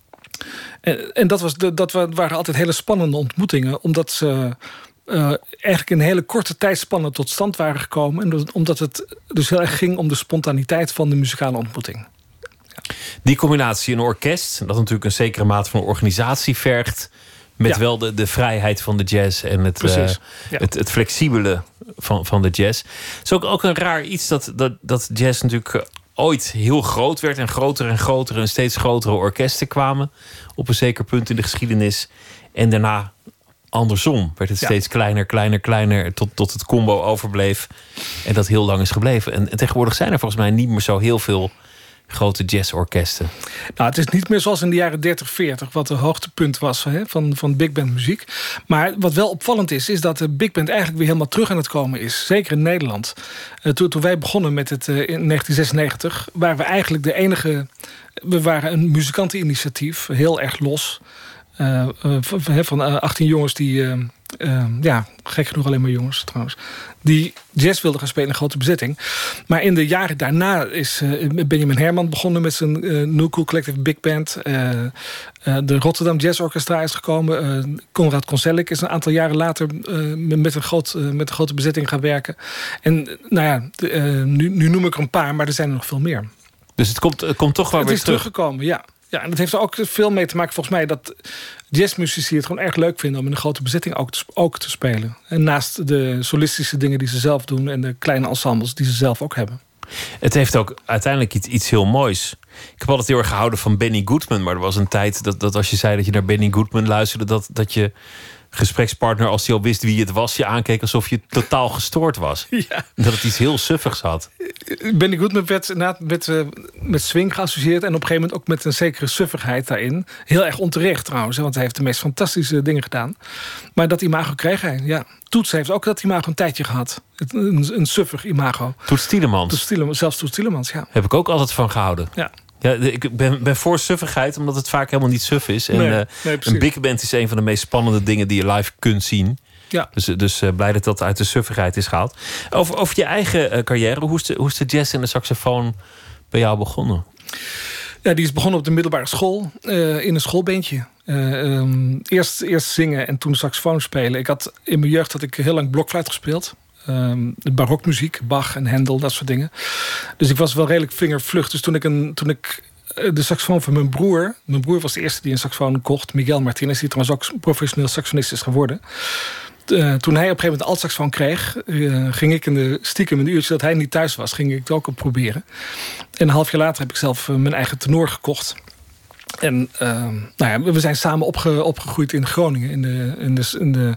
Speaker 14: En, en dat, was de, dat waren altijd hele spannende ontmoetingen... omdat ze... Uh, eigenlijk in een hele korte tijdspanne tot stand waren gekomen. En omdat het dus heel erg ging om de spontaniteit van de muzikale ontmoeting. Ja.
Speaker 3: Die combinatie, een orkest, dat natuurlijk een zekere mate van organisatie vergt... met ja. wel de, de vrijheid van de jazz en het, uh, ja. het, het flexibele van, van de jazz. Het is ook, ook een raar iets dat, dat, dat jazz natuurlijk ooit heel groot werd... en groter en grotere en steeds grotere orkesten kwamen... op een zeker punt in de geschiedenis. En daarna... andersom werd het steeds ja. kleiner, kleiner, kleiner... Tot, tot het combo overbleef en dat heel lang is gebleven. En, en tegenwoordig zijn er volgens mij niet meer zo heel veel... grote jazzorkesten.
Speaker 14: Nou, het is niet meer zoals in de jaren dertig, veertig... wat de hoogtepunt was hè, van, van big band muziek. Maar wat wel opvallend is... is dat de big band eigenlijk weer helemaal terug aan het komen is. Zeker in Nederland. Uh, toen, toen wij begonnen met het uh, in negentien zesennegentig... waren we eigenlijk de enige... we waren een muzikanteninitiatief, heel erg los... Uh, uh, van, van uh, achttien jongens die... Uh, uh, ja, gek genoeg alleen maar jongens trouwens... die jazz wilden gaan spelen in grote bezetting. Maar in de jaren daarna is uh, Benjamin Herman begonnen... met zijn uh, New Cool Collective Big Band. Uh, uh, de Rotterdam Jazz Orchestra is gekomen. Uh, Konrad Koncelik is een aantal jaren later... Uh, met, een groot, uh, met een grote bezetting gaan werken. En nou ja, de, uh, nu, nu noem ik er een paar... maar er zijn er nog veel meer.
Speaker 3: Dus het komt, het komt toch wel
Speaker 14: het
Speaker 3: weer
Speaker 14: is
Speaker 3: terug?
Speaker 14: teruggekomen, ja. Ja, en dat heeft er ook veel mee te maken volgens mij... dat jazzmuzici het gewoon erg leuk vinden... om in een grote bezetting ook te, ook te spelen. En naast de solistische dingen die ze zelf doen... en de kleine ensembles die ze zelf ook hebben.
Speaker 3: Het heeft ook uiteindelijk iets, iets heel moois. Ik heb altijd heel erg gehouden van Benny Goodman... maar er was een tijd dat, dat als je zei dat je naar Benny Goodman luisterde... dat, dat je gesprekspartner, als hij al wist wie het was... je aankeek alsof je totaal gestoord was. Ja. Dat het iets heel suffigs had.
Speaker 14: Benny Goodman werd met, uh, met swing geassocieerd... en op een gegeven moment ook met een zekere suffigheid daarin. Heel erg onterecht trouwens, want hij heeft de meest fantastische dingen gedaan. Maar dat imago kreeg hij, ja. Toets heeft ook dat imago een tijdje gehad. Een, een suffig imago.
Speaker 3: Toets Tielemans.
Speaker 14: Toets Tielemans. Zelfs Toets Tielemans, ja.
Speaker 3: Heb ik ook altijd van gehouden.
Speaker 14: Ja.
Speaker 3: Ja, ik ben, ben voor suffigheid, omdat het vaak helemaal niet suf is. En,
Speaker 14: nee,
Speaker 3: uh,
Speaker 14: nee,
Speaker 3: een big band is een van de meest spannende dingen die je live kunt zien.
Speaker 14: Ja.
Speaker 3: Dus, dus uh, blij dat dat uit de suffigheid is gehaald. Over, over je eigen uh, carrière, hoe is, de, hoe is de jazz en de saxofoon bij jou begonnen?
Speaker 14: Ja, die is begonnen op de middelbare school, uh, in een schoolbeentje. Uh, um, eerst, eerst zingen en toen saxofoon spelen. Ik had, in mijn jeugd had ik heel lang blokfluit gespeeld. Um, de barokmuziek, Bach en Händel, dat soort dingen. Dus ik was wel redelijk vingervlug. Dus toen ik, een, toen ik de saxofoon van mijn broer... Mijn broer was de eerste die een saxofoon kocht. Miguel Martinez, die trouwens ook professioneel saxofonist is geworden. Uh, toen hij op een gegeven moment de altsaxofoon kreeg... Uh, ging ik in de stiekem een uurtje dat hij niet thuis was... ging ik het ook op proberen. En een half jaar later heb ik zelf uh, mijn eigen tenor gekocht. En uh, nou ja, we zijn samen opge, opgegroeid in Groningen. In de, in de, in de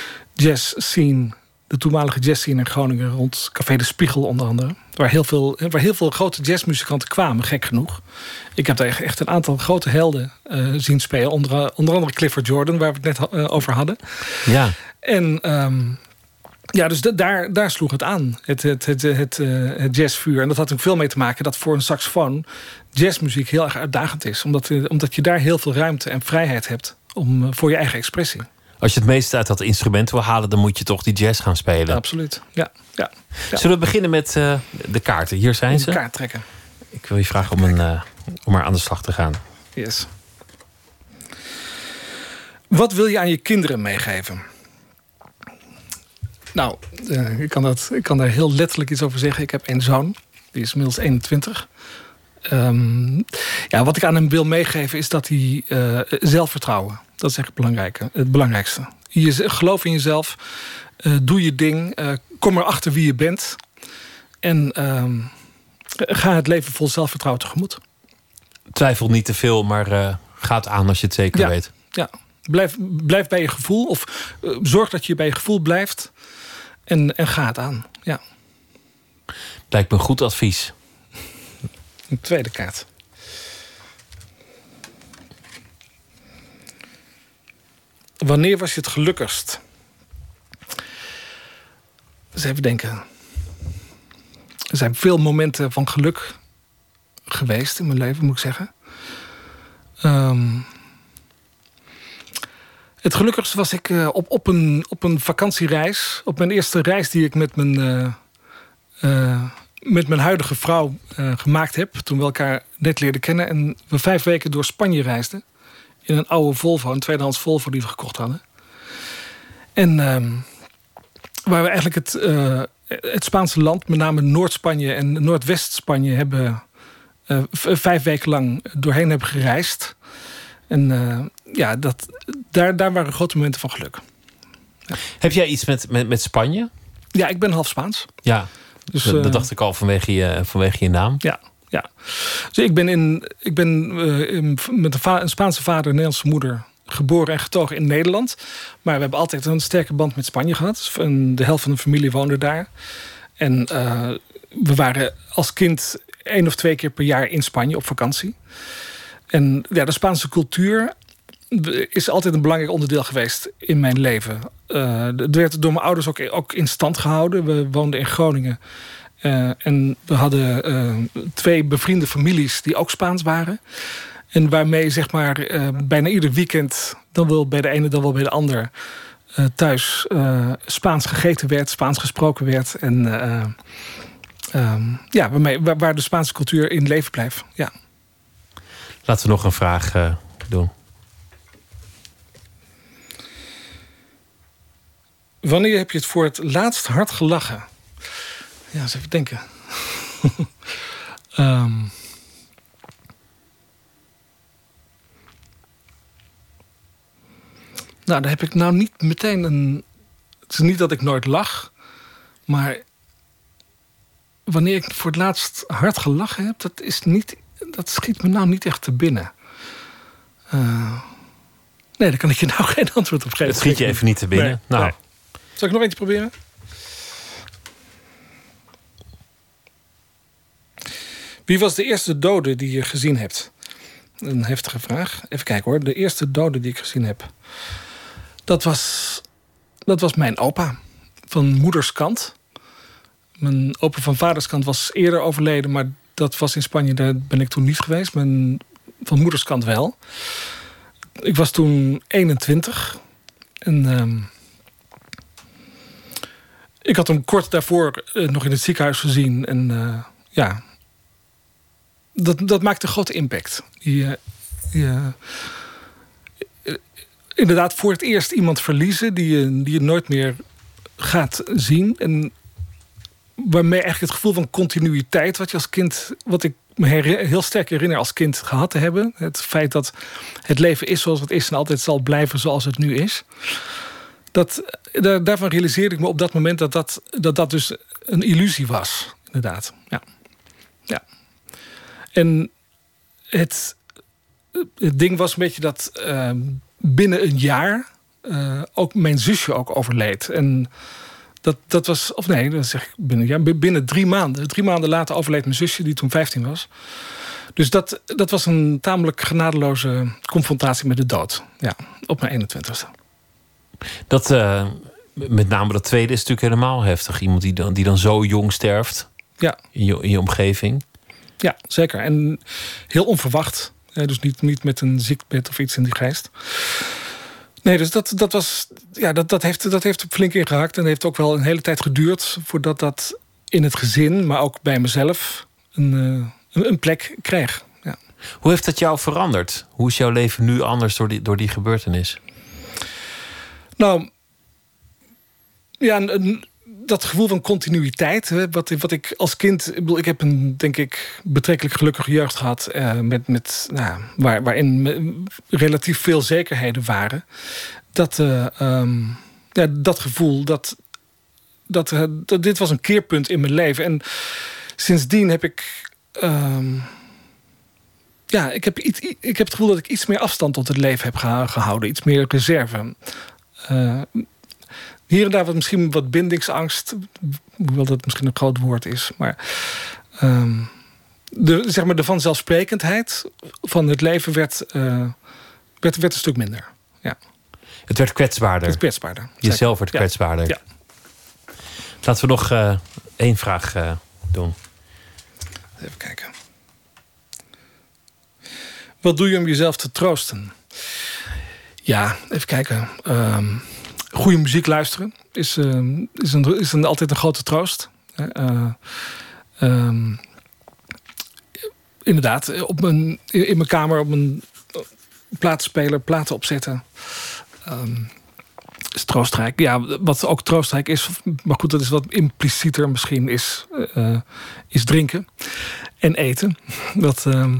Speaker 14: jazz scene... de toenmalige jazzscene in Groningen... rond Café de Spiegel onder andere. Waar heel veel, waar heel veel grote jazzmuzikanten kwamen, gek genoeg. Ik heb daar echt een aantal grote helden uh, zien spelen. Onder, onder andere Clifford Jordan, waar we het net uh, over hadden.
Speaker 3: Ja.
Speaker 14: En um, ja, dus de, daar, daar sloeg het aan, het, het, het, het, uh, het jazzvuur. En dat had ook veel mee te maken dat voor een saxofoon... jazzmuziek heel erg uitdagend is. Omdat, uh, omdat je daar heel veel ruimte en vrijheid hebt... om, uh, voor je eigen expressie.
Speaker 3: Als je het meeste uit dat instrument wil halen... dan moet je toch die jazz gaan spelen.
Speaker 14: Ja, absoluut, ja, ja, ja.
Speaker 3: Zullen we beginnen met uh, de kaarten? Hier zijn ze.
Speaker 14: De kaart trekken.
Speaker 3: Ik wil je vragen om, een, uh, om maar aan de slag te gaan.
Speaker 14: Yes. Wat wil je aan je kinderen meegeven? Nou, uh, ik, kan dat, ik kan daar heel letterlijk iets over zeggen. Ik heb een zoon, die is inmiddels eenentwintig. Um, ja, wat ik aan hem wil meegeven is dat hij uh, zelfvertrouwen... dat is echt het belangrijke, het belangrijkste. Je, geloof in jezelf, uh, doe je ding, uh, kom erachter wie je bent... en uh, ga het leven vol zelfvertrouwen tegemoet.
Speaker 3: Twijfel niet te veel, maar uh, ga het aan als je het zeker
Speaker 14: ja,
Speaker 3: weet.
Speaker 14: Ja, blijf, blijf bij je gevoel of uh, zorg dat je bij je gevoel blijft en, en ga het aan. Ja.
Speaker 3: Lijkt me een goed advies.
Speaker 14: Een tweede kaart. Wanneer was je het gelukkigst? Eens even denken. er zijn veel momenten van geluk geweest in mijn leven, moet ik zeggen. Um, het gelukkigste was ik uh, op, op, een, op een vakantiereis. Op mijn eerste reis die ik met mijn, uh, uh, met mijn huidige vrouw uh, gemaakt heb. Toen we elkaar net leerden kennen. En we vijf weken door Spanje reisden. In een oude Volvo, een tweedehands Volvo die we gekocht hadden. En um, waar we eigenlijk het, uh, het Spaanse land, met name Noord-Spanje en Noordwest-Spanje, hebben uh, v- vijf weken lang doorheen hebben gereisd. En uh, ja, dat, daar, daar waren grote momenten van geluk. Ja.
Speaker 3: Heb jij iets met, met, met Spanje?
Speaker 14: Ja, ik ben half Spaans.
Speaker 3: Ja,
Speaker 14: dus,
Speaker 3: dat,
Speaker 14: uh,
Speaker 3: dat dacht ik al vanwege je, vanwege je naam.
Speaker 14: Ja, ja. Dus ik ben, in, ik ben uh, in, met een, va- een Spaanse vader en een Nederlandse moeder geboren en getogen in Nederland. Maar we hebben altijd een sterke band met Spanje gehad. Dus de helft van de familie woonde daar. En uh, we waren als kind één of twee keer per jaar in Spanje op vakantie. En ja, de Spaanse cultuur is altijd een belangrijk onderdeel geweest in mijn leven. Uh, het werd door mijn ouders ook, ook in stand gehouden. We woonden in Groningen. Uh, en we hadden uh, twee bevriende families die ook Spaans waren. En waarmee zeg maar uh, bijna ieder weekend, dan wel bij de ene, dan wel bij de ander, uh, thuis uh, Spaans gegeten werd, Spaans gesproken werd. En uh, um, ja, waarmee, waar, waar de Spaanse cultuur in leven blijft. Ja.
Speaker 3: Laten we nog een vraag uh, doen.
Speaker 14: Wanneer heb je het voor het laatst hard gelachen? Ja, eens even denken. um, nou, daar heb ik nou niet meteen een... Het is niet dat ik nooit lach, maar wanneer ik voor het laatst hard gelachen heb, dat is niet, dat schiet me nou niet echt te binnen. Uh, nee, daar kan ik je nou geen antwoord op geven.
Speaker 3: Het schiet je even niet te binnen.
Speaker 14: Nee,
Speaker 3: nou.
Speaker 14: nee. Zal ik nog eentje proberen? Wie was de eerste dode die je gezien hebt? Een heftige vraag. Even kijken hoor. De eerste dode die ik gezien heb. Dat was, dat was mijn opa. Van moeders kant. Mijn opa van vaders kant was eerder overleden. Maar dat was in Spanje. Daar ben ik toen niet geweest. Mijn, van moeders kant wel. Ik was toen eenentwintig. En um, ik had hem kort daarvoor uh, nog in het ziekenhuis gezien. En uh, ja... Dat, dat maakt een grote impact. Je, je, inderdaad, voor het eerst iemand verliezen die je, die je nooit meer gaat zien. En waarmee eigenlijk het gevoel van continuïteit, wat je als kind, wat ik me her, heel sterk herinner als kind gehad te hebben. Het feit dat het leven is zoals het is en altijd zal blijven zoals het nu is. Dat, daar, daarvan realiseerde ik me op dat moment dat dat, dat dat dus een illusie was. Inderdaad, ja. Ja. En het, het ding was een beetje dat uh, binnen een jaar uh, ook mijn zusje ook overleed. En dat, dat was, of nee, dat zeg ik binnen, ja, binnen drie maanden. Drie maanden later overleed mijn zusje, die toen vijftien was. Dus dat, dat was een tamelijk genadeloze confrontatie met de dood. Ja, op mijn eenentwintigste.
Speaker 3: Dat, uh, met name dat tweede is natuurlijk helemaal heftig. Iemand die dan, die dan zo jong sterft,
Speaker 14: ja,
Speaker 3: in je, in je omgeving.
Speaker 14: Ja, zeker. En heel onverwacht. Dus niet, niet met een ziekbed of iets in die geest. Nee, dus dat, dat, was, ja, dat, dat, heeft, dat heeft flink ingehakt. En heeft ook wel een hele tijd geduurd voordat dat in het gezin, maar ook bij mezelf, een, een, een plek kreeg. Ja.
Speaker 3: Hoe heeft dat jou veranderd? Hoe is jouw leven nu anders door die, door die gebeurtenis?
Speaker 14: Nou, ja, een, een, dat gevoel van continuïteit, hè, wat, wat ik als kind... Ik, bedoel, ik heb een, denk ik, betrekkelijk gelukkige jeugd gehad... Uh, met, met, nou, waar, waarin relatief veel zekerheden waren. Dat, uh, um, ja, dat gevoel, dat, dat, uh, dat... Dit was een keerpunt in mijn leven. En sindsdien heb ik... Um, ja, ik heb, iets, ik heb het gevoel dat ik iets meer afstand tot het leven heb gehouden. Iets meer reserve. Uh, Hier en daar wat, misschien wat bindingsangst. Hoewel dat misschien een groot woord is. Maar um, de, zeg maar de vanzelfsprekendheid van het leven werd, uh, werd, werd een stuk minder. Ja.
Speaker 3: Het werd kwetsbaarder.
Speaker 14: Het werd kwetsbaarder.
Speaker 3: Jezelf werd kwetsbaarder.
Speaker 14: Ja.
Speaker 3: Laten we nog uh, één vraag uh, doen.
Speaker 14: Even kijken. Wat doe je om jezelf te troosten? Ja, even kijken. Um, goede muziek luisteren is, uh, is, een, is een, altijd een grote troost. Uh, um, inderdaad, op mijn, in mijn kamer op mijn platenspeler platen opzetten. Um, is troostrijk. Ja, wat ook troostrijk is, maar goed, dat is wat implicieter misschien, is, uh, is drinken en eten. Dat, uh,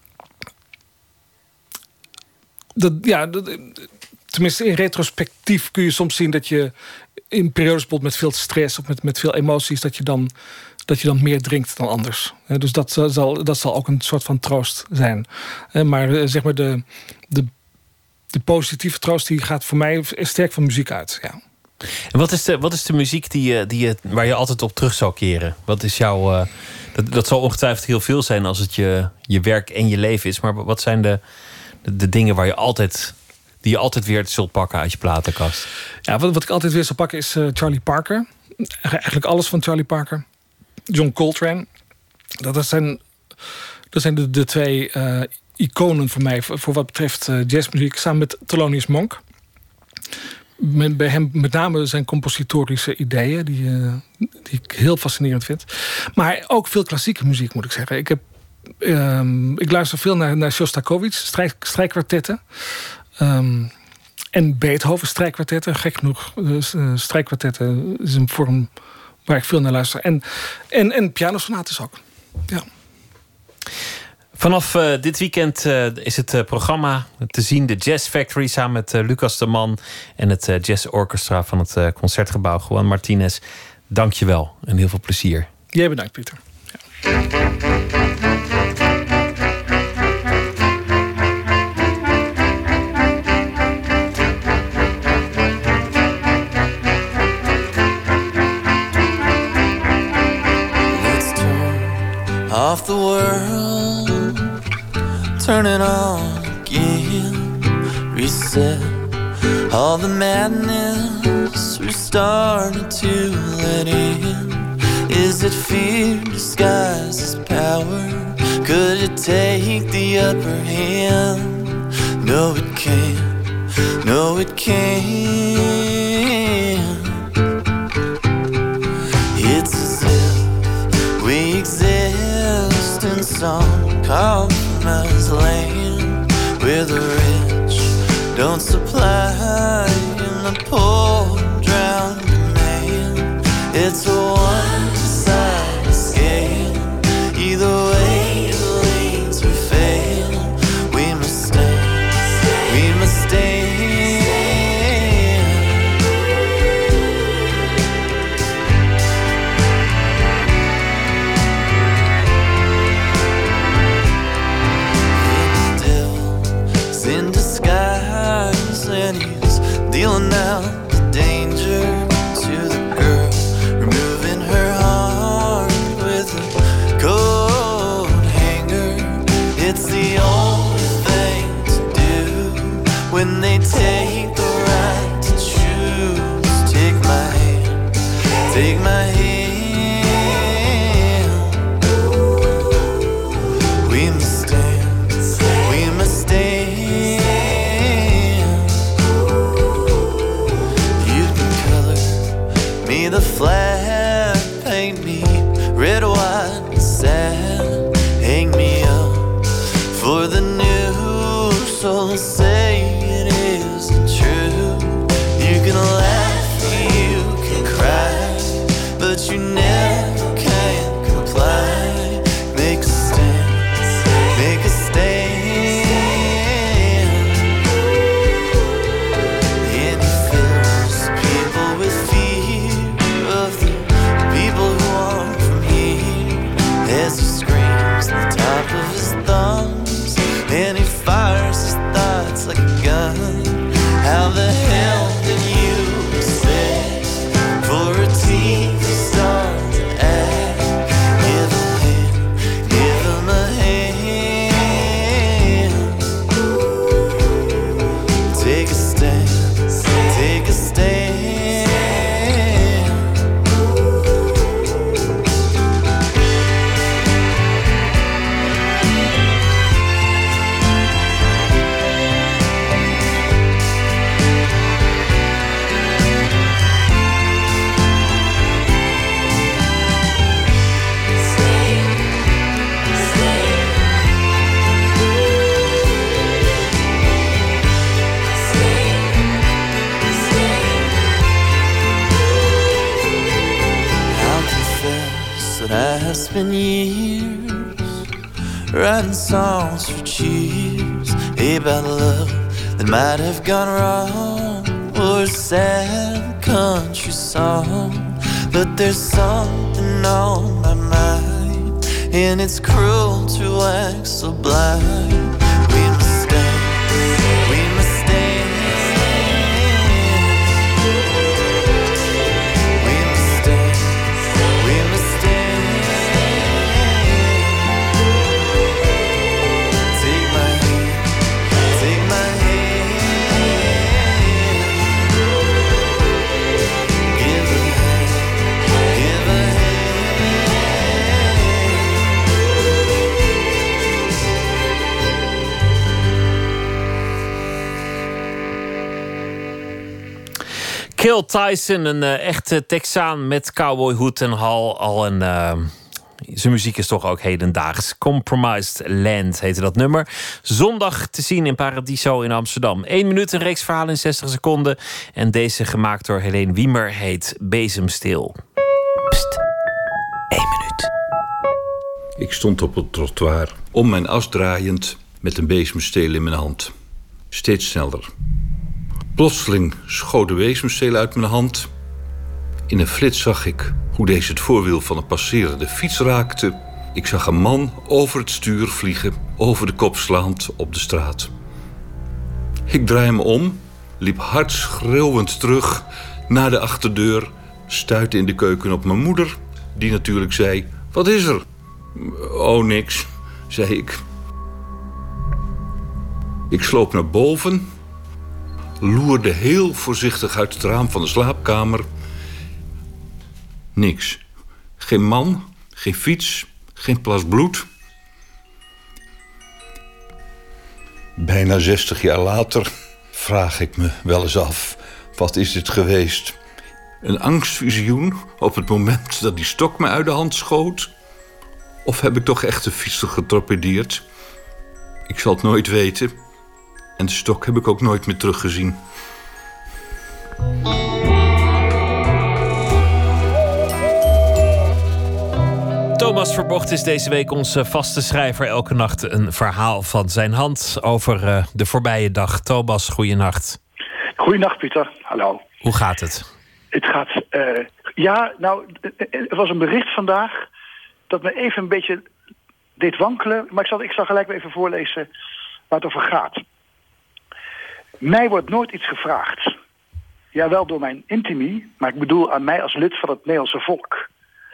Speaker 14: dat ja, dat, tenminste in retrospectief kun je soms zien dat je in periodes bijvoorbeeld met veel stress of met, met veel emoties, dat je dan dat je dan meer drinkt dan anders. Dus dat zal, dat zal ook een soort van troost zijn. Maar zeg maar de, de, de positieve troost die gaat voor mij sterk van muziek uit. Ja.
Speaker 3: En wat is de, wat is de muziek die, die je, waar je altijd op terug zou keren? Wat is jouw, uh, dat, dat zal ongetwijfeld heel veel zijn als het je, je werk en je leven is. Maar wat zijn de, de, de dingen waar je altijd, die je altijd weer zult pakken uit je platenkast?
Speaker 14: Ja, wat, wat ik altijd weer zal pakken is uh, Charlie Parker. Eigenlijk alles van Charlie Parker. John Coltrane. Dat zijn, dat zijn de, de twee uh, iconen voor mij voor, voor wat betreft uh, jazzmuziek, samen met Thelonious Monk. Met, bij hem met name zijn compositorische ideeën, die, uh, die ik heel fascinerend vind. Maar ook veel klassieke muziek, moet ik zeggen. Ik, heb, um, ik luister veel naar, naar Shostakovich, strijk, strijkkwartetten. Um, en Beethoven strijkkwartetten. Gek genoeg, uh, strijkkwartetten is een vorm waar ik veel naar luister. En, en, en pianosonates ook. Ja.
Speaker 3: Vanaf uh, dit weekend uh, is het uh, programma te zien. De Jazz Factory samen met uh, Lucas de Man. En het uh, Jazz Orchestra van het uh, Concertgebouw. Juan Martinez, dank je wel. En heel veel plezier.
Speaker 14: Jij bedankt, Pieter. Ja.
Speaker 15: Off the world, turn it on again, reset all the madness we're starting to let in. Is it fear disguised as power? Could it take the upper hand? No, it can't, no, it can't. It's as if we exist in some compromised land where the rich don't supply and the poor drown in demand. It's a one-sided scale. Either way the lanes we fail. We must stand, we must stand. Dealing out the danger to the girl, removing her heart. that I have spent years writing songs for cheers about love that might have gone wrong, or a sad country song. But there's something on my mind, and it's cruel to act so blind. We must stand, we must stand. We must stand, we must stand. Take my hand, take my hand. Give a hand, give a
Speaker 3: Kill Tyson, een uh, echte Texaan met cowboyhoed en hal. Al een, uh, zijn muziek is toch ook hedendaags. Compromised Land heette dat nummer. Zondag te zien in Paradiso in Amsterdam. Eén minuut, een reeks verhalen in zestig seconden. En deze gemaakt door Helene Wiemer heet Bezemstil. Pst, één minuut.
Speaker 16: Ik stond op het trottoir, om mijn as draaiend, met een bezemsteel in mijn hand. Steeds sneller. Plotseling schoot de bezemsteel uit mijn hand. In een flits zag ik hoe deze het voorwiel van een passerende fiets raakte. Ik zag een man over het stuur vliegen, over de kop slaand op de straat. Ik draai me om, liep hard schreeuwend terug naar de achterdeur, stuitte in de keuken op mijn moeder, die natuurlijk zei: "Wat is er?" "Oh, niks," zei ik. Ik sloop naar boven, loerde heel voorzichtig uit het raam van de slaapkamer. Niks. Geen man, geen fiets, geen plas bloed. Bijna zestig jaar later vraag ik me wel eens af: wat is dit geweest? Een angstvisioen op het moment dat die stok me uit de hand schoot? Of heb ik toch echt de fietser getorpedeerd? Ik zal het nooit weten. En de stok heb ik ook nooit meer teruggezien.
Speaker 3: Thomas Verbocht is deze week onze vaste schrijver. Elke nacht een verhaal van zijn hand over uh, de voorbije dag. Thomas, goeienacht.
Speaker 17: Goeienacht, Pieter. Hallo.
Speaker 3: Hoe gaat het?
Speaker 17: Het gaat... Uh, ja, nou, er was een bericht vandaag dat me even een beetje deed wankelen. Maar ik zal, ik zal gelijk even voorlezen waar het over gaat. Mij wordt nooit iets gevraagd. Jawel door mijn intimie, maar ik bedoel aan mij als lid van het Nederlandse volk.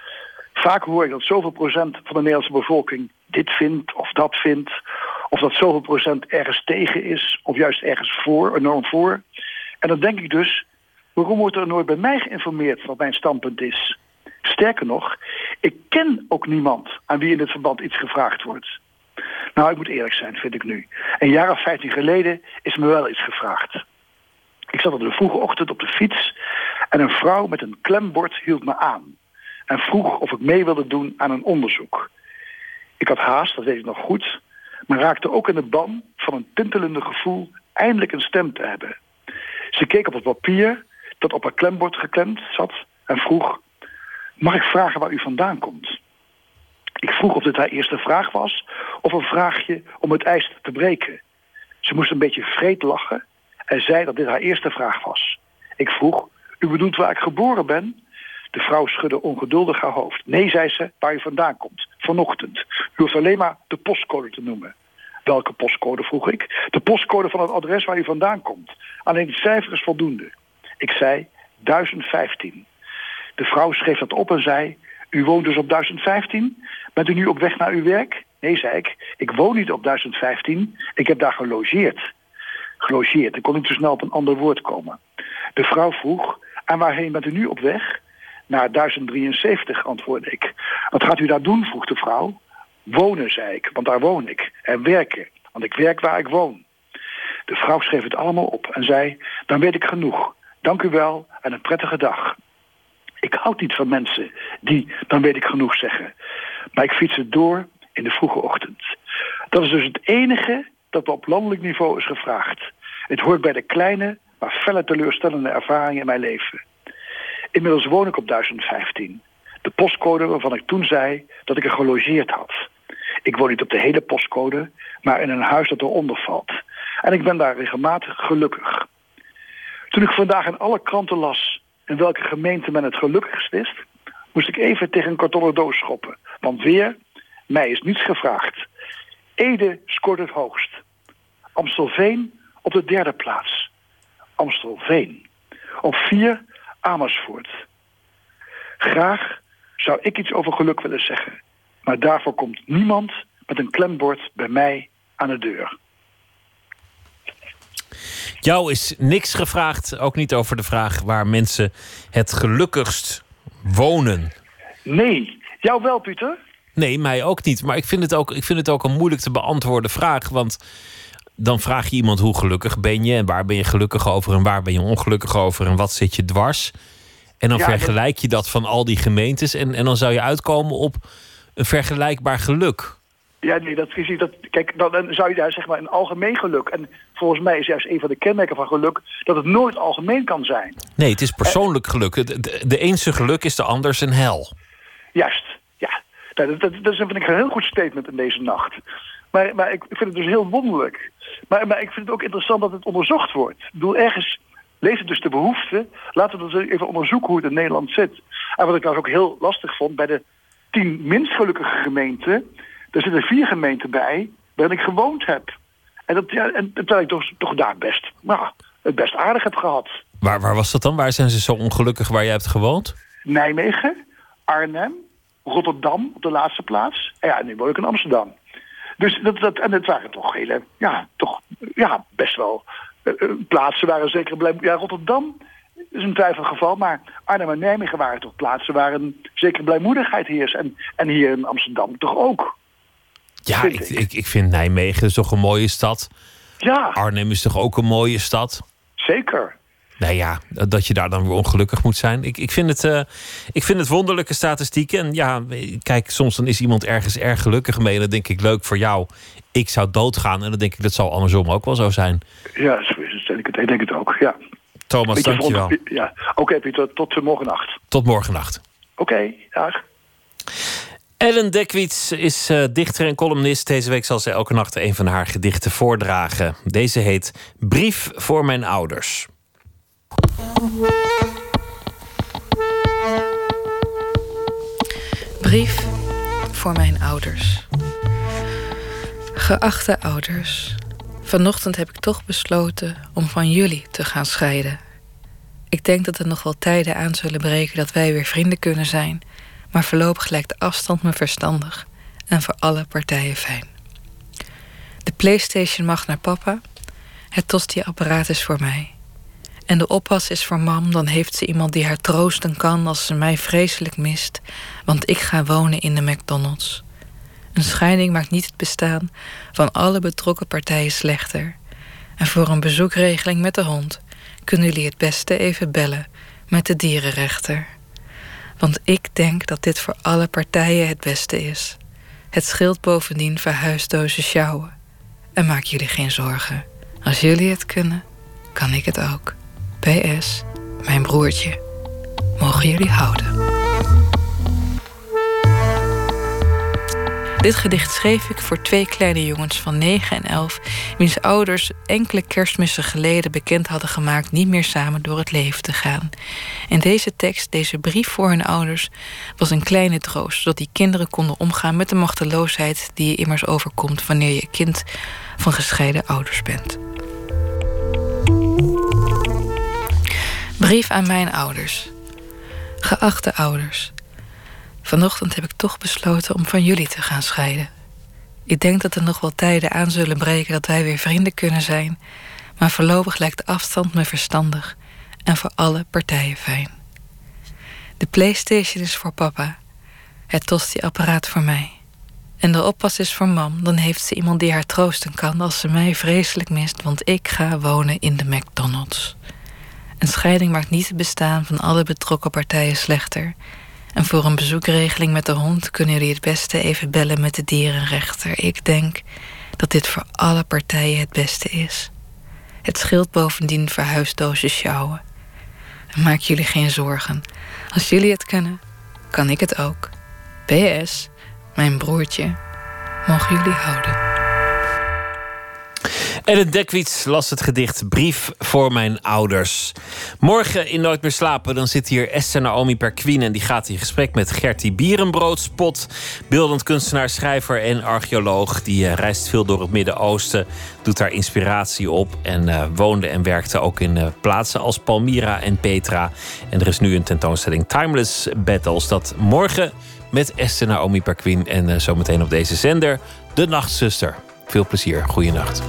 Speaker 17: Vaak hoor ik dat zoveel procent van de Nederlandse bevolking dit vindt of dat vindt. Of dat zoveel procent ergens tegen is of juist ergens voor, enorm voor. En dan denk ik dus, waarom wordt er nooit bij mij geïnformeerd wat mijn standpunt is? Sterker nog, ik ken ook niemand aan wie in dit verband iets gevraagd wordt. Nou, ik moet eerlijk zijn, vind ik nu. Een jaar of vijftien geleden is me wel iets gevraagd. Ik zat op de vroege ochtend op de fiets en een vrouw met een klembord hield me aan. En vroeg of ik mee wilde doen aan een onderzoek. Ik had haast, dat weet ik nog goed, maar raakte ook in de ban van een tintelende gevoel eindelijk een stem te hebben. Ze keek op het papier dat op haar klembord geklemd zat en vroeg: "Mag ik vragen waar u vandaan komt?" Ik vroeg of dit haar eerste vraag was of een vraagje om het ijs te breken. Ze moest een beetje vreed lachen en zei dat dit haar eerste vraag was. Ik vroeg: "U bedoelt waar ik geboren ben?" De vrouw schudde ongeduldig haar hoofd. "Nee," zei ze, "waar u vandaan komt. Vanochtend. U hoeft alleen maar de postcode te noemen." "Welke postcode?" vroeg ik. "De postcode van het adres waar u vandaan komt. Alleen het cijfer is voldoende." Ik zei duizend vijftien. De vrouw schreef dat op en zei: "U woont dus op duizend vijftien? Bent u nu op weg naar uw werk?" "Nee," zei ik. "Ik woon niet op duizend vijftien. Ik heb daar gelogeerd." Gelogeerd, ik kon niet zo snel op een ander woord komen. De vrouw vroeg: "En waarheen bent u nu op weg?" "Naar duizend drieënzeventig, antwoordde ik. "Wat gaat u daar doen?" vroeg de vrouw. "Wonen," zei ik, "want daar woon ik. En werken, want ik werk waar ik woon." De vrouw schreef het allemaal op en zei: "Dan weet ik genoeg. Dank u wel en een prettige dag." Ik houd niet van mensen die "dan weet ik genoeg" zeggen. Maar ik fiets het door in de vroege ochtend. Dat is dus het enige dat me op landelijk niveau is gevraagd. Het hoort bij de kleine, maar felle teleurstellende ervaringen in mijn leven. Inmiddels woon ik op duizend vijftien. De postcode waarvan ik toen zei dat ik er gelogeerd had. Ik woon niet op de hele postcode, maar in een huis dat eronder valt. En ik ben daar regelmatig gelukkig. Toen ik vandaag in alle kranten las in welke gemeente men het gelukkigst is, moest ik even tegen een kartonnen doos schoppen. Want weer, mij is niets gevraagd. Ede scoort het hoogst. Amstelveen op de derde plaats. Amstelveen. Op vier Amersfoort. Graag zou ik iets over geluk willen zeggen. Maar daarvoor komt niemand met een klembord bij mij aan de deur.
Speaker 3: Jou is niks gevraagd, ook niet over de vraag waar mensen het gelukkigst wonen.
Speaker 17: Nee, jou wel, Pieter?
Speaker 3: Nee, mij ook niet. Maar ik vind het ook, ik vind het ook een moeilijk te beantwoorden vraag. Want dan vraag je iemand hoe gelukkig ben je en waar ben je gelukkig over en waar ben je ongelukkig over en wat zit je dwars. En dan
Speaker 17: Ja,
Speaker 3: vergelijk je dat van al die gemeentes en, en dan zou je uitkomen op een vergelijkbaar geluk.
Speaker 17: Ja, nee, dat is niet. Dat, kijk, dan, dan zou je daar zeg maar een algemeen geluk. En volgens mij is juist een van de kenmerken van geluk dat het nooit algemeen kan zijn.
Speaker 3: Nee, het is persoonlijk geluk. De, de, de een zijn geluk is de ander zijn hel.
Speaker 17: Juist, ja. Dat, dat, dat is vind ik een heel goed statement in deze nacht. Maar, maar ik vind het dus heel wonderlijk. Maar, maar ik vind het ook interessant dat het onderzocht wordt. Ik bedoel, ergens leest het dus de behoefte. Laten we dus even onderzoeken hoe het in Nederland zit. En wat ik trouwens ook heel lastig vond, bij de tien minst gelukkige gemeenten, er zitten vier gemeenten bij waarin ik gewoond heb. En, dat, ja, en terwijl ik toch, toch daar best, nou, het best aardig heb gehad.
Speaker 3: Waar, waar was dat dan? Waar zijn ze zo ongelukkig waar jij hebt gewoond?
Speaker 17: Nijmegen, Arnhem, Rotterdam op de laatste plaats. En ja, nu woon ik in Amsterdam. Dus dat, dat, en het waren toch hele, ja, toch, ja, best wel uh, plaatsen waren zeker blij. Ja, Rotterdam is een twijfelgeval, maar Arnhem en Nijmegen waren toch plaatsen waar een zekere blijmoedigheid heerst. En, en hier in Amsterdam toch ook.
Speaker 3: Ja, ik, ik, ik vind Nijmegen is toch een mooie stad.
Speaker 17: Ja.
Speaker 3: Arnhem is toch ook een mooie stad.
Speaker 17: Zeker.
Speaker 3: Nou ja, dat je daar dan weer ongelukkig moet zijn. Ik, ik, vind het, uh, ik vind het wonderlijke statistieken. En ja, kijk, soms dan is iemand ergens erg gelukkig mee. En dan denk ik, leuk voor jou. Ik zou doodgaan. En dan denk ik, dat zal andersom ook wel zo zijn.
Speaker 17: Ja, zo is het. Ik denk het ook, ja.
Speaker 3: Thomas, dank je wel.
Speaker 17: Ja. Oké, okay, Pieter, tot uh, morgennacht.
Speaker 3: Tot morgennacht.
Speaker 17: Oké, okay, dag.
Speaker 3: Ellen Dekwits is uh, dichter en columnist. Deze week zal ze elke nacht een van haar gedichten voordragen. Deze heet Brief voor mijn ouders.
Speaker 18: Brief voor mijn ouders. Geachte ouders, vanochtend heb ik toch besloten om van jullie te gaan scheiden. Ik denk dat er nog wel tijden aan zullen breken dat wij weer vrienden kunnen zijn, maar voorlopig lijkt de afstand me verstandig en voor alle partijen fijn. De PlayStation mag naar papa, het tosti-apparaat is voor mij. En de oppas is voor mam, dan heeft ze iemand die haar troosten kan als ze mij vreselijk mist, want ik ga wonen in de McDonald's. Een scheiding maakt niet het bestaan van alle betrokken partijen slechter. En voor een bezoekregeling met de hond kunnen jullie het beste even bellen met de dierenrechter. Want ik denk dat dit voor alle partijen het beste is. Het scheelt bovendien verhuisdozen sjouwen. En maak jullie geen zorgen. Als jullie het kunnen, kan ik het ook. P S, mijn broertje. Mogen jullie houden. Dit gedicht schreef ik voor twee kleine jongens van negen en elf... wiens ouders enkele kerstmissen geleden bekend hadden gemaakt niet meer samen door het leven te gaan. En deze tekst, deze brief voor hun ouders, was een kleine troost, zodat die kinderen konden omgaan met de machteloosheid die je immers overkomt wanneer je kind van gescheiden ouders bent. Brief aan mijn ouders. Geachte ouders, vanochtend heb ik toch besloten om van jullie te gaan scheiden. Ik denk dat er nog wel tijden aan zullen breken dat wij weer vrienden kunnen zijn, maar voorlopig lijkt de afstand me verstandig en voor alle partijen fijn. De PlayStation is voor papa, het tosti-apparaat voor mij. En de oppas is voor mam, dan heeft ze iemand die haar troosten kan als ze mij vreselijk mist, want ik ga wonen in de McDonald's. Een scheiding maakt niet het bestaan van alle betrokken partijen slechter. En voor een bezoekregeling met de hond kunnen jullie het beste even bellen met de dierenrechter. Ik denk dat dit voor alle partijen het beste is. Het scheelt bovendien verhuisdozen sjouwen. En maak jullie geen zorgen. Als jullie het kunnen, kan ik het ook. P S. Mijn broertje. Mogen jullie houden.
Speaker 3: Ellen Dekwits las het gedicht Brief voor mijn ouders. Morgen in Nooit meer slapen, dan zit hier Esther Naomi Perquin en die gaat in gesprek met Gertie Bierenbroodspot, beeldend kunstenaar, schrijver en archeoloog. Die uh, reist veel door het Midden-Oosten, doet daar inspiratie op en uh, woonde en werkte ook in uh, plaatsen als Palmyra en Petra. En er is nu een tentoonstelling Timeless Battles, dat morgen met Esther Naomi Perquin en uh, zometeen op deze zender De Nachtzuster. Veel plezier, goeienacht.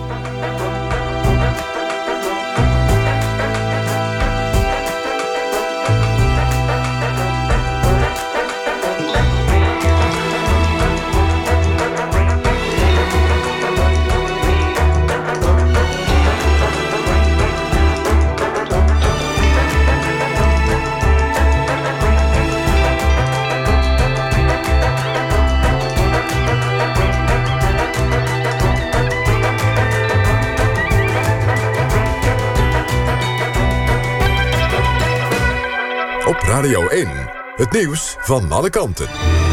Speaker 1: Op Radio één, het nieuws van alle kanten.